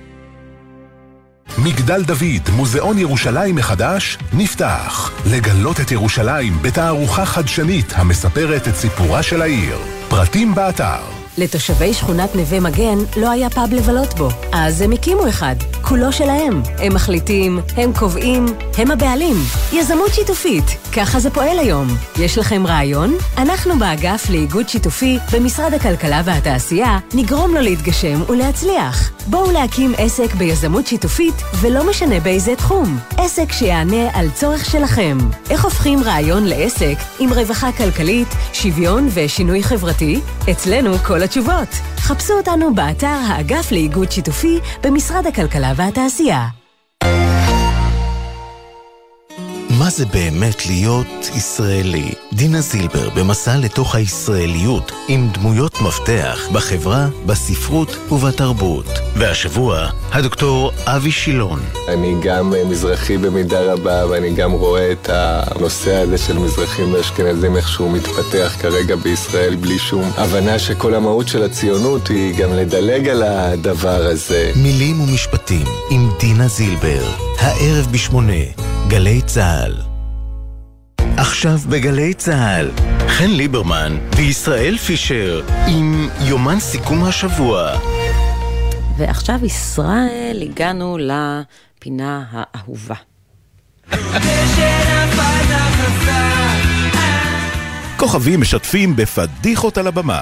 מגדל דוד, מוזיאון ירושלים מחדש, נפתח. לגלות את ירושלים בתערוכה חדשנית המספרת את סיפורה של העיר. פרטים באתר. לתושבי שכונת נווה מגן לא היה פאב לבלות בו, אז הם הקימו אחד. כולו שלהם. הם מחליטים, הם קובעים, הם הבעלים. יזמות שיתופית, ככה זה פועל היום. יש לכם רעיון? אנחנו באגף לאיגוד שיתופי במשרד הכלכלה והתעשייה נגרום לו להתגשם ולהצליח. בואו להקים עסק ביזמות שיתופית ולא משנה באיזה תחום. עסק שיענה על צורך שלכם. איך הופכים רעיון לעסק עם רווחה כלכלית, שוויון ושינוי חברתי? אצלנו כל התשובות. חפשו אותנו באתר האגף לאיגוד שיתופי במשרד הכלכלה והתעשייה. מה זה באמת להיות ישראלי? דינה זילבר במסע לתוך הישראליות עם דמויות מפתח בחברה, בספרות ובתרבות. והשבוע, הדוקטור אבי שילון. אני גם מזרחי במידה רבה, ואני גם רואה את הנושא הזה של מזרחים ואשכנזים איכשהו מתפתח כרגע בישראל בלי שום הבנה שכל המהות של הציונות היא גם לדלג על הדבר הזה. מילים ומשפטים עם דינה זילבר, הערב בשמונה. גלי צהל. עכשיו בגלי צהל, חן ליברמן וישראל פישר עם יומן סיכום השבוע. ועכשיו ישראל, הגענו לפינה האהובה. כוכבים משתפים בפדיחות על הבמה.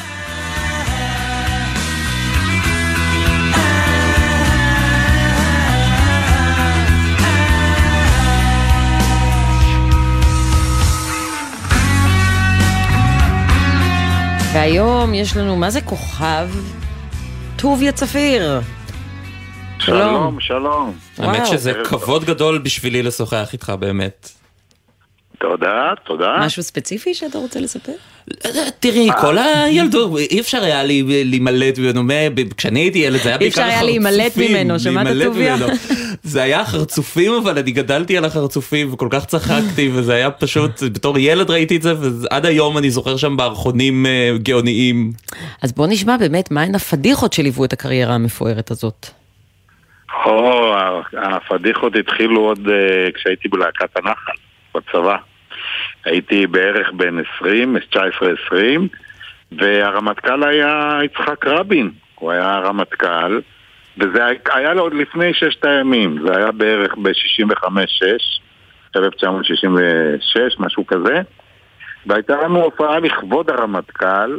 והיום יש לנו, מה זה כוכב? טוביה צפיר. שלום, שלום. האמת שזה כבוד גדול בשבילי לשוחח איתך באמת. תודה, תודה. משהו ספציפי שאתה רוצה לספר? תראי, כל הילדות, אי אפשר היה להימלט ממנו, כשאני הייתי ילד זה היה בעיקר חרצופים. אי אפשר היה להימלט ממנו, שמעת טוביה? זה היה חרצופים, אבל אני גדלתי על החרצופים וכל כך צחקתי, וזה היה פשוט, בתור ילד ראיתי את זה, ועד היום אני זוכר שם בערכונים גאוניים. אז בוא נשמע באמת, מהן הפדיחות שליוו את הקריירה המפוארת הזאת? או, הפדיחות התחילו עוד כשהייתי בלהקת הנחל, בצבא. הייתי בערך בין עשרים, תשע עשרה עשרים, והרמטכ"ל היה יצחק רבין. הוא היה הרמטכ"ל, וזה היה לו עוד לפני ששת הימים. זה היה בערך ב-שישים וחמש שש, אלף תשע מאות שישים ושש, משהו כזה. והייתה לנו הופעה לכבוד הרמטכ"ל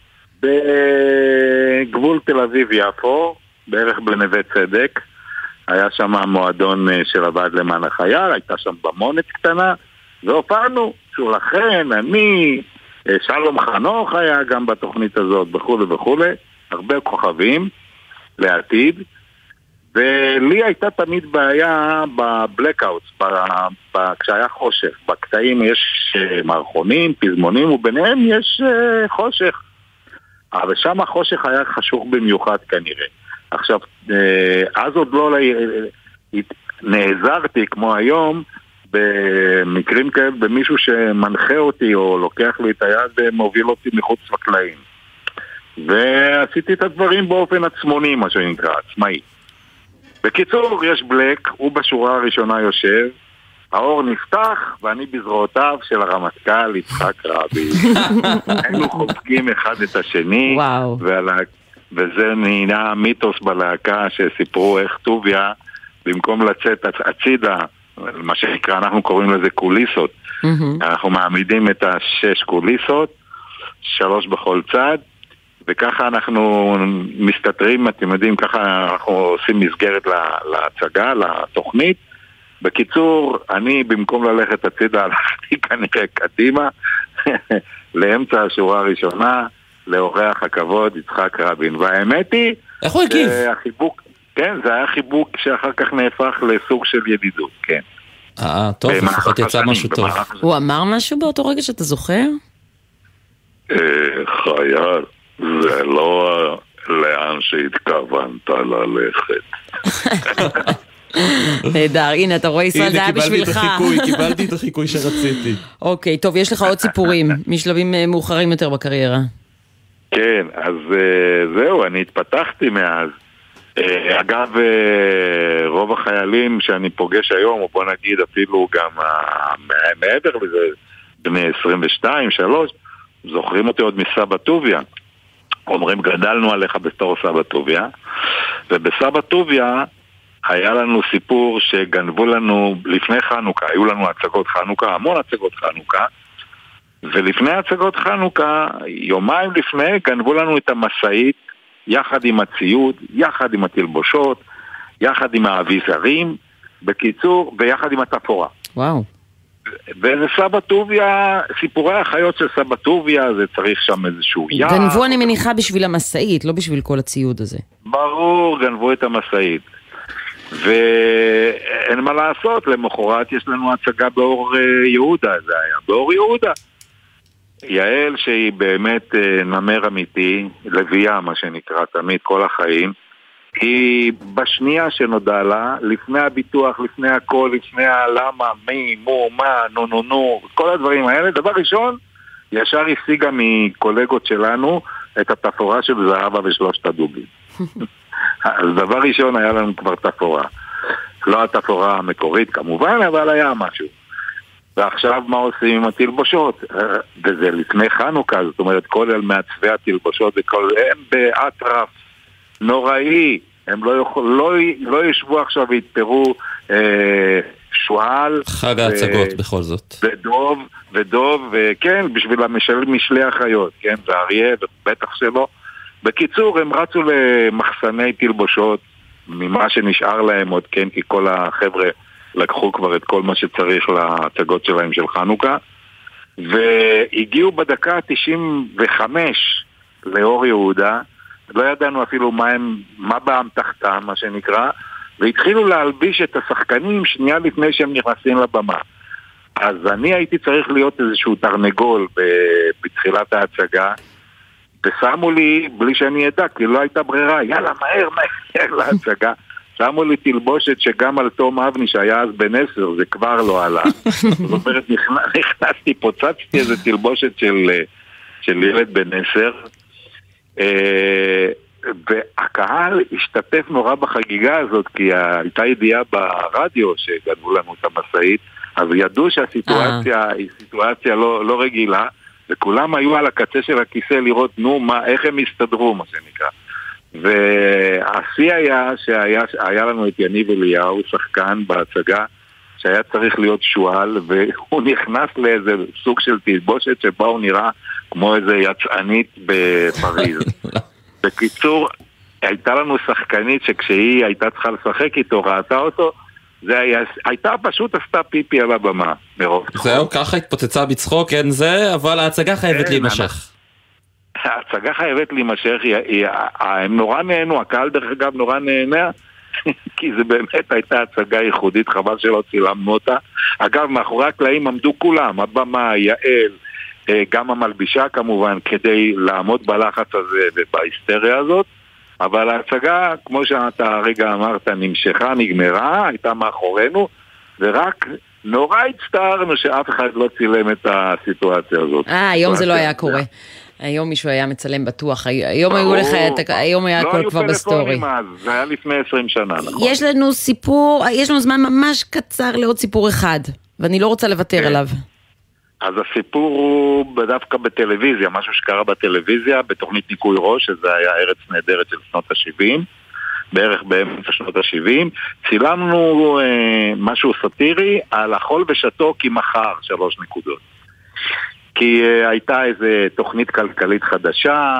בגבול תל אביב-יפו, בערך בנווה צדק. היה שם מועדון של הוועד למען החייל, הייתה שם במונת קטנה, והופענו, שהוא לכן, אני, שלום חנוך היה גם בתוכנית הזאת, וכו' וכו', הרבה כוכבים לעתיד, ולי הייתה תמיד בעיה בבלקאוטס, כשהיה חושך, בקטעים יש מערכונים, פזמונים, וביניהם יש חושך, אבל שם החושך היה חשוך במיוחד כנראה. עכשיו, אז עוד לא נעזרתי כמו היום, במקרים כאלה, במישהו שמנחה אותי או לוקח לי את היד ומוביל אותי מחוץ לקלעים. ועשיתי את הדברים באופן עצמוני, מה שנקרא, עצמאי. בקיצור, יש בלק, הוא בשורה הראשונה יושב, האור נפתח ואני בזרועותיו של הרמטכ"ל יצחק רבין. היינו חובקים אחד את השני, ועלה... וזה נהנה מיתוס בלהקה שסיפרו איך טוביה, במקום לצאת הצידה, מה שנקרא, אנחנו קוראים לזה קוליסות. Mm-hmm. אנחנו מעמידים את השש קוליסות, שלוש בכל צד, וככה אנחנו מסתתרים, אתם יודעים, ככה אנחנו עושים מסגרת להצגה, לתוכנית. בקיצור, אני במקום ללכת הצידה, הלכתי כנראה קדימה, לאמצע השורה הראשונה, לאורח הכבוד, יצחק רבין. והאמת היא... איך הוא הגיב? החיבוק... כן, זה היה חיבוק שאחר כך נהפך לסוג של ידידות, כן. אה, טוב, לפחות יצא משהו טוב. הוא אמר משהו באותו רגע שאתה זוכר? חייל, זה לא לאן שהתכוונת ללכת. נהדר, הנה, אתה רואה ישראל, זה היה בשבילך. הנה, קיבלתי את החיקוי שרציתי. אוקיי, טוב, יש לך עוד סיפורים, משלבים מאוחרים יותר בקריירה. כן, אז זהו, אני התפתחתי מאז. אגב, רוב החיילים שאני פוגש היום, או בוא נגיד אפילו גם מעבר לזה, בני עשרים ושתיים, שלוש, זוכרים אותי עוד מסבא טוביה. אומרים, גדלנו עליך בתור סבא טוביה, ובסבא טוביה היה לנו סיפור שגנבו לנו לפני חנוכה, היו לנו הצגות חנוכה, המון הצגות חנוכה, ולפני הצגות חנוכה, יומיים לפני, גנבו לנו את המסעית, יחד עם הציוד, יחד עם התלבושות, יחד עם האביזרים, בקיצור, ויחד עם התפורה. וואו. וזה סבא טוביה, סיפורי החיות של סבא טוביה, זה צריך שם איזשהו יער. גנבו אני מניחה בשביל המסעית, לא בשביל כל הציוד הזה. ברור, גנבו את המסעית. ואין מה לעשות, למחרת יש לנו הצגה באור יהודה, זה היה באור יהודה. יעל שהיא באמת נמר אמיתי, לביאה מה שנקרא תמיד כל החיים, היא בשנייה שנודע לה, לפני הביטוח, לפני הכל, לפני הלמה, מי, מו, מה, נו, נו, נו, כל הדברים האלה, דבר ראשון, ישר השיגה מקולגות שלנו את התפורה של זהבה ושלושת הדובים. אז דבר ראשון היה לנו כבר תפורה. לא התפורה המקורית כמובן, אבל היה משהו. ועכשיו מה עושים עם התלבושות? וזה לפני חנוכה, זאת אומרת, כל מעצבי התלבושות וכל הם באטרף נוראי. הם לא, יכול, לא, לא ישבו עכשיו והתפרו אה, שואל. חג ההצגות ו... בכל זאת. ודוב, ודוב, וכן, בשביל המשל, משלי החיות, כן, ואריה, ובטח שלא. בקיצור, הם רצו למחסני תלבושות, ממה שנשאר להם עוד, כן, כי כל החבר'ה לקחו כבר את כל מה שצריך להצגות שלהם של חנוכה, והגיעו בדקה ה-תשעים וחמש לאור יהודה, לא ידענו אפילו מה, הם, מה באמתחתם, מה שנקרא, והתחילו להלביש את השחקנים שנייה לפני שהם נכנסים לבמה. אז אני הייתי צריך להיות איזשהו תרנגול בתחילת ההצגה, ושמו לי, בלי שאני אדע, כי לא הייתה ברירה, יאללה, מהר, מהר להצגה. שמו לי תלבושת שגם על תום אבני שהיה אז בן עשר, זה כבר לא עלה. זאת אומרת, נכנסתי, פוצצתי איזה תלבושת של, של ילד בן עשר, והקהל השתתף נורא בחגיגה הזאת, כי הייתה ידיעה ברדיו שגנבו לנו את המסעית, אז ידעו שהסיטואציה היא סיטואציה לא, לא רגילה, וכולם היו על הקצה של הכיסא לראות, נו, מה, איך הם הסתדרו, מה שנקרא. והשיא היה שהיה היה לנו את יניב אליהו, שחקן בהצגה, שהיה צריך להיות שואל, והוא נכנס לאיזה סוג של תלבושת שבה הוא נראה כמו איזה יצאנית בפריז. בקיצור, הייתה לנו שחקנית שכשהיא הייתה צריכה לשחק איתו, ראתה אותו, זה היה, הייתה פשוט עשתה פיפי על הבמה מרוב. זהו, ככה התפוצצה בצחוק, אין זה, אבל ההצגה חייבת להימשך. ההצגה חייבת להימשך, הם נורא נהנו, הקהל דרך אגב נורא נהנה, כי זה באמת הייתה הצגה ייחודית, חבל שלא צילמנו אותה. אגב, מאחורי הקלעים עמדו כולם, הבמה, יעל, גם המלבישה כמובן, כדי לעמוד בלחץ הזה ובהיסטריה הזאת, אבל ההצגה, כמו שאתה הרגע אמרת, נמשכה, נגמרה, הייתה מאחורינו, ורק נורא הצטערנו שאף אחד לא צילם את הסיטואציה הזאת. אה, היום זה לא היה קורה. היום מישהו היה מצלם בטוח, היום היו לך, היום היה הכל כבר בסטורי. לא היו פלאפונים אז, זה היה לפני עשרים שנה, נכון? יש לנו סיפור, יש לנו זמן ממש קצר לעוד סיפור אחד, ואני לא רוצה לוותר עליו. אז הסיפור הוא דווקא בטלוויזיה, משהו שקרה בטלוויזיה, בתוכנית ניקוי ראש, שזה היה ארץ נהדרת של שנות ה-שבעים, בערך באמצע שנות ה-שבעים, צילמנו אה, משהו סאטירי על החול ושתו כמחר, שלוש נקודות. כי uh, הייתה איזו תוכנית כלכלית חדשה,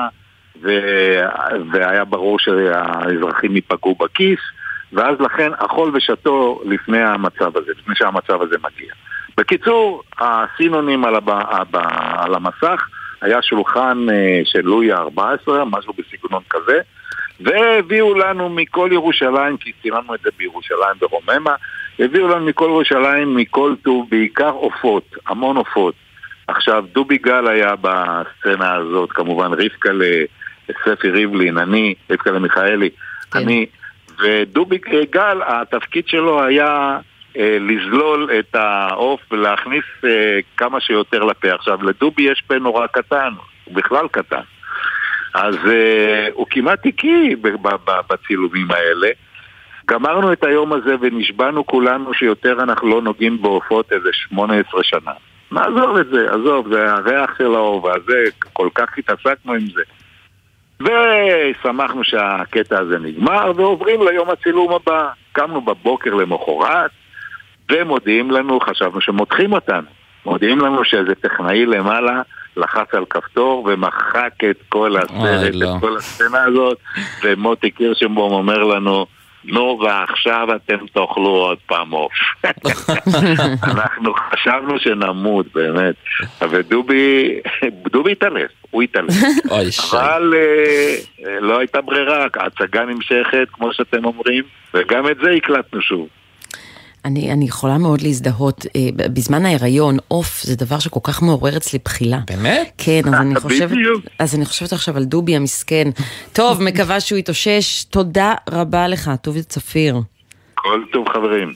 ו- והיה ברור שהאזרחים ייפגעו בכיס, ואז לכן אכול ושתו לפני המצב הזה, לפני שהמצב הזה מגיע. בקיצור, הסינונים על, הבא, הבא, על המסך היה שולחן uh, של לואי ה-ארבע עשרה, משהו בסגנון כזה, והביאו לנו מכל ירושלים, כי צילמנו את זה בירושלים ברוממה, הביאו לנו מכל ירושלים, מכל טוב, בעיקר עופות, המון עופות. עכשיו, דובי גל היה בסצנה הזאת, כמובן רבקה לספי ריבלין, אני, רבקה למיכאלי, כן. אני, ודובי גל, התפקיד שלו היה אה, לזלול את העוף ולהכניס אה, כמה שיותר לפה. עכשיו, לדובי יש פה נורא קטן, הוא בכלל קטן. אז אה, הוא כמעט עיקי בצילומים האלה. גמרנו את היום הזה ונשבענו כולנו שיותר אנחנו לא נוגעים בעופות איזה שמונה עשרה שנה. נעזוב את זה, עזוב, זה הריח של האוב, הזה, כל כך התעסקנו עם זה. ושמחנו שהקטע הזה נגמר, ועוברים ליום הצילום הבא. קמנו בבוקר למחרת, ומודיעים לנו, חשבנו שמותחים אותנו, מודיעים לנו שאיזה טכנאי למעלה לחץ על כפתור ומחק את כל הסרט, את כל הסצנה הזאת, ומוטי קירשנבאום אומר לנו, נו, ועכשיו אתם תאכלו עוד פעם אוף. אנחנו חשבנו שנמות, באמת. ודובי, דובי התעלף, הוא התעלף. אבל לא הייתה ברירה, ההצגה נמשכת, כמו שאתם אומרים, וגם את זה הקלטנו שוב. אני, אני יכולה מאוד להזדהות, בזמן ההיריון, אוף, זה דבר שכל כך מעורר אצלי בחילה. באמת? כן, אז אני חושבת, אז אני חושבת עכשיו על דובי המסכן. טוב, מקווה שהוא יתאושש. תודה רבה לך, טובי צפיר. כל טוב חברים.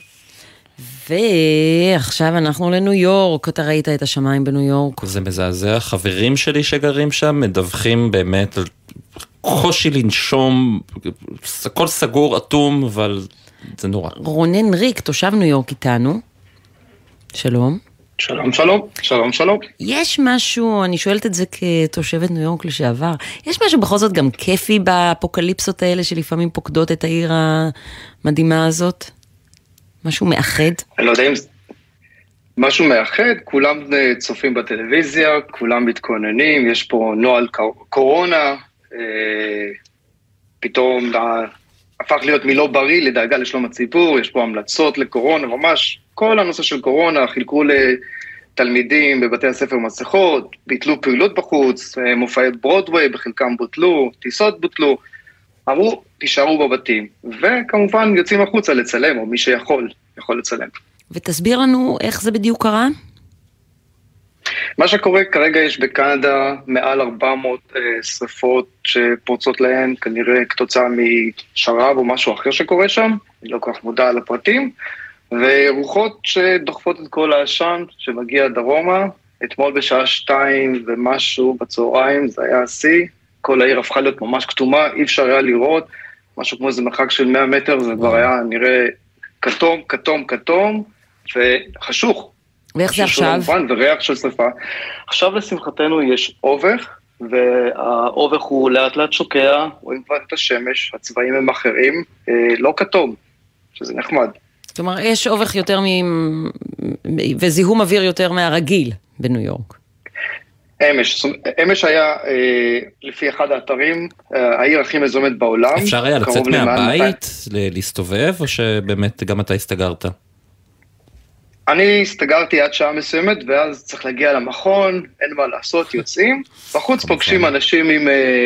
ועכשיו אנחנו לניו יורק. אתה ראית את השמיים בניו יורק? זה מזעזע. חברים שלי שגרים שם מדווחים באמת על קושי לנשום, הכל סגור, אטום, אבל זה נורא. רונן ריק, תושב ניו יורק איתנו. שלום. שלום, שלום. שלום, שלום. יש משהו, אני שואלת את זה כתושבת ניו יורק לשעבר, יש משהו בכל זאת גם כיפי באפוקליפסות האלה שלפעמים פוקדות את העיר המדהימה הזאת? משהו מאחד? אני לא יודע אם משהו מאחד, כולם צופים בטלוויזיה, כולם מתכוננים, יש פה נועל קורונה, פתאום הפך להיות מלא בריא לדאגה לשלום הציבור, יש פה המלצות לקורונה, ממש כל הנושא של קורונה, חילקו לתלמידים בבתי הספר מסכות, ביטלו פעילות בחוץ, מופעי ברודווי בחלקם בוטלו, טיסות בוטלו, אמרו תישארו בבתים, וכמובן יוצאים החוצה לצלם, או מי שיכול, יכול לצלם. ותסביר לנו איך זה בדיוק קרה? מה שקורה כרגע יש בקנדה מעל ארבע מאות אה, שריפות שפורצות להן, כנראה כתוצאה משרב או משהו אחר שקורה שם, אני לא כל כך מודע על הפרטים, ורוחות שדוחפות את כל העשן שמגיע דרומה, אתמול בשעה שתיים ומשהו בצהריים, זה היה השיא, כל העיר הפכה להיות ממש כתומה, אי אפשר היה לראות, משהו כמו איזה מרחק של מאה מטר, זה כבר היה נראה כתום, כתום, כתום, וחשוך. ואיך זה עכשיו? וריח של שריפה. עכשיו לשמחתנו יש אובך, והאובך הוא לאט לאט שוקע, רואים כבר את השמש, הצבעים הם אחרים, לא כתום, שזה נחמד. זאת אומרת, יש אובך יותר מ... וזיהום אוויר יותר מהרגיל בניו יורק. אמש, אמש היה, לפי אחד האתרים, העיר הכי מזוהמת בעולם. אפשר היה לצאת מהבית, להסתובב, או שבאמת גם אתה הסתגרת? אני הסתגרתי עד שעה מסוימת, ואז צריך להגיע למכון, אין מה לעשות, יוצאים. בחוץ פוגשים אנשים עם,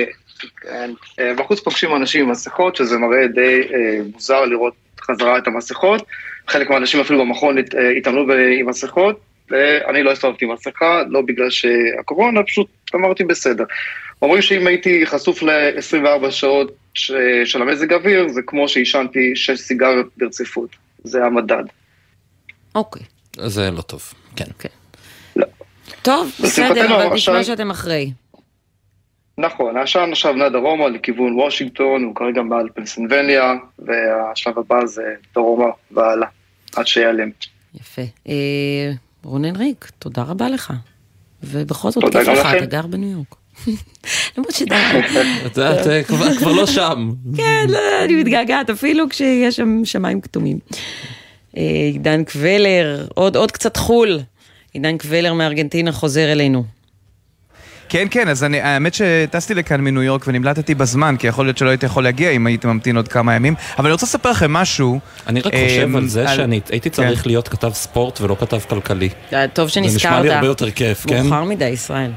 בחוץ פוגשים אנשים עם מסכות, שזה מראה די מוזר לראות חזרה את המסכות. חלק מהאנשים אפילו במכון התאמנו עם מסכות, ואני לא הסתובבתי עם מסכה, לא בגלל שהקורונה, פשוט אמרתי בסדר. אומרים שאם הייתי חשוף ל-עשרים וארבע שעות של המזג אוויר, זה כמו שהישנתי שש סיגריות ברציפות. זה המדד. אוקיי. זה לא טוב, כן. לא. טוב, בסדר, אבל נשמע שאתם אחרי. נכון, העשן עכשיו נע דרומה לכיוון וושינגטון, הוא כרגע מעל פנסילבניה, והשלב הבא זה דרומה והלאה, עד שיעלם. יפה. רונן ריק, תודה רבה לך. ובכל זאת כיף לך, אתה גר בניו יורק. למרות שדעת. אתה כבר לא שם. כן, אני מתגעגעת, אפילו כשיש שם שמיים כתומים. עידן קבלר, עוד, עוד קצת חול. עידן קבלר מארגנטינה חוזר אלינו. כן, כן, אז אני, האמת שטסתי לכאן מניו יורק ונמלטתי בזמן, כי יכול להיות שלא הייתי יכול להגיע אם הייתי ממתין עוד כמה ימים, אבל אני רוצה לספר לכם משהו. אני רק חושב על זה שאני הייתי צריך להיות כתב ספורט ולא כתב כלכלי. טוב שנזכרת. זה נשמע לי הרבה יותר כיף, כן? מאוחר מדי, ישראל.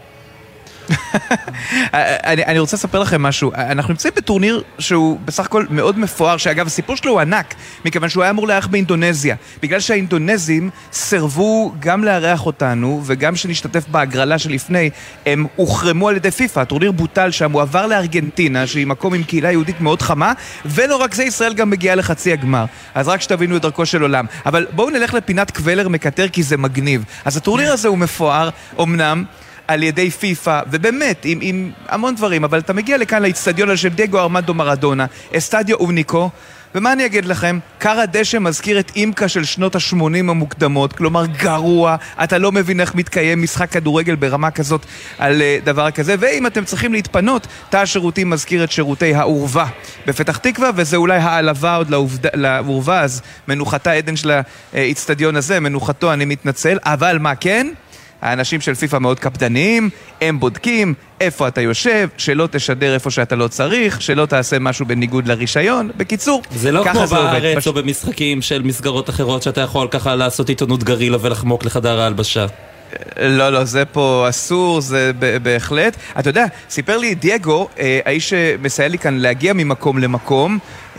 אני, אני רוצה לספר לכם משהו. אנחנו נמצאים בטורניר שהוא בסך הכל מאוד מפואר, שאגב הסיפור שלו הוא ענק, מכיוון שהוא היה אמור לארח באינדונזיה, בגלל שהאינדונזים סרבו גם לארח אותנו וגם שנשתתף בהגרלה שלפני, הם הוחרמו על ידי פיפה. הטורניר בוטל שם, הוא עבר לארגנטינה שהיא מקום עם קהילה יהודית מאוד חמה, ולא רק זה, ישראל גם מגיעה לחצי הגמר, אז רק שתבינו את דרכו של עולם. אבל בואו נלך לפינת קבלר מקטר, כי זה מגניב. אז הטורניר הזה הוא מפואר אמנם, על ידי פיפה, ובאמת, עם, עם המון דברים, אבל אתה מגיע לכאן לאצטדיון על שם דייגו ארמנדו מרדונה, אסטדיו אוניקו, ומה אני אגיד לכם? קר הדשא מזכיר את אימקה של שנות ה-שמונים המוקדמות, כלומר גרוע, אתה לא מבין איך מתקיים משחק כדורגל ברמה כזאת על uh, דבר כזה, ואם אתם צריכים להתפנות, תא השירותים מזכיר את שירותי העורבה בפתח תקווה, וזה אולי העלבה עוד לעורבה, אז מנוחתה עדן של האצטדיון הזה, מנוחתו אני מתנצל, אבל מה כן? האנשים של פיפה מאוד קפדניים, הם בודקים איפה אתה יושב, שלא תשדר איפה שאתה לא צריך, שלא תעשה משהו בניגוד לרישיון. בקיצור, זה לא כמו בארץ או במשחקים של מסגרות אחרות שאתה יכול ככה לעשות עיתונות גרילה ולחמוק לחדר ההלבשה. לא, לא, זה פה אסור, זה בהחלט. אתה יודע, סיפר לי דייגו, האיש שמסייע לי כאן להגיע ממקום למקום,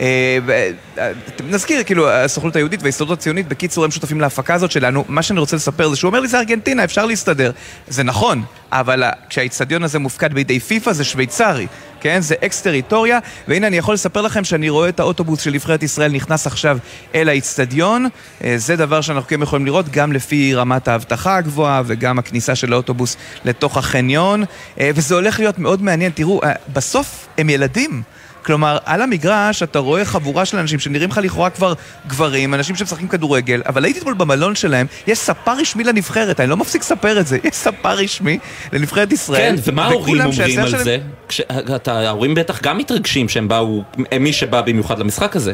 נזכיר, כאילו, הסוכנות היהודית וההסתדרות הציונית, בקיצור, הם שותפים להפקה הזאת שלנו. מה שאני רוצה לספר זה שהוא אומר לי, זה ארגנטינה, אפשר להסתדר. זה נכון, אבל כשהאצטדיון הזה מופקד בידי פיפה, זה שוויצרי, כן? זה אקס-טריטוריה, והנה אני יכול לספר לכם שאני רואה את האוטובוס של נבחרת ישראל נכנס עכשיו אל האצטדיון. זה דבר שאנחנו כן יכולים לראות, גם לפי רמת האבטחה הגבוהה, וגם הכניסה של האוטובוס לתוך החניון, וזה הולך להיות מאוד מעניין. תראו, בסוף הם ילדים. כלומר, על המגרש אתה רואה חבורה של אנשים שנראים לך לכאורה כבר גברים, אנשים שמשחקים כדורגל, אבל הייתי אתמול במלון שלהם, יש ספר רשמי לנבחרת, אני לא מפסיק לספר את זה, יש ספר רשמי לנבחרת ישראל. כן, ומה ההורים אומרים על זה? ההורים בטח גם מתרגשים שהם באו, מי שבא במיוחד למשחק הזה.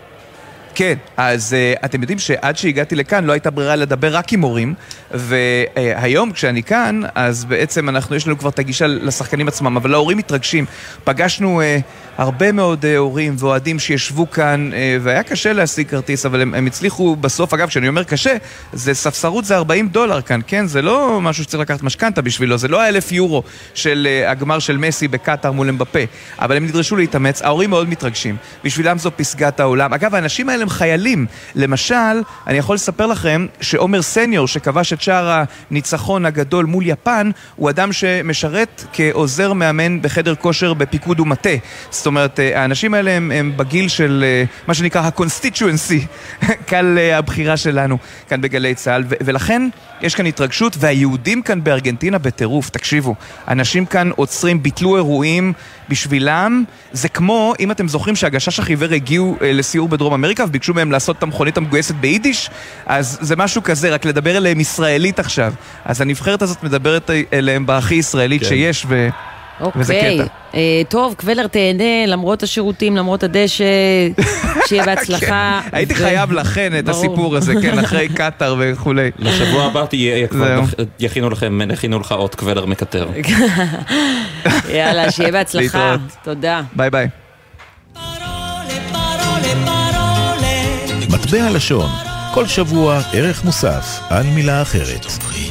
כן, אז uh, אתם יודעים שעד שהגעתי לכאן לא הייתה ברירה לדבר רק עם הורים, והיום כשאני כאן, אז בעצם אנחנו, יש לנו כבר את הגישה לשחקנים עצמם, אבל ההורים מתרגשים. פגשנו uh, הרבה מאוד uh, הורים ואוהדים שישבו כאן, uh, והיה קשה להשיג כרטיס, אבל הם, הם הצליחו בסוף. אגב, כשאני אומר קשה, זה ספסרות, זה ארבעים דולר כאן, כן? זה לא משהו שצריך לקחת משכנתה בשבילו, זה לא האלף יורו של uh, הגמר של מסי בקטר מול אמבפה, אבל הם נדרשו להתאמץ. ההורים מאוד מתרגשים, בשבילם זו פסגת העולם. אגב, האנשים האלה הם חיילים. למשל, אני יכול לספר לכם שעומר סניור, שכבש את שער הניצחון הגדול מול יפן, הוא אדם שמשרת כעוזר מאמן בחדר כושר בפיקוד ומטה. זאת אומרת, האנשים האלה הם, הם בגיל של מה שנקרא הקונסטיטואנסי, קל הבחירה שלנו כאן בגלי צהל, ו- ולכן יש כאן התרגשות, והיהודים כאן בארגנטינה בטירוף. תקשיבו, אנשים כאן עוצרים, ביטלו אירועים בשבילם. זה כמו, אם אתם זוכרים שהגשש החיוור הגיעו אה, לסיור בדרום אמריקה וביקשו מהם לעשות את המכונית המגויסת ביידיש, אז זה משהו כזה, רק לדבר אליהם ישראלית עכשיו. אז הנבחרת הזאת מדברת אליהם בהכי ישראלית כן. שיש, ו... אוקיי. וזה קטע. אה, טוב, קוולר תהנה, למרות השירותים, למרות הדשא, שיהיה בהצלחה. כן. הייתי ו... חייב לכן את ברור. הסיפור הזה, כן, אחרי קטר וכולי. לשבוע הבא יכינו לכם, יכינו לך עוד קוולר מקטר. יאללה, שיהיה בהצלחה. תודה. ביי ביי. מטבע לשון, כל שבוע ערך מוסף על מילה אחרת.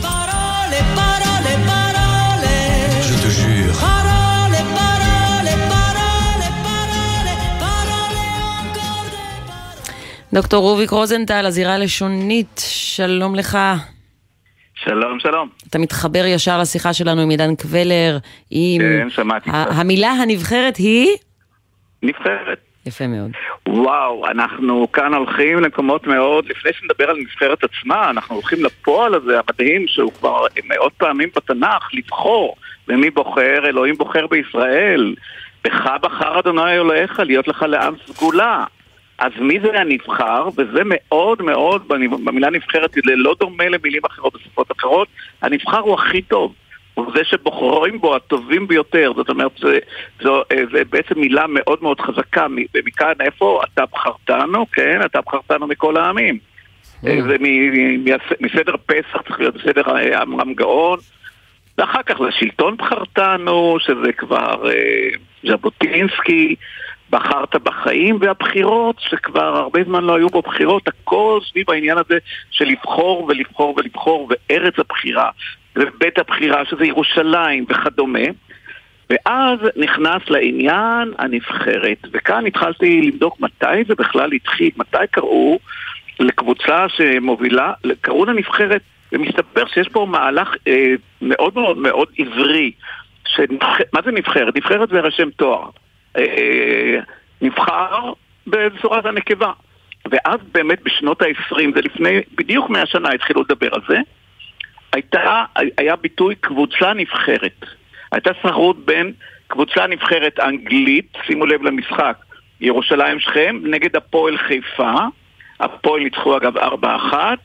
דוקטור רוביק רוזנטל, הזירה הלשונית, שלום לך. שלום, שלום. אתה מתחבר ישר לשיחה שלנו עם עידן קוולר, עם... כן, שמעתי. המילה הנבחרת היא? נבחרת. יפה מאוד. וואו, אנחנו כאן הולכים למקומות מאוד, לפני שנדבר על נבחרת עצמה, אנחנו הולכים לפועל הזה, המדהים, שהוא כבר מאות פעמים בתנ"ך, לבחור, ומי בוחר? אלוהים בוחר בישראל. בך בחר אדוני אלוהיך, להיות לך לעם סגולה. אז מי זה הנבחר? וזה מאוד מאוד, במילה נבחרת, זה לא דומה למילים אחרות בשפות אחרות, הנבחר הוא הכי טוב. הוא זה שבוחרים בו הטובים ביותר. זאת אומרת, זה, זו, זה בעצם מילה מאוד מאוד חזקה. ומכאן איפה? אתה בחרתנו, כן? אתה בחרתנו מכל העמים. זה מסדר פסח, צריך להיות בסדר אמרם גאון. ואחר כך לשלטון בחרתנו, שזה כבר ז'בוטינסקי, בחרת בחיים, והבחירות, שכבר הרבה זמן לא היו בו בחירות, הכל סביב העניין הזה של לבחור ולבחור ולבחור, וארץ הבחירה, ובית הבחירה, שזה ירושלים וכדומה. ואז נכנס לעניין הנבחרת, וכאן התחלתי לבדוק מתי זה בכלל התחיל, מתי קראו לקבוצה שמובילה, קראו לנבחרת, ומסתבר שיש פה מהלך אה, מאוד מאוד מאוד עברי. שנבח... מה זה נבחרת? נבחרת זה רשם תואר. אה, נבחר בצורת הנקבה. ואז באמת בשנות ה-עשרים, זה לפני בדיוק מאה שנה התחילו לדבר על זה, הייתה, היה ביטוי קבוצה נבחרת. הייתה סחרות בין קבוצה נבחרת אנגלית, שימו לב למשחק, ירושלים שכם, נגד הפועל חיפה, הפועל ניצחו אגב ארבע אחת,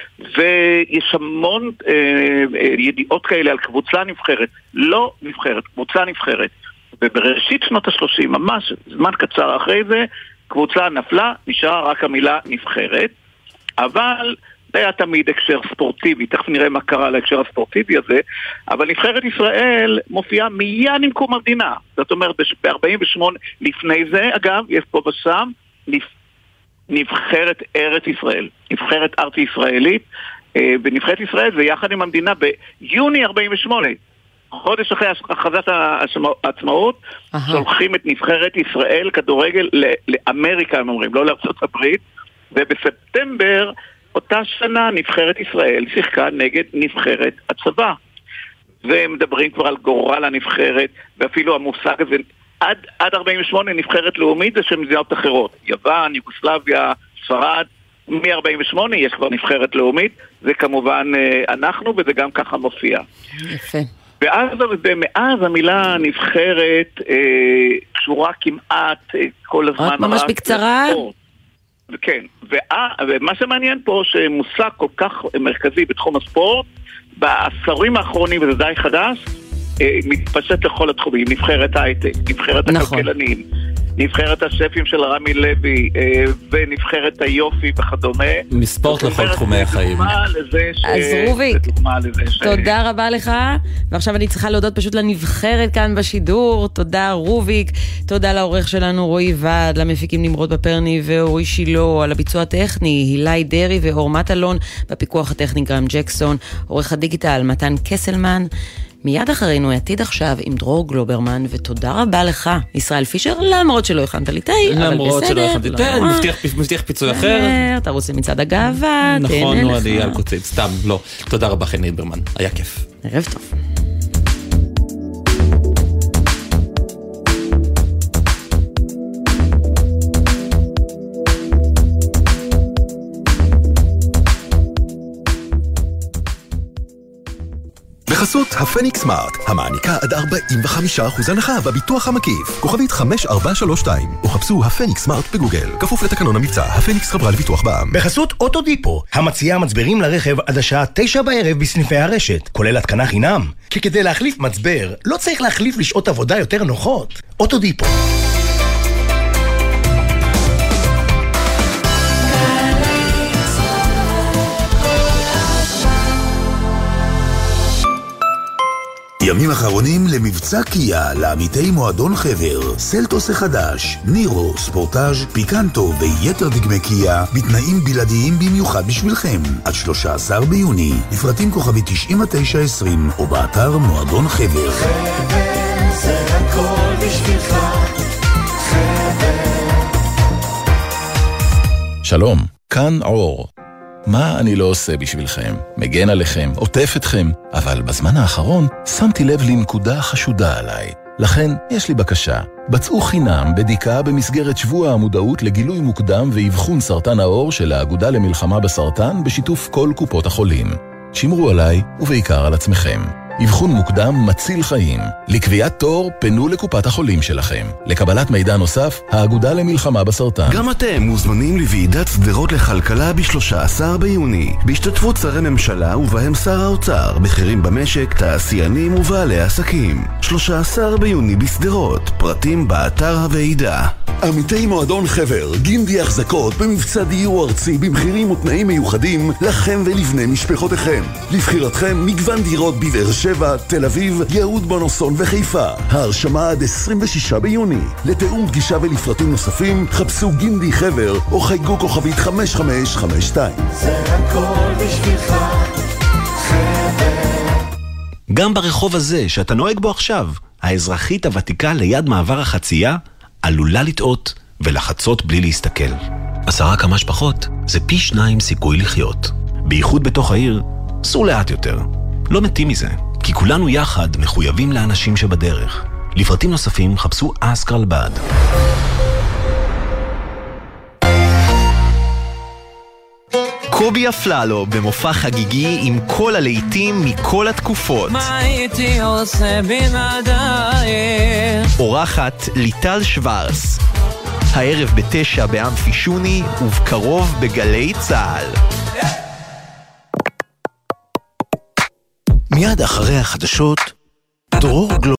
ויש המון אה, אה, ידיעות כאלה על קבוצה נבחרת, לא נבחרת, קבוצה נבחרת. ובראשית שנות ה-שלושים, ממש זמן קצר אחרי זה, קבוצה נפלה, נשארה רק המילה נבחרת, אבל זה היה תמיד הקשר ספורטיבי, תכף נראה מה קרה להקשר הספורטיבי הזה, אבל נבחרת ישראל מופיעה מיד עם קום המדינה, זאת אומרת ב-ארבעים ושמונה לפני זה, אגב, יש פה ושם, נבחרת ארץ ישראל, נבחרת ארצי ישראלית, בנבחרת ישראל זה יחד עם המדינה ביוני ארבעים ושמונה, חודש אחרי הכרזת העצמאות, שולחים את נבחרת ישראל כדורגל לאמריקה, הם אומרים, לא לארצות הברית, ובספטמבר אותה שנה נבחרת ישראל שיחקה נגד נבחרת הצבא. והם מדברים כבר על גורל הנבחרת, ואפילו המושג הזה, עד, עד ארבעים ושמונה נבחרת לאומית זה של מדינות אחרות. יוון, יוגוסלביה, ספרד, מ-ארבעים ושמונה יש כבר נבחרת לאומית, זה כמובן אנחנו, וזה גם ככה מופיע. יפה. ואז, ומאז המילה נבחרת אה, קשורה כמעט אה, כל הזמן. רק ממש בקצרה. כן, ומה שמעניין פה שמושג כל כך מרכזי בתחום הספורט, בעשורים האחרונים, וזה די חדש, מתפשט לכל התחומים, נבחרת הייטק, נבחרת הכלכלנים, נבחרת השפים של רמי לוי, ונבחרת היופי וכדומה. מספורט לכל תחומי החיים. אז רוביק, תודה רבה לך, ועכשיו אני צריכה להודות פשוט לנבחרת כאן בשידור. תודה רוביק, תודה לעורך שלנו רועי ועד, למפיקים נמרוד בפרני ואורי שילו, על הביצוע הטכני הילי דרי ואור מטלון, בפיקוח הטכני גרם ג'קסון, עורך הדיגיטל מתן קסלמן. מיד אחרינו עתיד עכשיו עם דרור גלוברמן, ותודה רבה לך, ישראל פישר, למרות שלא הכנת לי תה, אבל בסדר. למרות שלא הכנתי לי תה, מבטיח פיצוי אחר. תרוץ למצעד הגאווה, תהנה לך. נכון, נו, אני על קוצים, סתם, לא. תודה רבה, חן ליברמן, היה כיף. ערב טוב. בחסות הפניקס סמארט, המעניקה עד ארבעים וחמישה אחוז הנחה בביטוח המקיף. כוכבית חמש ארבע שלוש שתיים, או חפשו הפניקס סמארט בגוגל. כפוף לתקנון המבצע, הפניקס חברה לביטוח בע"מ. בחסות אוטודיפו, המציעה מצברים לרכב עד השעה תשע בערב בסניפי הרשת, כולל התקנה חינם. כי כדי להחליף מצבר, לא צריך להחליף לשעות עבודה יותר נוחות. אוטודיפו. ימים אחרונים למבצע קיה לעמיתי מועדון חבר, סלטוס החדש, נירו, ספורטאז', פיקנטו ויתר דגמי קיה בתנאים בלעדיים במיוחד בשבילכם עד שלושה עשר ביוני, לפרטים כוכבי תשעים ותשע עשרים או באתר מועדון חבר. חבר זה הכל בשבילך, חבר. שלום, כאן אור. מה אני לא עושה בשבילכם? מגן עליכם, עוטף אתכם, אבל בזמן האחרון שמתי לב לנקודה חשודה עליי. לכן יש לי בקשה. בצעו חינם בדיקה במסגרת שבוע המודעות לגילוי מוקדם ואבחון סרטן העור של האגודה למלחמה בסרטן בשיתוף כל קופות החולים. שמרו עליי ובעיקר על עצמכם. אבחון מוקדם מציל חיים. לקביעת תור פנו לקופת החולים שלכם. לקבלת מידע נוסף, האגודה למלחמה בסרטן. גם אתם מוזמנים לוועידת סדרות לכלכלה ב-שלושה עשר ביוני, בהשתתפות שרי ממשלה ובהם שר האוצר, בכירים במשק, תעשיינים ובעלי עסקים. שלושה עשר ביוני בסדרות, פרטים באתר הוועידה. עמיתי מועדון חבר, גינדי החזקות במבצע דיור ארצי במחירים ותנאים מיוחדים לכם ולבני משפחותיכם. לבחירתכם מגוון דירות בבאר שבע, תל אביב, יהוד בונוסון וחיפה. ההרשמה עד עשרים ושישה ביוני. לתאום פגישה ולפרטים נוספים, חפשו גינדי חבר או חייגו כוכבית חמש חמש חמש שתיים. זה הכל בשבילך, חבר. גם ברחוב הזה שאתה נוהג בו עכשיו, האזרחית הוותיקה ליד מעבר החצייה עלולה לטעות ולחצות בלי להסתכל. עשרה כמה שפחות זה פי שניים סיכוי לחיות. בייחוד בתוך העיר, סור לאט יותר. לא מתים מזה, כי כולנו יחד מחויבים לאנשים שבדרך. לפרטים נוספים חפשו אסק רלב"ד. קובי אפללו במופע חגיגי עם כל הלהיטים מכל התקופות. מה הייתי עושה בלעדייך? אורחת ליטל שוורס. הערב בתשע באמפי שוני ובקרוב בגלי צהל. מיד אחרי החדשות, דרור גלו